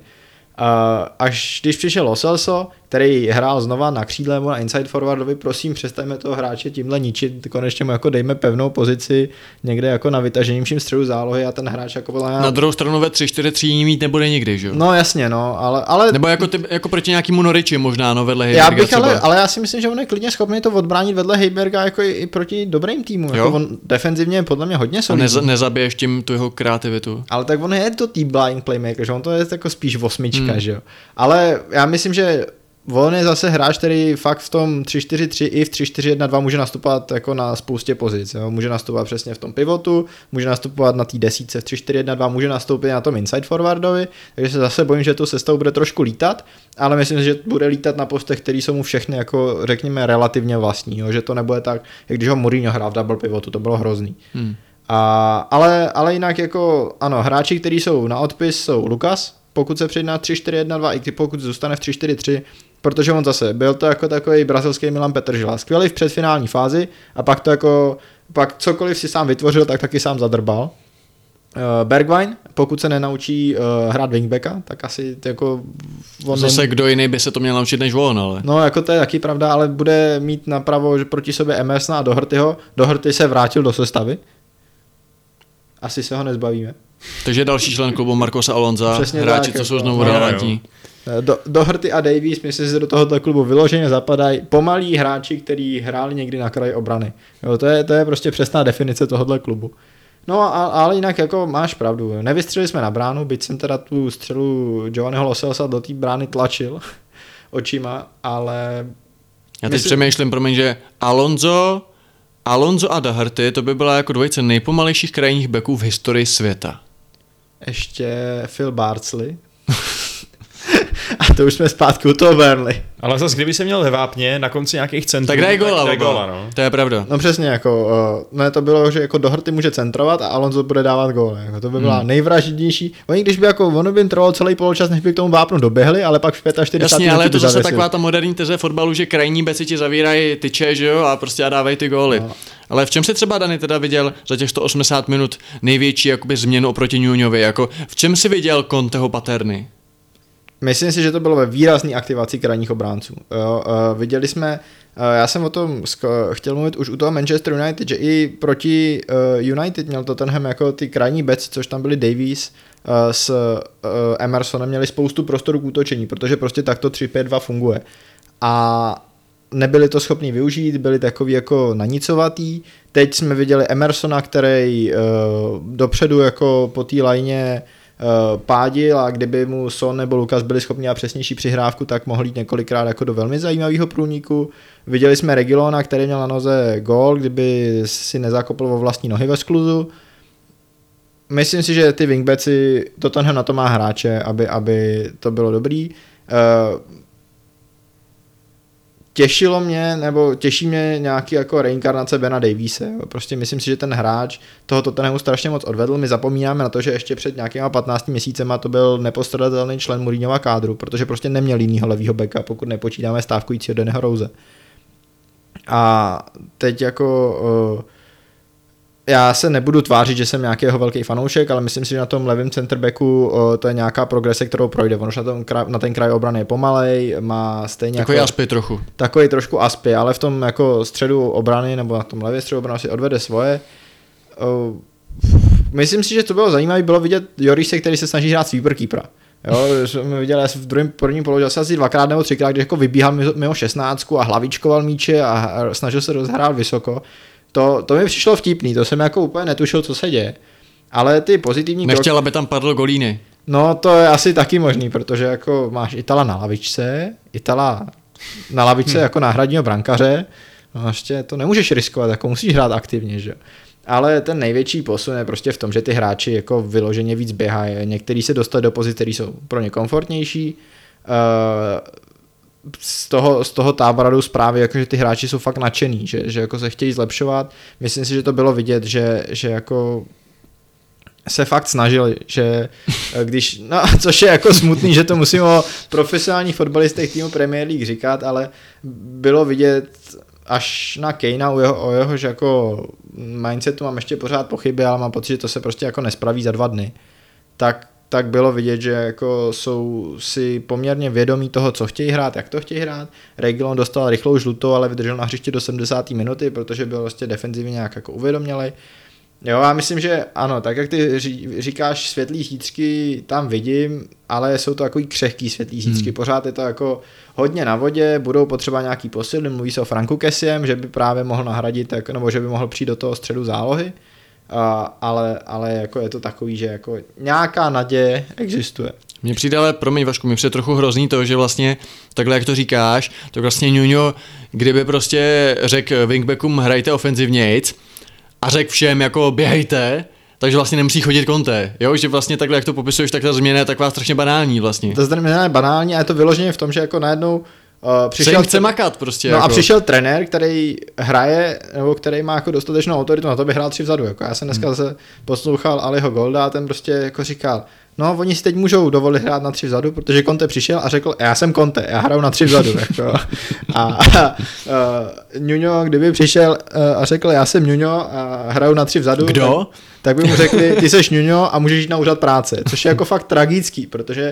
Až když přišel Lo Celso, který hrál znova na křídle nebo na inside forwardovi, prosím, přestaňme toho hráče tímhle ničit, konečně mu jako dejme pevnou pozici někde jako na vytaženějším středu zálohy a ten hráč jako byla... Na druhou stranu ve 3-4-3 mít nebude nikdy, že jo? No jasně, no, ale... Nebo jako proti nějakému Norwichi možná, no, vedle Heiberga ale já si myslím, že on je klidně schopný to odbránit vedle Heiberga jako i proti dobrým týmům. Jako on defenzivně podle mě hodně solidní. A nezabiješ tím tu jeho kreativitu. Ale tak on je to deep blind playmaker, že on to je jako spíš osmička, že jo. Ale já myslím, že on je zase hráč, který fakt v tom 3-4-3 i v 3-4-1-2 může nastupovat jako na spoustě pozic. Jo? Může nastupovat přesně v tom pivotu, může nastupovat na té desítce v 3-4-1-2, může nastoupit na tom inside forwardovi, takže se zase bojím, že tu sestavou bude trošku lítat, ale myslím, že bude lítat na postech, který jsou mu všechny jako řekněme relativně vlastní, jo? Že to nebude tak, jak když ho Mourinho hrál v double pivotu, to bylo hrozný. Ale jinak jako ano, hráči, kteří jsou na odpis, jsou Lukas, pokud se přijde na 3-4-1-2, i pokud zůstane v 3-4-3, protože on zase byl to jako takový brazilský Milan Petržela, skvělý v předfinální fázi a pak to jako, pak cokoliv si sám vytvořil, tak taky sám zadrbal. Bergwijn, pokud se nenaučí hrát wingbacka, tak asi jako... Zase kdo jiný by se to měl naučit než on, ale... No jako to je taky pravda, ale bude mít napravo proti sobě Emersona a Dohertyho. Doherty se vrátil do sestavy. Asi se ho nezbavíme. Takže další člen klubu Marcosa Alonsa, přesně hráči, tak, co jsou znovu relevantní. Doherty a Davies, myslím, že se do tohoto klubu vyloženě zapadají pomalí hráči, kteří hráli někdy na kraji obrany. Jo, to je prostě přesná definice tohoto klubu. No ale jinak jako máš pravdu. Nevystřelili jsme na bránu, byť jsem teda tu střelu Giovanniho Lo Celsa do té brány tlačil očima, ale... Já teď přemýšlím, promiň, že Alonso a Doherty, to by byla jako dvojice nejpomalejších krajních backů v historii světa. Ještě Phil Bardsley. A to už jsme zpátky u toho Burnley. Ale zase, kdyby se měl ve vápně na konci nějakých centrů, tak daj góla, no. To je pravda. No přesně, jako, no to bylo, že jako Doherty může centrovat a Alonso bude dávat góly. Jako, to by byla nejvražednější. Oni když by jako, ono by jim trvalo celý poločas, než by k tomu vápnu doběhli, ale pak v 45. Jasně, ale to zase taková ta moderní teze fotbalu, že krajní beci ti zavírají tyče, že jo, a prostě dávají ty góly. No. Ale v čem si třeba Dani teda viděl za těch 180 minut největší jakoby změnu oproti Nuňovi? Jako, v čem si viděl Conteho paterny? Myslím si, že to bylo ve výrazné aktivaci krajních obránců. Viděli jsme, já jsem o tom chtěl mluvit už u toho Manchester United, že i proti United měl Tottenham jako ty krajní beci, což tam byli Davies s Emersonem, měli spoustu prostoru k útočení, protože prostě takto 3-5-2 funguje. A nebyli to schopni využít, byli takový jako nanicovatý. Teď jsme viděli Emersona, který dopředu jako po té lajně pádil a kdyby mu Son nebo Lukas byli schopni a přesnější přihrávku, tak mohl jít několikrát jako do velmi zajímavého průniku. Viděli jsme Reguilona, který měl na noze gól, kdyby si nezakopl o vlastní nohy ve skluzu. Myslím si, že ty wingbacki, Tottenham na to má hráče, aby to bylo dobrý. těšilo mě, nebo těší mě nějaký jako reinkarnace Bena Daviese. Prostě myslím si, že ten hráč toho Tottenhamu strašně moc odvedl. My zapomínáme na to, že ještě před nějakýma 15 měsícema to byl nepostradatelný člen Mourinhova kádru, protože prostě neměl jinýho levýho beka, pokud nepočítáme stávkujícího Dannyho Rose. A teď jako já se nebudu tvářit, že jsem nějakého velký fanoušek, ale myslím si, že na tom levém centerbacku to je nějaká progrese, kterou projde. On už na ten kraj obrany je pomalej, má stejně takový jako, aspy trochu. Takový trošku aspy, ale v tom jako středu obrany nebo na tom levém středu obrany si odvede svoje. Myslím si, že to bylo zajímavé, bylo vidět Jorise, který se snaží hrát sweeper keepera. Jo, jsem viděl v prvním položil se asi 2x nebo 3x, když jako vybíhal mimo 16 a hlavičkoval míče a snažil se rozhrát vysoko. To mi přišlo vtipný, to jsem jako úplně netušil, co se děje. Ale ty pozitivní Nechtěl, aby tam padl Golíny. No to je asi taky možný, protože jako máš Itala na lavičce, jako náhradního brankaře, no ještě to nemůžeš riskovat, jako musíš hrát aktivně, že? Ale ten největší posun je prostě v tom, že ty hráči jako vyloženě víc běhají, některý se dostali do pozic, které jsou pro ně komfortnější, z toho tábora jdou zprávy, jako, že ty hráči jsou fakt nadšený, že jako se chtějí zlepšovat. Myslím si, že to bylo vidět, že jako se fakt snažili, že když, no což je jako smutný, že to musím o profesionálních fotbalistech týmu Premier League říkat, ale bylo vidět až na Kanea o jehož jako mindsetu mám ještě pořád pochyby, ale mám pocit, že to se prostě jako nespraví za 2 dny. Tak bylo vidět, že jako jsou si poměrně vědomí toho, co chtějí hrát, jak to chtějí hrát. Reguilon dostal rychlou žlutou, ale vydržel na hřišti do 70. minuty, protože byl vlastně defenzivně nějak jako uvědomělej. Jo, já myslím, že ano, tak jak ty říkáš, světlý zítřky tam vidím, ale jsou to takový křehký světlý zítřky. Pořád je to jako hodně na vodě, budou potřeba nějaký posily, mluví se o Franku Kessiem, že by právě mohl nahradit, nebo že by mohl přijít do toho středu zálohy. Ale jako je to takový, že jako nějaká naděje existuje. Mně přijde, ale promiň Vašku, mi přijde trochu hrozný to, že vlastně takhle jak to říkáš, tak vlastně Nuno, kdyby prostě řekl wingbackům hrajte ofenzivnějc a řekl všem jako běhejte, takže vlastně nemusí chodit Conte, jo, že vlastně takhle jak to popisuješ, tak ta změna je taková strašně banální vlastně. Ta změna je banální a je to vyloženě v tom, že jako najednou přišel chce makat prostě. No jako. A přišel trenér, který hraje, nebo který má jako dostatečnou autoritu na to, by hrál 3 vzadu. Jako já jsem dneska zase poslouchal Aliho Golda a ten prostě jako říkal, no oni si teď můžou dovolit hrát na 3 vzadu, protože Conte přišel a řekl, já jsem Conte, já hraju na 3 vzadu. Jako. A Nuno, kdyby přišel a řekl, já jsem Nuno a hraju na 3 vzadu. Kdo? Tak by mu řekli, ty seš Nuno a můžeš jít na úřad práce, což je jako fakt tragický, protože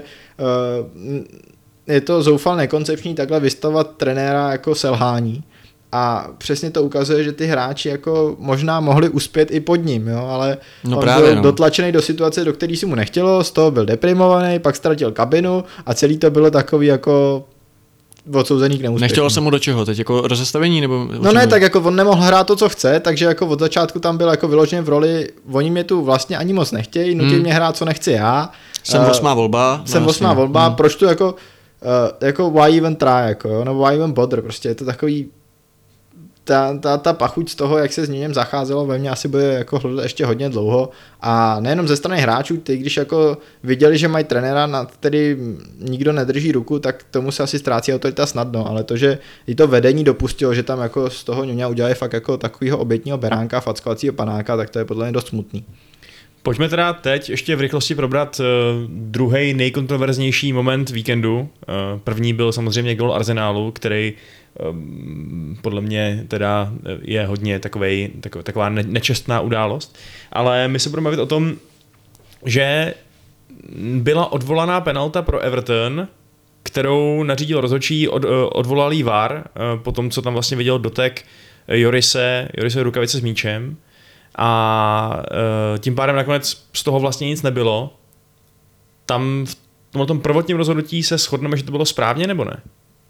je to zoufal nekoncepční takhle vystavovat trenéra jako selhání a přesně to ukazuje, že ty hráči jako možná mohli uspět i pod ním, jo, ale no on právě, byl dotlačený do situace, do které si mu nechtělo, z toho byl deprimovaný, pak ztratil kabinu a celý to bylo takový jako odsouzený k neúspěchu. Nechtělo se mu do čeho teď, jako rozestavení nebo? No ne, tak jako on nemohl hrát to, co chce, takže jako od začátku tam byl jako vyloženě v roli, oni mě tu vlastně ani moc nechtějí, nutí mě hrát, co nechci já. Jsem 8. volba. Jsem 8. volba, proč tu jako why even try, jako, jo? Nebo why even bother, prostě je to takový ta pachuť z toho, jak se s ním zacházelo, ve mně asi bude jako hledat ještě hodně dlouho a nejenom ze strany hráčů, ty když jako viděli, že mají trenéra, nad který nikdo nedrží ruku, tak tomu se asi ztrácí autorita snadno, ale to, že i to vedení dopustilo, že tam jako z toho Nuňa udělali fakt jako takovýho obětního beránka, fackovacího panáka, tak to je podle mě dost smutný. Pojďme teda teď ještě v rychlosti probrat druhý nejkontroverznější moment víkendu. První byl samozřejmě gól Arsenálu, který podle mě teda je hodně taková nečestná událost. Ale my se budeme bavit o tom, že byla odvolaná penalta pro Everton, kterou nařídil rozhodčí, odvolal jí VAR, po tom, co tam vlastně viděl dotek Jorise rukavice s míčem. A tím pádem nakonec z toho vlastně nic nebylo. Tam v tom prvotním rozhodnutí se shodneme, že to bylo správně, nebo ne?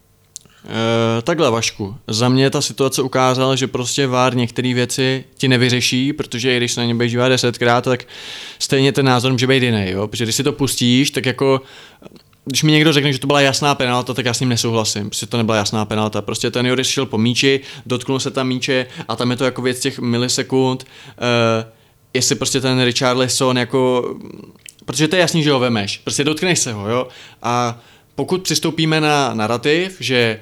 Takhle Vašku, za mě ta situace ukázala, že prostě VAR některé věci ti nevyřeší, protože i když se na ně budeš dívat 10krát, tak stejně ten názor může být jiný, jo? Protože když si to pustíš, tak jako když mi někdo řekne, že to byla jasná penalta, tak já s ním nesouhlasím, protože to nebyla jasná penalta. Prostě ten Joris šel po míči, dotknul se tam míče a tam je to jako věc těch milisekund, jestli prostě ten Richarlison jako, protože to je jasný, že ho vemeš, prostě dotkneš se ho, jo, a pokud přistoupíme na narrativ, že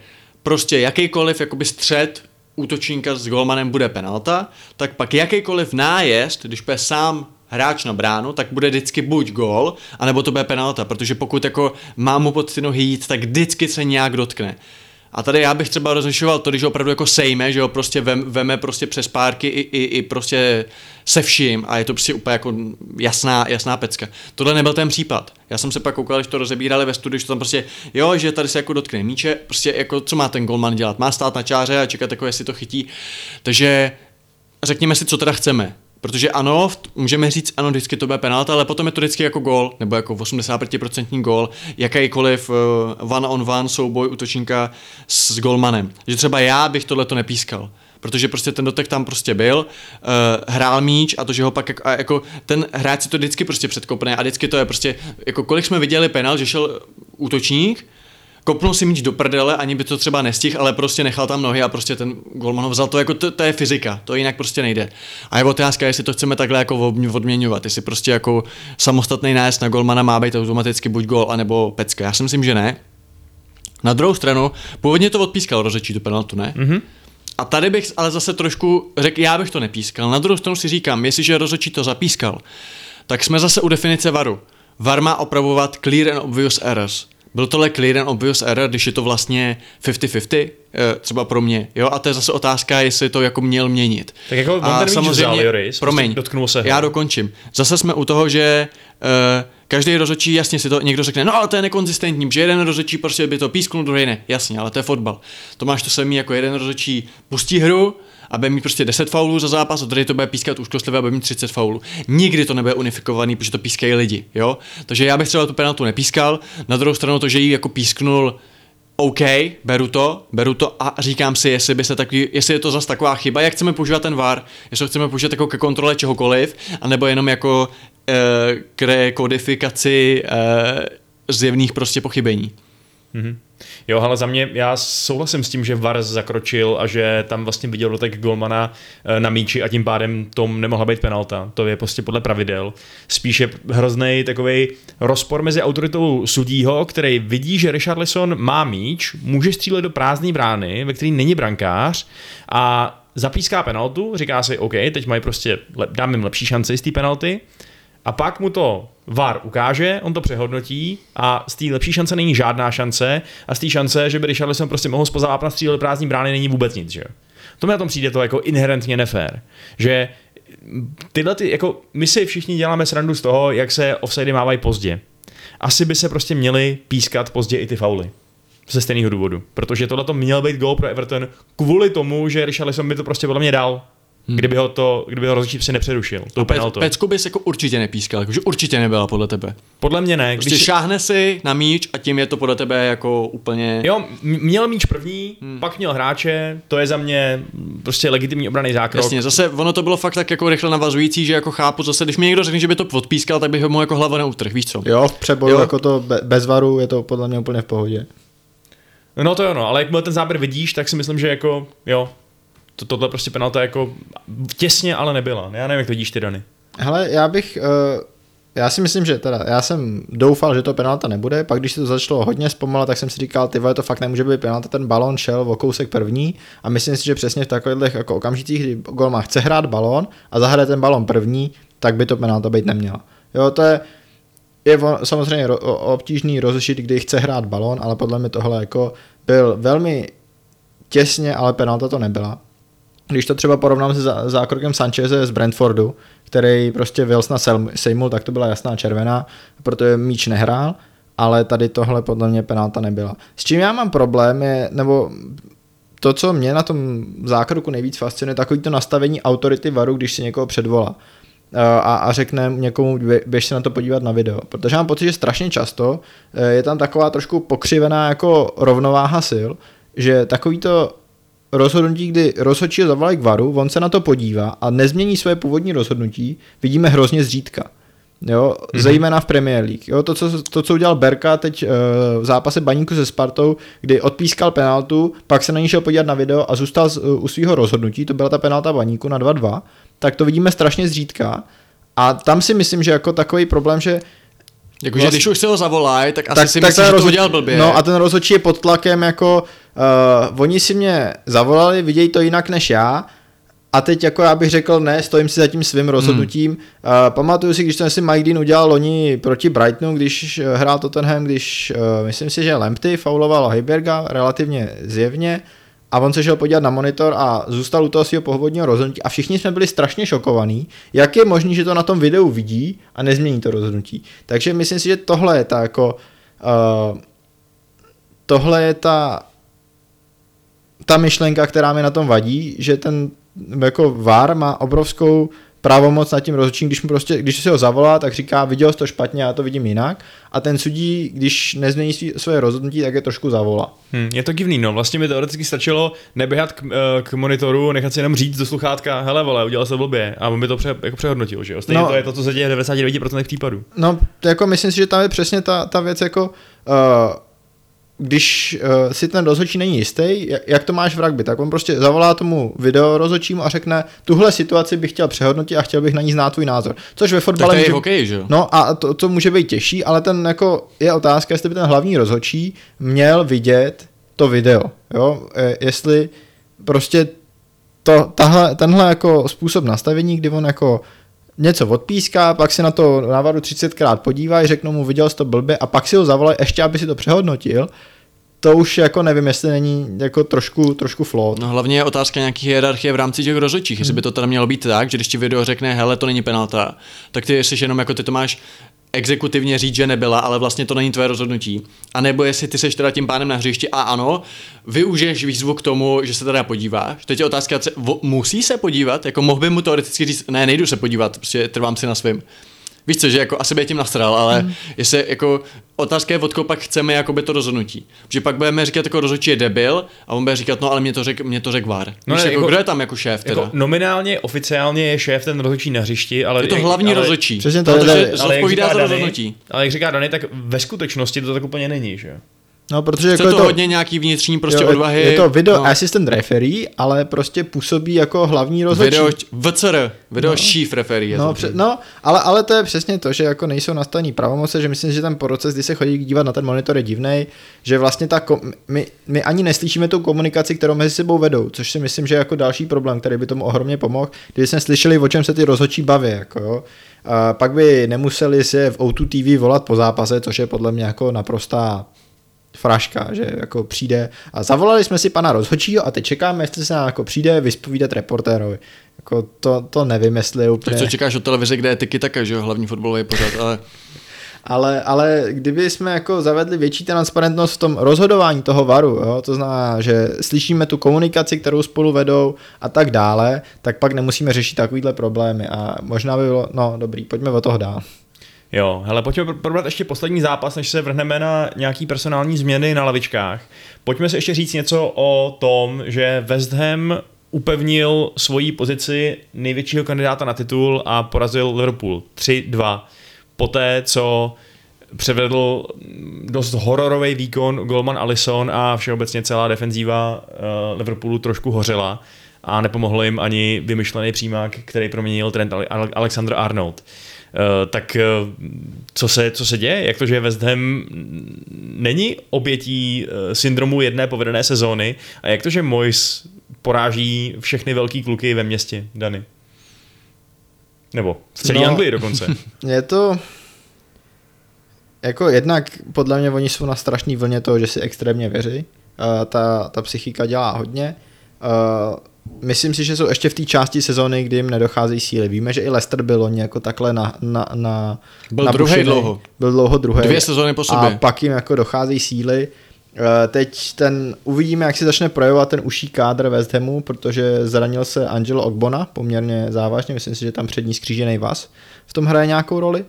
prostě jakýkoliv jakoby střed útočníka s golmanem bude penalta, tak pak jakýkoliv nájezd, když bude sám hráč na bránu, tak bude vždycky buď gól, anebo to bude penalta, protože pokud jako má mu pod ty nohy jít, tak vždycky se nějak dotkne. A tady já bych třeba rozlišoval to, když ho opravdu jako sejme, že ho prostě veme prostě přes párky i prostě se vším a je to prostě úplně jako jasná pecka. Tohle nebyl ten případ. Já jsem se pak koukal, když to rozebírali ve studiu, že to tam prostě, jo, že tady se jako dotkne míče, prostě jako co má ten golman dělat? Má stát na čáře a čekat jako, jestli to chytí. Takže řekněme si, co teda chceme. Protože ano, můžeme říct, ano, vždycky to bude penalta, ale potom je to vždycky jako gól, nebo jako 85% gól, jakýkoliv one-on-one souboj útočníka s golmanem. Že třeba já bych tohleto nepískal, protože prostě ten dotek tam prostě byl, hrál míč a to, že ho pak jako ten hráč si to vždycky prostě předkopne a vždycky to je prostě, jako kolik jsme viděli penalt, že šel útočník, kopnul si míč do prdele, ani by to třeba nestihl, ale prostě nechal tam nohy a prostě ten golman ho vzal. To, jako to je fyzika, to jinak prostě nejde. A je otázka, jestli to chceme takhle jako odměňovat, jestli prostě jako samostatný nájezd na golmana má být automaticky buď gól, anebo pecka. Já si myslím, že ne. Na druhou stranu, původně to odpískal rozhodčí tu penaltu, ne? Mm-hmm. A tady bych ale zase trošku řekl, já bych to nepískal. Na druhou stranu si říkám, jestliže rozhodčí to zapískal, tak jsme zase u definice VARu. VAR má opravovat clear and obvious errors. Byl tohle clear and obvious error, když je to vlastně 50-50, třeba pro mě, jo, a to je zase otázka, jestli to jako měl měnit. Tak jako on ten míč vzal, Joris, promiň, dotknul se ho. Já dokončím. Zase jsme u toho, že každý rozhodčí, jasně si to někdo řekne, no ale to je nekonzistentní, že jeden rozhodčí prostě by to písknul, druhý ne, jasně, ale to je fotbal. To máš to samý, jako jeden rozhodčí pustí hru, a bude mít prostě 10 faulů za zápas a tady to bude pískat úzkostlivě a bude mít 30 faulů. Nikdy to nebude unifikovaný, protože to pískají lidi, jo? Takže já bych třeba tu penaltu nepískal, na druhou stranu to, že jí jako písknul, OK, beru to a říkám si, jestli je to zas taková chyba, jak chceme používat ten VAR, jestli ho chceme používat jako ke kontrole čehokoliv, anebo jenom jako k rekodifikaci zjevných prostě pochybení. Mm-hmm. Jo, ale za mě, já souhlasím s tím, že VAR zakročil a že tam vlastně viděl dotek golmana na míči a tím pádem tom nemohla být penalta. To je prostě podle pravidel. Spíše hroznej takovej rozpor mezi autoritou sudího, který vidí, že Richarlison má míč, může střílet do prázdné brány, ve který není brankář a zapíská penaltu, říká si, OK, teď mají prostě, dám jim lepší šanci z té penalty. A pak mu to VAR ukáže, on to přehodnotí a z té lepší šance není žádná šance a z té šance, že by Richarlison prostě mohl spoza vápna střílet prázdný brány, není vůbec nic, že jo. To mi na tom přijde to jako inherentně nefér, že tyhle jako my si všichni děláme srandu z toho, jak se offsidy mávají pozdě. Asi by se prostě měly pískat pozdě i ty fauly. Ze stejného důvodu, protože tohle to měl být gól pro Everton kvůli tomu, že Richarlison by to prostě podle mě dal. Kdyby ho rozhodčí si nepřerušil. Pecku bys jako určitě nepískal, jakože určitě nebyla podle tebe. Podle mě ne. Prostě šáhne si na míč a tím je to podle tebe jako úplně... Jo, měl míč první, pak měl hráče, to je za mě prostě legitimní obranný zákrok. Jasně, zase ono to bylo fakt tak jako rychle navazující, že jako chápu, zase když mi někdo řekne, že by to odpískal, tak bych ho mu jako hlavu neutrh, víš co? Jo, v přeboju jako to bez VARu je to podle mě úplně v pohodě. No to jo, no, ale jakmile ten záběr vidíš, tak si myslím, že jako, jo, tohle prostě penalta jako těsně, ale nebyla. Já nevím, jak to vidíš ty, Dany. Hele, já si myslím, že teda, já jsem doufal, že to penalta nebude, pak když se to začalo hodně zpomalat, tak jsem si říkal, ty vole, to fakt nemůže být penalta, ten balón šel o kousek první a myslím si, že přesně v takových jako okamžicích, kdy golman chce hrát balón a zahraje ten balón první, tak by to penalta být neměla. Jo, to je samozřejmě obtížný rozlišit, kdy chce hrát balón, ale podle mě tohle jako byl velmi těsně, ale penalta to nebyla. Když to třeba porovnám se zákrokem Sancheze z Brentfordu, který prostě Wilsona sejmul, tak to byla jasná červená, protože míč nehrál, ale tady tohle podle mě penalta nebyla. S čím já mám problém je, nebo to, co mě na tom zákroku nejvíc fascinuje, takový to nastavení autority VARu, když si někoho předvolá a řekne někomu, běž se na to podívat na video. Protože mám pocit, že strašně často je tam taková trošku pokřivená jako rovnováha sil, že takový to rozhodnutí, kdy rozhodčí ho zavolají k VARu, on se na to podívá a nezmění své původní rozhodnutí, vidíme hrozně zřídka. Jo, zejména v Premier League. Jo, to, co udělal Berka teď v zápase Baníku se Spartou, kdy odpískal penaltu, pak se na ní šel podívat na video a zůstal u svého rozhodnutí, to byla ta penalta Baníku na 2-2, tak to vidíme strašně zřídka a tam si myslím, že jako takový problém, že Jakože když už se ho zavolají, tak asi si myslí, že to udělal blbě. No a ten rozhodčí je pod tlakem jako, oni si mě zavolali, vidějí to jinak než já, a teď jako já bych řekl, ne, stojím si za tím svým rozhodnutím. Pamatuju si, když to Mike Dean udělal loni proti Brightonu, když hrál Tottenham, když myslím si, že Lamptey fauloval Heiberga relativně zjevně a on se šel podívat na monitor a zůstal u toho svého pohodního rozhodnutí a všichni jsme byli strašně šokovaní, jak je možný, že to na tom videu vidí a nezmění to rozhodnutí. Takže myslím si, že tohle je ta jako tohle je ta myšlenka, která mi na tom vadí, že ten jako VAR má obrovskou pravomoc nad tím rozhodčím, když se ho zavolá, tak říká, viděl jsi to špatně, já to vidím jinak. A ten sudí, když nezmění svoje rozhodnutí, tak je trošku zavolá. Je to divný, no. Vlastně mi teoreticky stačilo neběhat k monitoru, nechat si jenom říct do sluchátka, hele vole, udělal se blbě. A on by to jako přehodnotil, že jo. Stejně to je to, co se děje v 99% případů. No, jako myslím si, že tam je přesně ta věc jako... když si ten rozhodčí není jistý, jak to máš v rugby, tak on prostě zavolá tomu video rozhodčímu a řekne, tuhle situaci bych chtěl přehodnotit a chtěl bych na ní znát tvůj názor. Což ve fotbale může... hokej, že jo? No a to může být těžší, ale ten jako je otázka, jestli by ten hlavní rozhodčí měl vidět to video, jo? Jestli prostě tenhle jako způsob nastavení, kdy on jako něco odpíská, pak si na to návaru 30krát podívají, řeknou mu, viděl jsi to blbě a pak si ho zavolají ještě, aby si to přehodnotil, to už jako nevím, jestli není jako trošku flawed. No hlavně je otázka nějaký hierarchie v rámci těch rozhodčích, jestli by to teda mělo být tak, že když ti video řekne, hele, to není penalta, tak ty jsi jenom jako ty to máš exekutivně říct, že nebyla, ale vlastně to není tvoje rozhodnutí. A nebo jestli ty seš teda tím pánem na hřišti a ano, využiješ výzvu k tomu, že se teda podíváš. Teď je otázka, musí se podívat, jako mohl by mu teoreticky říct, ne, nejdu se podívat, prostě trvám si na svým. Víš co, že jako asi by tím nasral, ale jestli jako otázka je, odkud pak chceme jakoby to rozhodnutí. Protože pak budeme říkat, jako rozhodčí je debil a on bude říkat, no ale mě to řek VAR. No víš, ne, jako, kdo je tam jako šéf teda? Jako nominálně, oficiálně je šéf ten rozhodčí na hřišti, ale... Je to hlavní rozhodčí, přesně to protože zodpovídá za rozhodnutí. Ale jak říká Dani, tak ve skutečnosti to tak úplně není, že jo? No, protože jako je to hodně nějaký vnitřní prostě odvahy. Je to video assistant referee, ale prostě působí jako hlavní rozhodčí. Video chief referee. Ale to je přesně to, že jako nejsou nastavený pravomoce, že myslím, že ten proces, kdy se chodí dívat na ten monitor, je divnej, že vlastně my ani neslyšíme tu komunikaci, kterou mezi sebou vedou, což si myslím, že je jako další problém, který by tomu ohromně pomohl, kdyby jsme slyšeli, o čem se ty rozhodčí baví, jako jo. A pak by nemuseli se v O2 TV volat po zápase, což je podle mě jako naprostá fraška, že jako přijde a zavolali jsme si pana rozhodčího a teď čekáme, jestli se nám jako přijde vyspovídat reportérovi. Jako to nevím, jestli je úplně... Tak co čekáš od televize, kde je tiki-taka, že jo, hlavní fotbalový pořad, ale kdyby jsme jako zavedli větší transparentnost v tom rozhodování toho VARu, jo, to znamená, že slyšíme tu komunikaci, kterou spolu vedou a tak dále, tak pak nemusíme řešit takovýhle problémy a možná by bylo, no dobrý, pojďme od toho dál. Jo, hele, pojďme probrat ještě poslední zápas, než se vrhneme na nějaký personální změny na lavičkách. Pojďme si ještě říct něco o tom, že West Ham upevnil svoji pozici největšího kandidáta na titul a porazil Liverpool 3-2. Poté, co převedl dost hororový výkon golman Alisson a všeobecně celá defenzíva Liverpoolu trošku hořela a nepomohl jim ani vymyšlený přímák, který proměnil Trent Alexander-Arnold. Tak co se děje? Jak to, že West Ham není obětí syndromu jedné povedené sezóny a jak to, že Moyes poráží všechny velký kluky ve městě, Dani? Nebo v celé Anglii dokonce. Je to... Jako jednak podle mě oni jsou na strašný vlně toho, že si extrémně věří. Ta psychika dělá hodně. Myslím si, že jsou ještě v té části sezóny, kdy jim nedocházejí síly. Víme, že i Leicester byl loni jako takhle byl druhý dlouho. Byl dlouho druhý. 2 sezóny po sobě. A pak jim jako docházejí síly. Teď uvidíme, jak se začne projevovat ten užší kádr West Hamu, protože zranil se Angelo Ogbonna poměrně závažně. Myslím si, že tam přední skřížený vaz v tom hraje nějakou roli.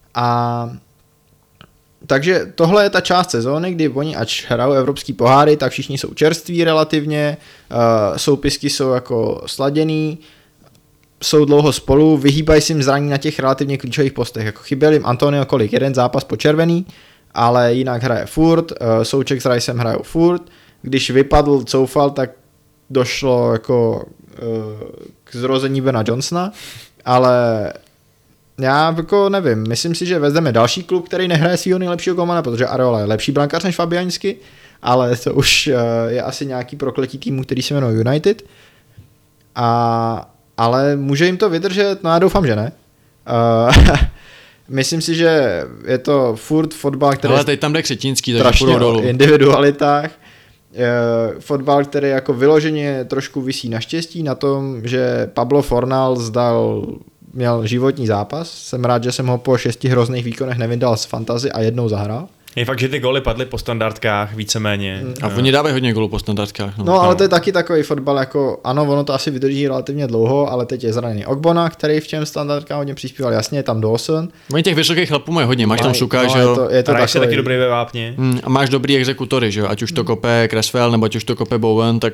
Takže tohle je ta část sezóny, kdy oni ač hrajou evropský poháry, tak všichni jsou čerství relativně, soupisky jsou jako sladěný, jsou dlouho spolu, vyhýbají si jim zraní na těch relativně klíčových postech. Jako chyběl jim Antonio kolik? 1 zápas po červený, ale jinak hraje furt, Souček s Ricem hrajou furt, když vypadl Coufal, tak došlo jako k zrození Bena Johnsona, ale Já jako nevím, myslím si, že West Ham je další klub, který nehraje svýho nejlepšího golmana, protože Areola je lepší brankář než Fabianski, ale to už je asi nějaký prokletí týmu, který se jmenuje United. Ale může jim to vydržet? No já doufám, že ne. Myslím si, že je to furt fotbal, který... Ale teď tam jde Křetínský, takže strašně půjdou dolů. o individualitách. Fotbal, který jako vyloženě trošku visí na štěstí na tom, že Pablo Fornals měl životní zápas. Jsem rád, že jsem ho po 6 hrozných výkonech nevydal z fantasy a jednou zahrál. Je fakt, že ty góly padly po standardkách víceméně. A oni dávají hodně gólů po standardkách. No ale to je taky takový fotbal, jako ano, ono to asi vydrží relativně dlouho, ale teď je zraněný Ogbona, který v těm standardkách hodně přispíval, jasně, je tam Dawson. Oni těch vysokých chlapů mají hodně, máš tam Šuka, že jo. Je to Rice je taky dobrý ve vápně. A máš dobrý exekutory, že jo, ať už to kope Cresswell, nebo ať už to kope Bowen, tak...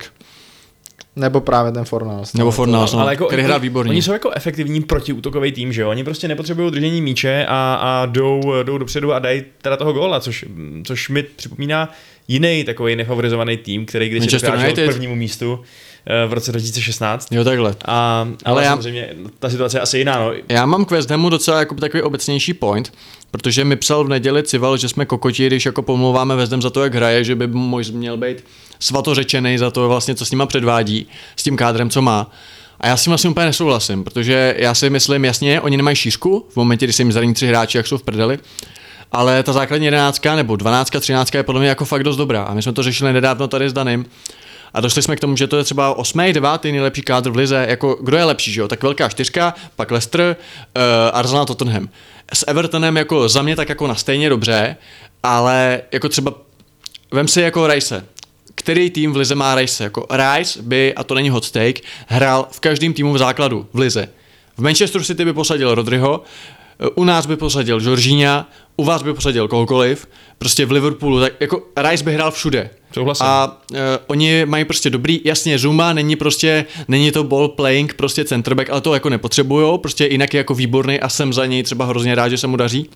Nebo právě ten Fornals. Nebo Fornals, no, ale jako, který hrál výborně. Oni jsou jako efektivní protiútokový tým, že jo? Oni prostě nepotřebují držení míče a jdou dopředu a dají teda toho góla, což mi připomíná jiný takový nefavorizovaný tým, který když se dokážel k prvnímu místu v roce 2016. Jo, takhle. Ale samozřejmě ta situace je asi jiná. No. Já mám k West Hamu docela jako takový obecnější point, protože mi psal v neděli Cival, že jsme kokoti, když jako pomlouváme West Ham za to, jak hraje, že by měl být svatořečený za to vlastně, co s nima předvádí, s tím kádrem, co má. A já s tím vlastně úplně nesouhlasím, protože já si myslím, jasně, oni nemají šířku v momentě, kdy se jim zraní 3 hráči, jak jsou v prdeli, ale ta základní 11 nebo 12, 13 je podle mě jako fakt dost dobrá. A my jsme to řešili nedávno tady s Danem. A došli jsme k tomu, že to je třeba 8., 9. nejlepší kádr v lize, jako kdo je lepší, že jo? Tak velká 4, pak Leicester, Arsenal, Tottenham. S Evertonem jako za mě tak jako na stejně dobře, ale jako třeba vem si jako Rice. Který tým v lize má Rice? Jako Rice by, a to není hot take, hrál v každém týmu v základu v lize. V Manchesteru City by posadil Rodryho, u nás by posadil Jorginha, u vás by posadil kohokoliv, prostě v Liverpoolu, tak jako Rice by hrál všude. Souhlasím. A oni mají prostě dobrý, jasně Zuma není to ball playing, prostě centerback, ale to jako nepotřebujou, prostě jinak je jako výborný a jsem za něj třeba hrozně rád, že se mu daří.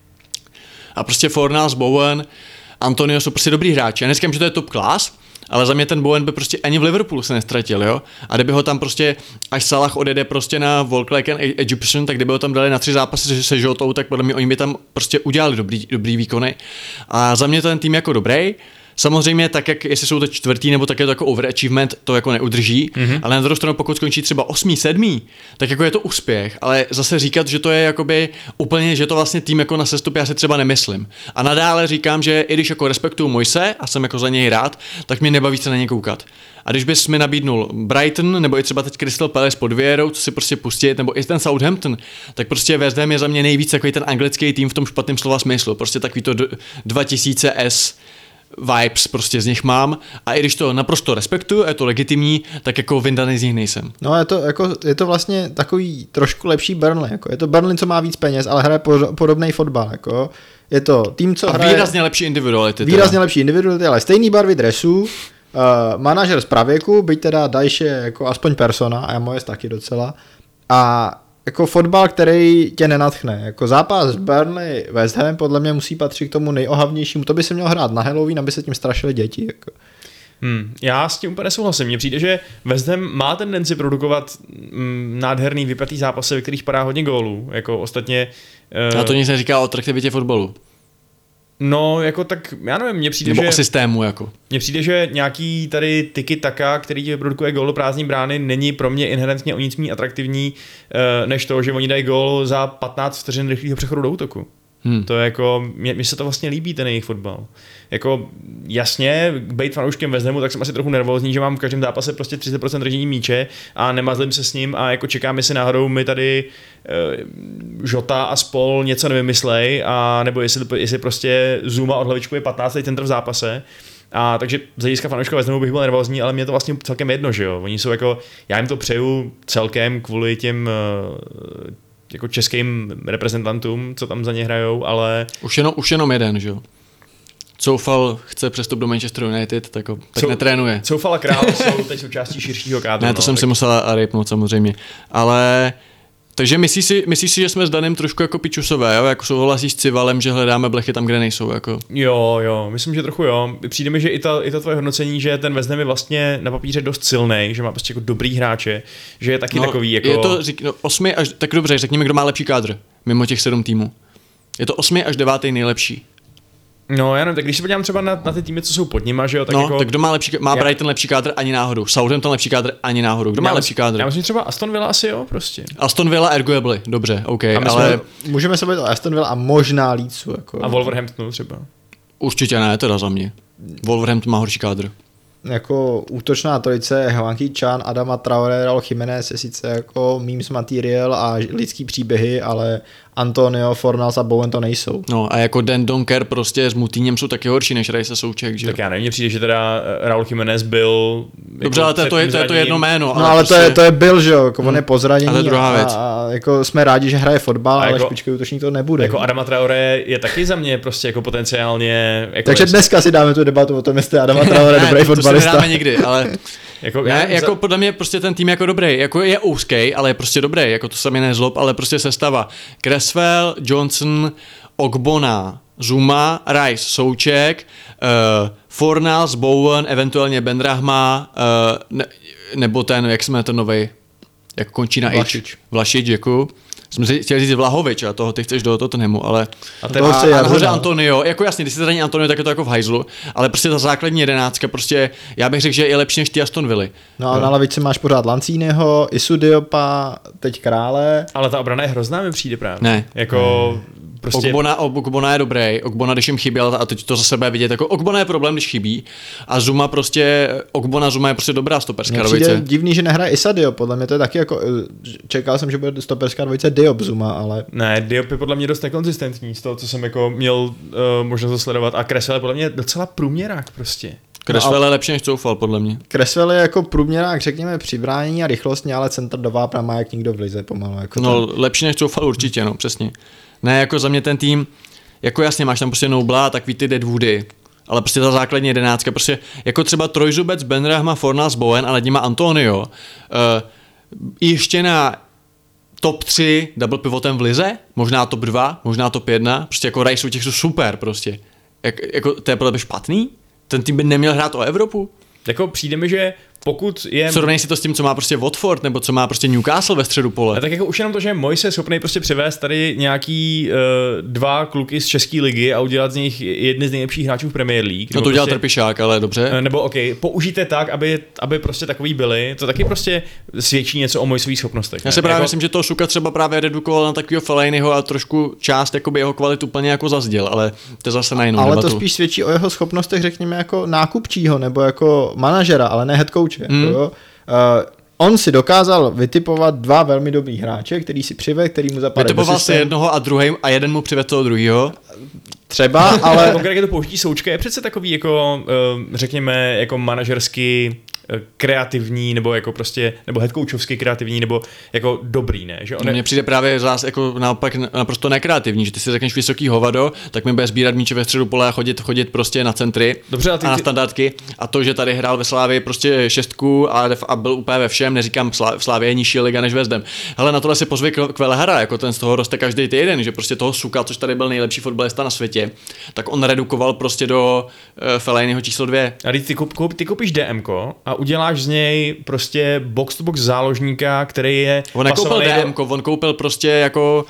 A prostě Fornals, Bowen, Antonio jsou prostě dobrý hráči. Já neříkám, že to je top class, ale za mě ten Bowen by prostě ani v Liverpoolu se nestratil, jo? A kdyby ho tam prostě, až Salah odjede prostě na Walk Like an Egyptian, tak kdyby ho tam dali na 3 zápasy se Jotou, tak podle mě oni by tam prostě udělali dobrý výkony. A za mě ten tým jako dobrý. Samozřejmě tak, jak jestli jsou to 4. nebo tak je to jako overachievement, to jako neudrží, ale na druhou stranu pokud skončí třeba 8., 7., tak jako je to úspěch, ale zase říkat, že to je jakoby úplně, že to vlastně tým jako na sestup, já si třeba nemyslím. A nadále říkám, že i když jako respektuju Moise a jsem jako za něj rád, tak mě nebaví se na něj koukat. A když bys mi nabídnul Brighton, nebo i třeba teď Crystal Palace pod Vieirou, co si prostě pustit, nebo i ten Southampton, tak prostě West Ham je za mě nejvíc takový ten anglický tým v tom špatném slova smyslu, prostě takový to 2000s vibes prostě z nich mám a i když to naprosto respektuju, je to legitimní, tak jako vyndaný z nich nejsem. No je to vlastně takový trošku lepší Burnley, jako je to Burnley, co má víc peněz, ale hraje podobný fotbal, jako je to tým, co hraje výrazně lepší individuality. Výrazně lepší individuality, ale stejný barvy dresů, manažer z pravěku, byť teda Dajš je jako aspoň persona a Moyes taky docela a jako fotbal, který tě nenadchne. Jako zápas Burnley West Ham podle mě musí patřit k tomu nejohavnějšímu. To by se mělo hrát na Halloween, aby se tím strašili děti. Jako. Já s tím úplně nesouhlasím. Mně přijde, že West Ham má tendenci produkovat nádherný vypjatý zápasy, ve kterých padá hodně gólů. Jako ostatně... A to nic neříká o atraktivitě fotbalu. No, jako tak, já nevím, mně přijde, nebo že... o systému, jako. Mně přijde, že nějaký tady tiki-taka, který ti produkuje gól do prázdné brány, není pro mě inherentně o nic méně atraktivní, než to, že oni dají gól za 15 vteřin rychlého přechodu do útoku. To je jako, mně se to vlastně líbí, ten jejich fotbal. Jako jasně, bejt fanouškem West Hamu, tak jsem asi trochu nervózní, že mám v každém zápase prostě 30% držení míče a nemazlím se s ním a jako čekám, jestli náhodou mi tady Žota a spol něco nevymyslej, a nebo jestli prostě Zuma od hlavičku je 15. centr v zápase. A takže z hlediska fanouška West Hamu bych byl nervózní, ale mě je to vlastně celkem jedno, že jo. Oni jsou jako, já jim to přeju celkem kvůli těm jako českým reprezentantům, co tam za ně hrajou, ale... Už jenom jeden, že jo? Coufal chce přestup do Manchester United, tak netrénuje. Coufal a Král jsou teď součástí širšího kádru. Ne, to jsem si musel rejpnout samozřejmě. Ale... Takže myslíš si, že jsme s Danem trošku jako pičusové, jo? Jako souhlasíš s Civalem, že hledáme blechy tam, kde nejsou, jako? Jo, myslím, že trochu jo. Přijde mi, že i to tvoje hodnocení, že ten West Ham je vlastně na papíře dost silnej, že má prostě jako dobrý hráče, že je taky takový jako... Je to, 8 až, tak dobře, řekněme, kdo má lepší kádr. mimo těch 7 týmů. Je to 8. až 9. nejlepší. No, já nevím, tak když se podívám třeba na ty týmy, co jsou pod nima, že jo, tak jako... tak kdo má Brighton lepší kádr ani náhodou, Southampton lepší kádr ani náhodou, kdo má lepší kádr? Já myslím třeba Aston Villa asi jo, prostě. Aston Villa arguably, dobře, OK, ale... Můžeme se bavit o Aston Villa a možná Leedsu, jako... A Wolverhamptonu třeba. Určitě ne, teda za mě. Wolverhampton má horší kádr. Jako útočná trojice Hwang Chan, Adama Traoré, Raul Jiménez je sice jako memes material a lidský příběhy, ale Antonio, Fornals a Bowen to nejsou. No a jako Dan Donker prostě s Moutinhem jsou taky horší než Rice a Souček, že? Tak já nevím, mně přijde, že teda Raul Jiménez byl... Dobře, jako ale to je to jedno jméno. No ale prostě... to je Bill, že jo, jako on je po zranění a to je druhá věc. A jako jsme rádi, že hraje fotbal, ale jako, špičkový útočník to nebude. Jako Adama Traoré je taky za mě prostě jako potenciálně... Jako takže dneska si dáme tu debatu o tom, jestli Adama Traoré dobrý fotbalista. To si nikdy, ale... jako podle mě prostě ten tým jako dobrý, jako je úzký, ale je prostě dobrý, jako to se mi nezlob, ale prostě sestava. Cresswell, Johnson, Ogbonna, Zuma, Rice, Souček, Fornals, Bowen, eventuálně Benrahma, nebo ten, jak jsme ten novej, jak končí na Vlašič, děkuju. Jsem si chtěl říct Vlahovič, a toho ty chceš do Tottenhamu, ale a nahoře Antonio, jako jasně, když se zraní Antonio, tak je to jako v hajzlu, ale prostě ta základní 11, prostě já bych řekl, že je lepší než ty Aston Villa. No a na lavici máš pořád Lanziniho, Isu Diopa, teď Krále. Ale ta obrana je hrozná, mi přijde právě. Ne. Jako... Prostě... Ogbonna je dobrý, Ogbonna, když jim chyběl, a teď to za sebe vidět, jako Ogbonna je problém, když chybí, a Zuma prostě, Zuma je prostě dobrá stoperská dvojice. Mně přijde divný, že nehraje Issa Diop, podle mě to je taky jako, čekal jsem, že bude stoperská dvojice Diop Zuma, ale... Ne, Diop je podle mě dost nekonzistentní z toho, co jsem jako měl možnost sledovat, a Cresswell je podle mě docela průměrák prostě. Cresswell je lepší než Coufal, podle mě. Cresswell je jako průměrák, řekněme, při bránění a rychlostně, ale centr do vápna má jak nikdo v lize pomalu. Jako no, lepší než Coufal určitě, no, přesně. Ne, jako za mě ten tým, jako jasně, máš tam prostě Nobla, takový ty Deadwoody, ale prostě ta základní 11, prostě jako třeba Trojzubec, Benrahma, Fornals, Bowen, ale tím má Antonio. Ještě na top 3 double pivotem v lize, možná top 2, možná top 1, prostě jako Rice těch jsou super prostě. Jako to je podle mě špatný? Ten tým by neměl hrát o Evropu? Jako přijde mi, že pokud je... Srovnej si to s tím, co má prostě Watford, nebo co má prostě Newcastle ve středu pole. A tak jako už jenom to, že Moise je schopný prostě přivést tady nějaký 2 kluky z české ligy a udělat z nich jedny z nejlepších hráčů v Premier League. No to udělal prostě, Trpišák, ale dobře. Nebo použijte tak, aby prostě takový byli. To taky prostě svědčí něco o Moisových schopnostech. Já si právě myslím, že to Suka třeba právě redukoval na takového Fellainiho a trošku část jakoby jeho kvalitu úplně jako zazděl, ale to je zase na jinou debatu. Ale to spíš svědčí o jeho schopnostech, řekněme, jako nákupčího nebo jako manažera, ale ne head coache. Jako, on si dokázal vytipovat 2 velmi dobrý hráče, který si přived, který mu zapadne. Vytipoval si jednoho a druhý a jeden mu přived toho druhýho. Třeba, ale... Konkrétně to použití Součka je přece takový jako, řekněme, jako manažersky kreativní, nebo jako prostě, nebo headcoachovsky kreativní, nebo jako dobrý, ne? Že Mně přijde právě zás jako naopak naprosto nekreativní, že ty si řekneš vysoký hovado, tak mi bude sbírat míče ve středu pole a chodit prostě na centry. Dobře, a na standardky. A to, že tady hrál ve Slávii prostě 6 a byl úplně ve všem, neříkám v Slávii je nižší liga než Vezdem. Hele, na tohle si pozve Kvelehara, jako ten z toho roste každý týden, že prostě toho Suka, což tady byl nejlepší fotbalista na světě, tak on redukoval prostě do Fellainiho číslo 2. A ty koupíš DMko a uděláš z něj prostě box-to-box záložníka, který je... On nekoupil DMko, on koupil prostě jako...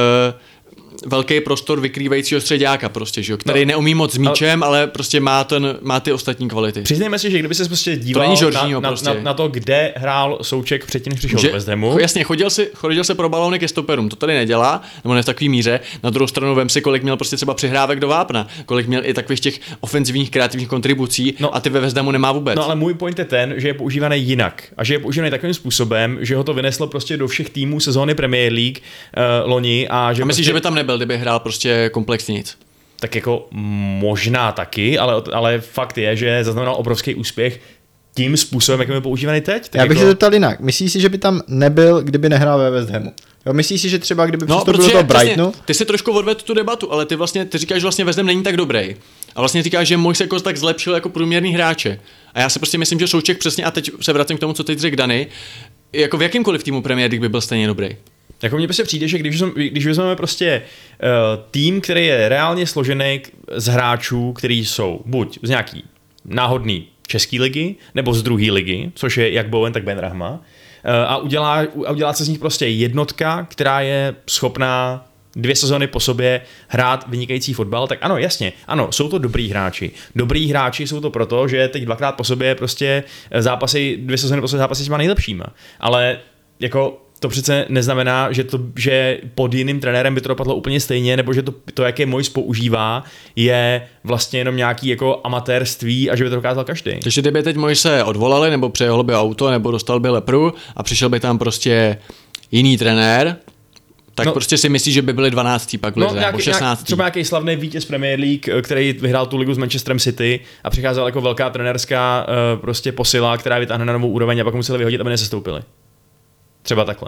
velký prostor vykrývajícího středáka prostě, že jo, který neumí moc s míčem, ale prostě má ty ostatní kvality. Přiznejme si, že kdyby se prostě díval na to, kde hrál Souček předtím, než přišel do West Hamu. Jasně, chodil se pro balóny ke stoperům, to tady nedělá, nebo ne v takový míře. Na druhou stranu vem si, kolik měl prostě třeba přihrávek do vápna, kolik měl i takových těch ofenzivních kreativních kontribucí, a ty ve West Hamu nemá vůbec. No ale můj point je ten, že je používaný jinak a že je používaný takovým způsobem, že ho to vyneslo prostě do všech týmů sezóny Premier League loni a že myslíš, že by tam nebyl, kdyby hrál prostě komplexně nic? Tak jako možná taky, ale fakt je, že zaznamenal obrovský úspěch tím způsobem, jak je používaný teď. Já bych se zeptal jinak. Myslíš si, že by tam nebyl, kdyby nehrál ve West Hamu? Jo, myslíš si, že třeba kdyby přistoupil do toho Brightonu? Ty si trošku odvedl tu debatu, ale ty říkáš, že vlastně West Ham není tak dobrý. A vlastně říkáš, že Moise jako tak zlepšil jako průměrný hráče. A já si prostě myslím, že Souček přesně, a teď se vracím k tomu, co teď řekl Dany, jako v jakýmkoliv týmu Premier League by byl stejně dobrý. Jako mně prostě přijde, že když vezmeme prostě tým, který je reálně složený z hráčů, který jsou buď z nějaký náhodný české ligy, nebo z druhé ligy, což je jak Bowen, tak Benrahma, a udělá se z nich prostě jednotka, která je schopná 2 sezony po sobě hrát vynikající fotbal, tak ano, jasně, ano, jsou to dobrý hráči. Dobrý hráči jsou to proto, že teď 2krát po sobě prostě 2 sezony po sobě zápasy s těma nejlepšíma. Ale jako to přece neznamená, že pod jiným trenérem by to dopadlo úplně stejně, nebo že to jaké Moyes používá, je vlastně jenom nějaký jako amatérství a že by to dokázal každý. Takže kdyby teď Moyese odvolali, nebo přejelo by auto, nebo dostal by lepru a přišel by tam prostě jiný trenér, tak prostě si myslíš, že by byli 12. pak v lize, nebo 16. Třeba nějaký slavný vítěz Premier League, který vyhrál tu ligu s Manchesterem City a přicházel jako velká trenérská prostě posila, která vytáhne na novou úroveň a pak museli vyhodit, aby nesestoupili. Třeba takhle.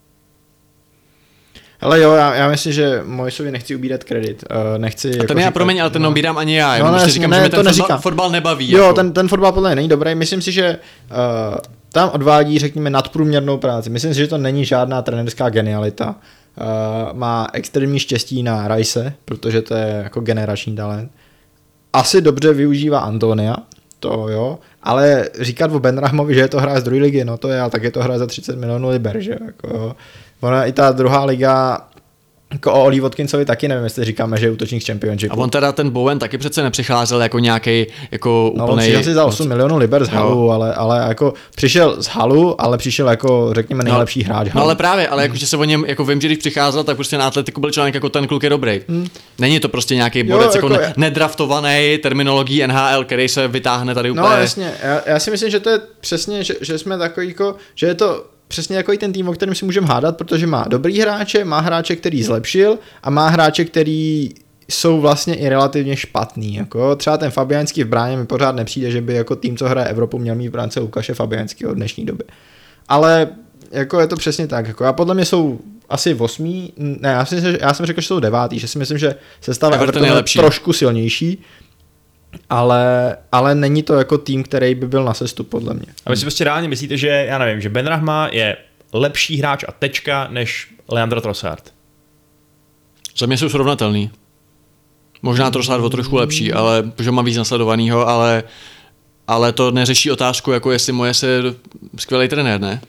Ale jo, já myslím, že Moyesovi nechci ubírat kredit. Nechci a jako ten já, promiň, ale ten obírám ani já. No, prostě říkám, že mi ten fotbal nebaví. Jo, jako. ten fotbal podle mě není dobrý. Myslím si, že tam odvádí, řekněme, nadprůměrnou práci. Myslím si, že to není žádná trenerská genialita. Má extrémní štěstí na Rice, protože to je jako generační talent. Asi dobře využívá Antonia, to jo, ale říkat o Benrahmovi, že je to hráč z druhé ligy, no to je, ale tak je to hráč za 30 milionů liber, že jako, ona i ta druhá liga, jako o Oli Watkinsovi taky nevím, jestli říkáme, že je útočník z Championshipu. A on teda ten Bowen taky přece nepřicházel jako nějaký jako no, úplnej... No on si za 8 milionů liber z Halu, ale jako přišel z Halu, ale přišel jako řekněme nejlepší hráč Halu. No ale právě, ale jakože se o něm, jako vím, že když přicházel, tak prostě na Atletiku byl člověk jako ten kluk je dobrý. Není to prostě nějaký borec jako nedraftovaný terminologií NHL, který se vytáhne tady úplně... No jasně, já si myslím, že to je přesně, že jsme takový jako, že je to přesně jako i ten tým, o kterém si můžeme hádat, protože má dobrý hráče, má hráče, který zlepšil a má hráče, který jsou vlastně i relativně špatný. Jako. Třeba ten Fabianský v bráně mi pořád nepřijde, že by jako tým, co hraje Evropu, měl mít v bránce Lukáše Fabianského od dnešní doby. Ale jako je to přesně tak. Jako. A podle mě jsou asi 8. Ne, já jsem řekl, že jsou 9. Že si myslím, že sestava Everton je trošku silnější. Ale není to jako tým, který by byl na sestup, podle mě. A vy si prostě reálně myslíte, že, já nevím, že Benrahma je lepší hráč a tečka než Leandro Trossard? Za mě jsou srovnatelný. Možná Trossard o trošku lepší, ale protože má víc nasledovanýho, ale to neřeší otázku, jako jestli Moyes je skvělý trenér, ne?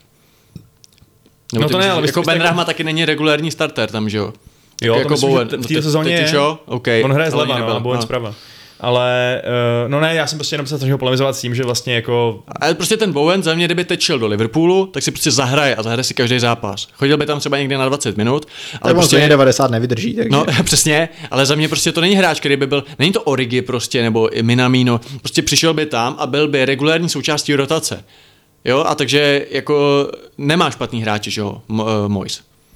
No to ne, ale jako Benrahma taky není regulérní starter tam, že jo? Jo, jako to myslím, že v této sezóně je. Okay. On hraje zleva, no, a Bowen zprava. Ale, no ne, já jsem prostě jenom se snažil polemizovat s tím, že vlastně jako... Ale prostě ten Bowen za mě, kdyby teď šel do Liverpoolu, tak si prostě zahraje a zahraje si každý zápas. Chodil by tam třeba někde na 20 minut. Ale prostě 90 nevydrží. Takže... No přesně, ale za mě prostě to není hráč, který by byl, není to Origi prostě, nebo Minamino, prostě přišel by tam a byl by regulární součástí rotace. Jo, a takže jako nemá špatný hráči, že jo, Moyes.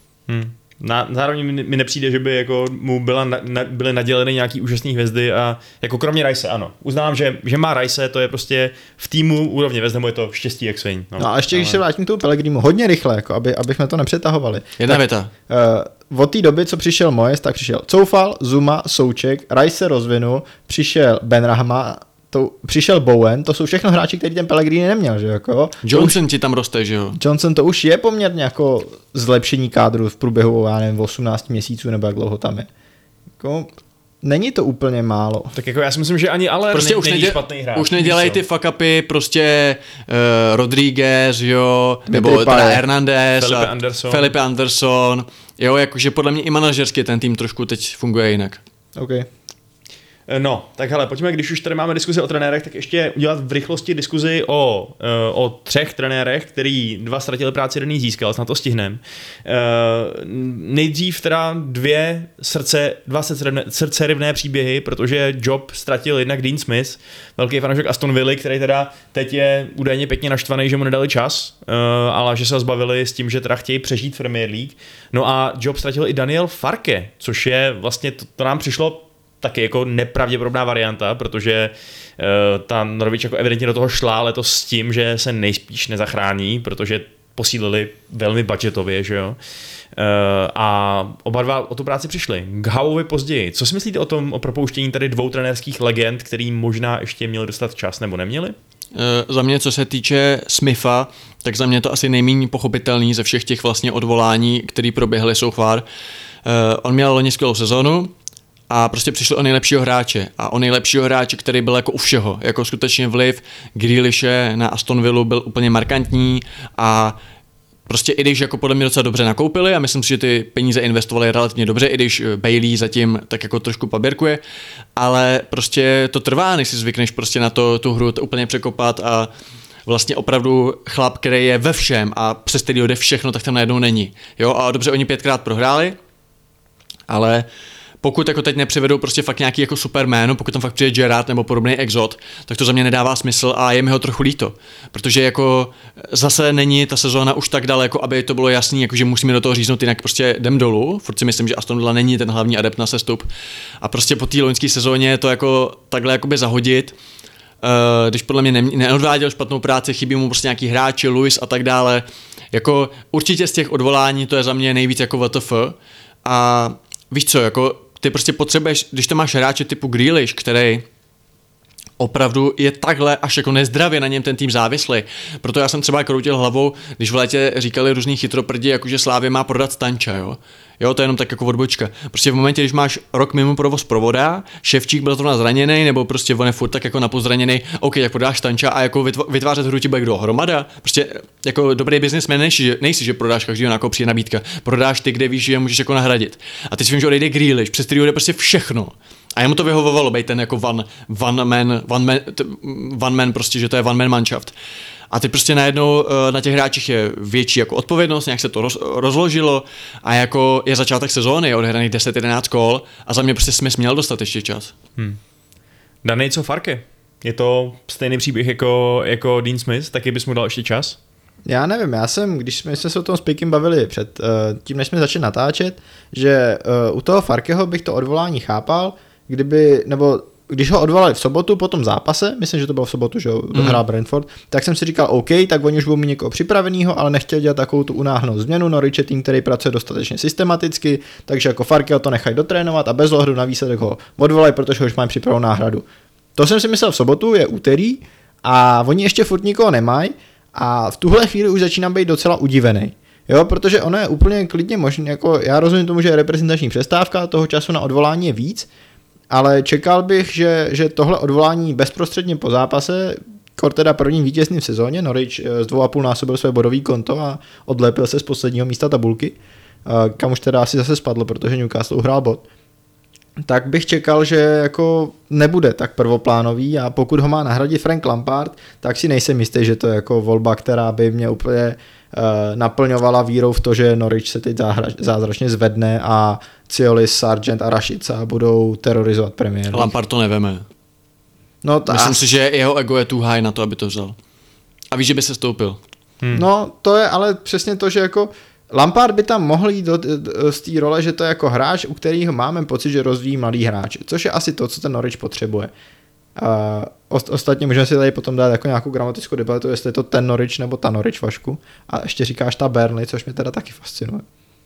Zároveň mi nepřijde, že by jako mu byly naděleny nějaký úžasný hvězdy a jako kromě Rice, ano. Uznávám, že má Rice, to je prostě v týmu úrovně West Hamu je to štěstí jak sviň. No a ještě když se vrátím k tomu Pellegrinimu, hodně rychle, jako abychom to nepřetahovali. Jedna věta. Od té doby, co přišel Moyes, tak přišel Coufal, Zuma, Souček, Rice se rozvinul, přišel Benrahma, přišel Bowen, to jsou všechno hráči, který ten Pellegrini neměl, že jako. Johnson ti tam roste, že jo? Johnson to už je poměrně jako zlepšení kádru v průběhu, já nevím, 18 měsíců nebo jak dlouho tam je. Jako, není to úplně málo. Tak jako já si myslím, že ani ale prostě není špatný hráč. Už nedělají ty fuck upy, prostě Rodriguez, jo, nebo teda Hernandez, Felipe Anderson, jo, jakože podle mě i manažersky ten tým trošku teď funguje jinak. Okay. No, tak hele, pojďme, když už tady máme diskuzi o trenérech, tak ještě udělat v rychlosti diskuzi o 3 trenérech, který 2 ztratili práci, 1 získal, snad to stihneme. Nejdřív teda 2 srdcerivné příběhy, protože job ztratil jednak Dean Smith, velký fanoušek Aston Villa, který teda teď je údajně pěkně naštvaný, že mu nedali čas, ale že se ho zbavili s tím, že teda chtějí přežít v Premier League. No a job ztratil i Daniel Farke, což je vlastně, to nám přišlo taky jako nepravděpodobná varianta, protože ta Norwich jako evidentně do toho šla letos s tím, že se nejspíš nezachrání, protože posílili velmi budgetově, že jo. A oba dva o tu práci přišli. K Howovi později. Co si myslíte o propouštění tady 2 trenérských legend, který možná ještě měli dostat čas nebo neměli? Za mě, co se týče Smitha, tak za mě to asi nejméně pochopitelný ze všech těch vlastně odvolání, které proběhly so far. On měl loni skvělou sezonu, a prostě přišel o nejlepšího hráče. A o nejlepšího hráče, který byl jako u všeho. Jako skutečně vliv Grealishe na Aston Villu byl úplně markantní a prostě i když jako podle mě docela dobře nakoupili a myslím si, že ty peníze investovali relativně dobře, i když Bailey zatím tak jako trošku paběrkuje, ale prostě to trvá, než si zvykneš prostě na tu hru to úplně překopat a vlastně opravdu chlap, který je ve všem a přes který jde všechno, tak tam najednou není. Jo, a dobře, oni 5krát prohráli, ale pokud jako teď nepřivedou prostě fakt nějaký jako super jméno, pokud tam fakt přijde Gerrard nebo podobný exot, tak to za mě nedává smysl a je mi ho trochu líto. Protože jako zase není ta sezóna už tak daleko, aby to bylo jasný, jako že musíme do toho říznout, jinak prostě jdem dolů. Furt si myslím, že Aston Villa není ten hlavní adept na sestup. A prostě po té loňské sezóně to jako takhle jakoby zahodit, když podle mě neodváděl špatnou práci, chybí mu prostě nějaký hráči, Luis a tak dále. Jako určitě z těch odvolání to je za mě nejvíc jako WTF. A víš co, jako ty prostě potřebuješ, když tam máš hráče typu Grealish, který opravdu je takhle až jako nezdravě na něm ten tým závislý. Proto já jsem třeba kroutil hlavou, když v létě říkali různý chytroprdi, jakože Slavia má prodat Stanča, jo. Jo, to je jenom tak jako odbočka. Prostě v momentě, když máš rok mimo provoz provoda, Ševčík byl zrovna zraněný, nebo prostě on je furt tak jako napozraněný, OK, jak prodáš Stanča a jako vytvářet hru ti bude kdo? Hromada? Prostě jako dobrý biznismen nejsi, že prodáš každýho, jako přijde nabídka. Prodáš ty, kde víš, že je můžeš jako nahradit. A teď si vím, že odejde Grealish, přes který jde prostě všechno. A jemu to vyhovovalo být ten jako one man prostě, že to je one man manšaft. A teď prostě najednou na těch hráčích je větší jako odpovědnost, nějak se to rozložilo a jako je začátek sezóny, je odehraných 10-11 kol a za mě prostě Smith měl dostat ještě čas. Danej, co Farke? Je to stejný příběh jako Dean Smith, taky bys mu dal ještě čas? Já nevím, když jsme se o tom s Pikem bavili před tím, než jsme začali natáčet, že u toho Farkeho bych to odvolání chápal, když ho odvolali v sobotu po tom zápase, myslím, že to bylo v sobotu, že hrál Brentford, tak jsem si říkal, OK, tak oni už budou mít někoho připravenýho, ale nechtěl dělat takovou tu unáhnou změnu. Norwich je tým, který pracuje dostatečně systematicky, takže jako Farkeho to nechají dotrénovat a bez ohledu na výsledek ho odvolají, protože ho už mají připravenou náhradu. To jsem si myslel v sobotu, je úterý a oni ještě furt nikoho nemají a v tuhle chvíli už začínám být docela udivený. Jo, protože ono je úplně klidně možné, jako já rozumím tomu, že je reprezentační přestávka, toho času na odvolání je víc, ale čekal bych, že tohle odvolání bezprostředně po zápase, teda prvním vítězným v sezóně, Norwich z 2,5 násobil své bodový konto a odlepil se z posledního místa tabulky, kam už teda asi zase spadlo, protože Newcastle uhrál bod, tak bych čekal, že jako nebude tak prvoplánový a pokud ho má nahradit Frank Lampard, tak si nejsem jistý, že to je jako volba, která by mě úplně naplňovala vírou v to, že Norwich se teď zázračně zvedne a Ciolis, Sargent a Rashica budou terorizovat Premier League. Lampard to neveme. No myslím si, že jeho ego je too high na to, aby to vzal. A víš, že by se stoupil. No to je ale přesně to, že jako Lampard by tam mohl jít z té role, že to je jako hráč, u kterého máme pocit, že rozvíjí mladý hráče, což je asi to, co ten Norwich potřebuje. Ostatně můžeme si tady potom dát jako nějakou gramatickou debatu, jestli je to ten Norwich nebo ta Norwich, Vašku. A ještě říkáš ta Burnley, což mě teda taky fascinuje.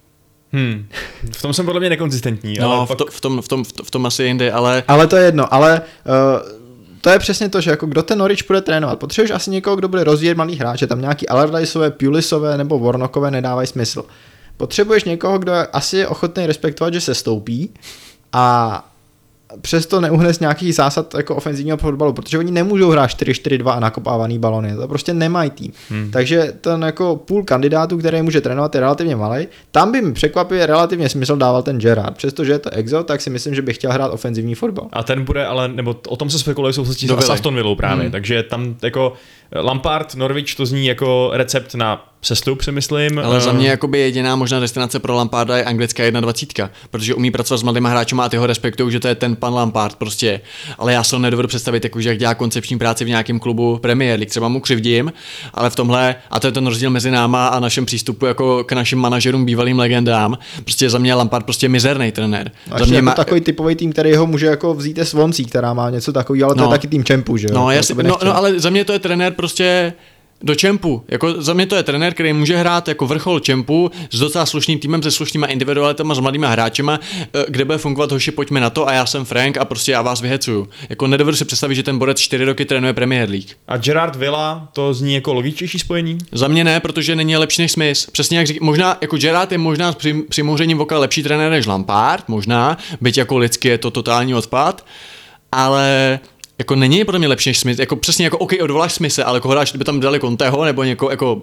V tom jsem podle mě nekonzistentní. No, ale v tom asi jindy, ale... Ale to je jedno, ale to je přesně to, že jako kdo ten Norwich bude trénovat. Potřebuješ asi někoho, kdo bude rozvíjet malý hráče, tam nějaký Allardyceové, Pulisové nebo Warnockové nedávají smysl. Potřebuješ někoho, kdo asi je ochotný respektovat, že se stoupí a přesto neuhne z nějakých zásad jako ofenzivního fotbalu, protože oni nemůžou hrát 4-4-2 a nakopávaný balony, to prostě nemají tým. Takže ten jako půl kandidátů, který může trénovat, je relativně malý. Tam by mi překvapivě relativně smysl dával ten Gerrard. Přestože je to exo, tak si myslím, že by chtěl hrát ofenzivní fotbal. A ten bude ale, nebo o tom se spekuluje v souvislosti s Aston Villou právě, takže tam jako Lampard, Norwich to zní jako recept na sestup, si myslím. Ale za mě jakoby jediná možná destinace pro Lamparda je anglická 21, protože umí pracovat s mladýma hráčima a ty ho respektují, že to je ten pan Lampard prostě. Ale já se nedovedu představit, jako, že jak dělá koncepční práci v nějakém klubu Premier League. Třeba mu křivdím, ale v tomhle, a to je ten rozdíl mezi náma a našem přístupu jako k našim manažerům, bývalým legendám, prostě za mě Lampard prostě mizerný trenér. A za mě jako takový typový tým, který ho může jako vzít je Swansea, která má něco takového, ale to je taky tým Čempu, že jo? No, ale za mě to je trenér prostě do čempu. Jako za mě to je trenér, který může hrát jako vrchol čempu s docela slušným týmem, se slušnýma individualitama, s mladýma hráčema, kde bude fungovat hoši, pojďme na to a já jsem Frank a prostě já vás vyhecuju. Jako nedovedu si představit, že ten borec 4 roky trénuje Premier League. A Gerrard Villa, to zní jako logičtější spojení? Za mě ne, protože není lepší než Smith. Přesně jak říkám, možná jako Gerrard je možná při mouřením oka lepší trenér než Lampard, možná, byť jako lidsky je to totální odpad, ale jako není podle mě lepší než Smith, jako přesně jako OK, odvoláš Smithe, ale koho dáš, kdyby tam dali Conteho nebo někoho jako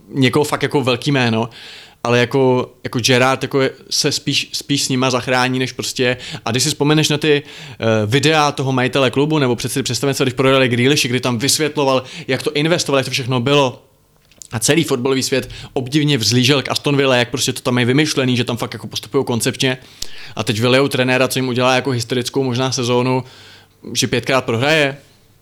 někoho fakt jako velký jméno, ale jako Gerrard jako se spíš s nima zachrání, než prostě, a když si vzpomeneš na ty videa toho majitele klubu, nebo představenstva, když prodali Grealishi, kdy tam vysvětloval, jak to investoval, jak to všechno bylo, a celý fotbalový svět obdivně vzlížel k Aston Villa, jak prostě to tam je vymyšlený, že tam fakt jako postupují koncepčně, a teď vylejou trenéra, co jim udělá jako historickou možná sezónu, že 5krát prohraje.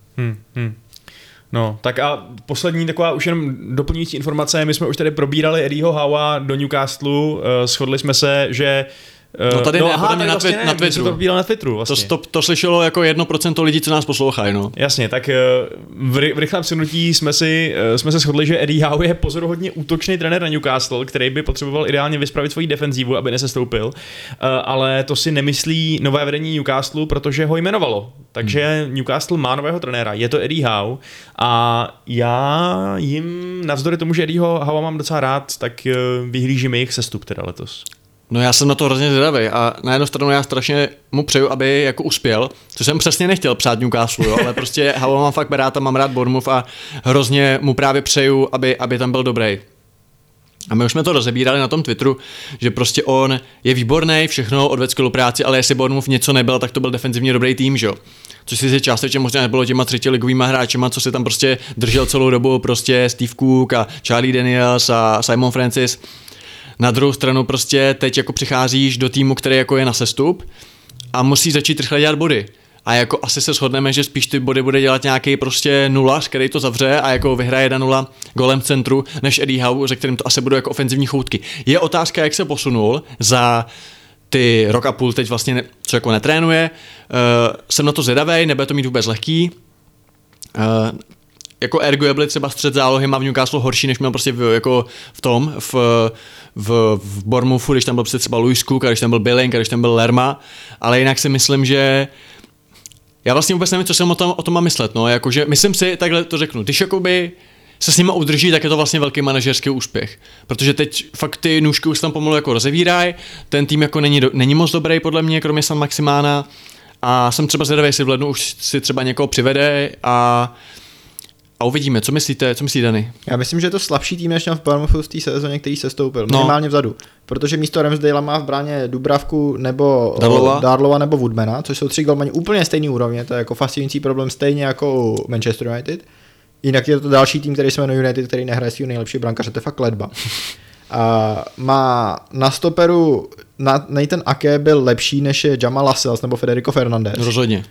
No, tak a poslední taková už jenom doplňující informace, my jsme už tady probírali Eddieho Howa do Newcastlu, shodli jsme se, že No tady ne, podle mě na Twitteru. To probírali na Twitteru vlastně. To slyšelo jako 1% lidí, co nás poslouchají, no. Jasně, tak v rychlém shrnutí jsme se shodli, že Eddie Howe je pozoruhodně útočný trenér na Newcastle, který by potřeboval ideálně vyspravit svoji defenzívu, aby nesestoupil, ale to si nemyslí nové vedení Newcastle, protože ho jmenovalo. Takže Newcastle má nového trenéra, je to Eddie Howe, a já jim navzdory tomu, že Eddieho Howa mám docela rád, tak vyhlížím jejich sestup teda letos. No já jsem na to hrozně zvědavý a na jednu stranu já strašně mu přeju, aby jako uspěl, což jsem přesně nechtěl přát Newcastle, jo, ale prostě Howa mám fakt rád a mám rád Bournemouth a hrozně mu právě přeju, aby tam byl dobrý. A my už jsme to rozebírali na tom Twitteru, že prostě on je výborný, všechno odvedl skvělou práci, ale jestli Bournemouth něco nebyl, tak to byl defenzivně dobrý tým, že jo. Což si částečně možná nebylo těma třetiligovýma hráčema, co si tam prostě držel celou dobu, prostě Steve Cook a Charlie Daniels a Simon Francis. Na druhou stranu prostě teď jako přicházíš do týmu, který jako je na sestup a musíš začít rychle dělat body. A jako asi se shodneme, že spíš ty body bude dělat nějaký prostě nulař, který to zavře a jako vyhraje 1-0 golem v centru, než Eddie Howe, ze kterým to asi budou jako ofenzivní choutky. Je otázka, jak se posunul za ty rok a půl teď vlastně, co jako netrénuje. Jsem na to zvědavej, nebude to mít vůbec lehký. Jako arguably třeba střed zálohy má v Newcastle horší, než měl prostě v Bournemouthu, když tam byl prostě třeba Lewis Cook, a když tam byl Billing, a když tam byl Lerma, ale jinak si myslím, že já vlastně vůbec nevím, co jsem o tom mám myslet, no, jakože myslím si, takhle to řeknu, když jakoby se s nima udrží, tak je to vlastně velký manažerský úspěch, protože teď fakt ty nůžky už tam pomalu jako rozevírají, ten tým jako není moc dobrý podle mě, kromě San Maximána, a jsem třeba zvědavý, jestli v lednu už si třeba někoho přivede a uvidíme, co myslí Dany? Já myslím, že je to slabší tým, než měl v Bournemouthu v té sezóně, který se stoupil, minimálně vzadu, protože místo Ramsdale má v bráně Dubravku nebo Darlova nebo Woodmana, což jsou 3 golmani úplně stejný úrovně, to je jako fascinující problém stejně jako u Manchester United. Jinak je to další tým, který se jmenuje United, který nehraje svýho nejlepší brankaře, to je fakt kletba. A má na stoperu Nathan Ake byl lepší, než je Jamal Lascelles nebo Federico Fernandez. Rozhodně.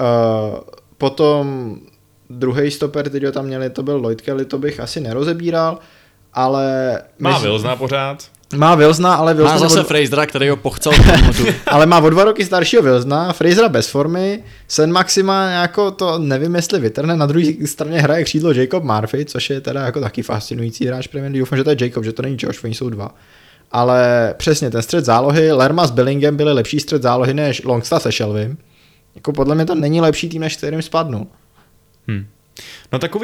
Potom druhý stoper, teď ho tam měli, to byl Lloyd Kelly, to bych asi nerozebíral, ale... Má Wilsona pořád. Má Wilsona, ale Wilsona... Má zase Frasera, který ho pochcel. Ale má o 2 roky staršího Wilsona, Frasera bez formy, Sen Maxima jako to nevím, jestli vytrhne, na druhé straně hraje křídlo Jacob Murphy, což je teda jako taky fascinující hráč Premier League, doufám, že to je Jacob, že to není Josh, oni jsou 2. Ale přesně, ten střed zálohy, Lerma s Billingem byli lepší střed zálohy než Longstaff se Shelvym. Jako podle mě to není lepší tým, než kterým spadnu. No tak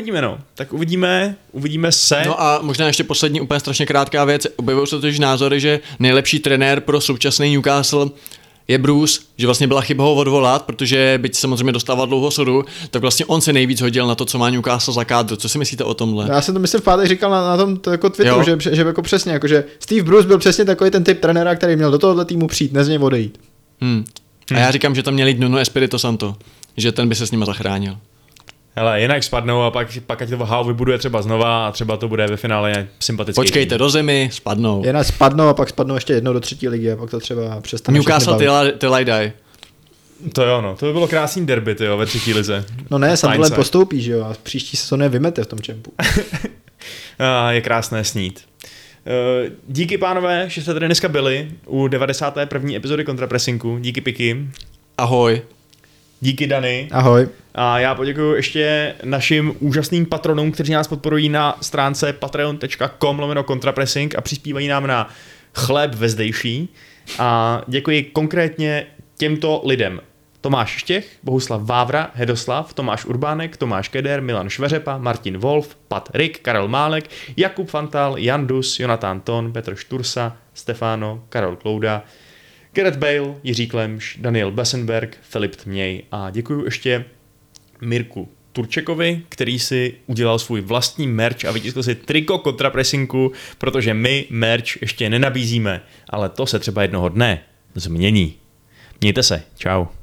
uvidíme se. No a možná ještě poslední úplně strašně krátká věc. Objevují se totiž názory, že nejlepší trenér pro současný Newcastle je Bruce, že vlastně byla chyba ho odvolat, protože byť samozřejmě dostával dlouho sodu, tak vlastně on se nejvíc hodil na to, co má Newcastle za kádr. Co si myslíte o tomhle? Já jsem to myslím v pátek říkal na tom jako Twitteru, že jako přesně, jako že Steve Bruce byl přesně takový ten typ trenéra, který měl do tohohle týmu přijít, ne z něj odejít. A já říkám, že tam měl jít Nuno Espirito Santo, že ten by se s nima zachránil. Hele, jinak spadnou a pak ať to Howe vybuduje třeba znova a třeba to bude ve finále sympatický. Počkejte do zemi, spadnou. Jinak spadnou a pak spadnou ještě jednou do 3. ligy a pak to třeba přestane. Newcastle till I die. To jo, no, to by bylo krásný derby, tyjo, ve 3. lize. No ne, Sunderland postoupí, že jo, a příští sezónu je vymete v tom čempu. Je krásné snít. Díky pánové, že jste tady dneska byli u 91. epizody Kontrapressingu. Díky Piky. Ahoj. Díky Dany. Ahoj. A já poděkuji ještě našim úžasným patronům, kteří nás podporují na stránce patreon.com/kontrapressing a přispívají nám na chléb vezdejší. A děkuji konkrétně těmto lidem. Tomáš Štěch, Bohuslav Vávra, Hedoslav, Tomáš Urbánek, Tomáš Keder, Milan Šveřepa, Martin Wolf, Pat Rik, Karel Málek, Jakub Fantal, Jan Dus, Jonatán Ton, Petr Štursa, Stefano, Karol Klouda, Gareth Bale, Jiří Klemš, Daniel Bessenberg, Filip Tměj a děkuji ještě Mirku Turčekovi, který si udělal svůj vlastní merch a vytiskl si triko kontrapresinku, protože my merch ještě nenabízíme, ale to se třeba jednoho dne změní. Mějte se, čau.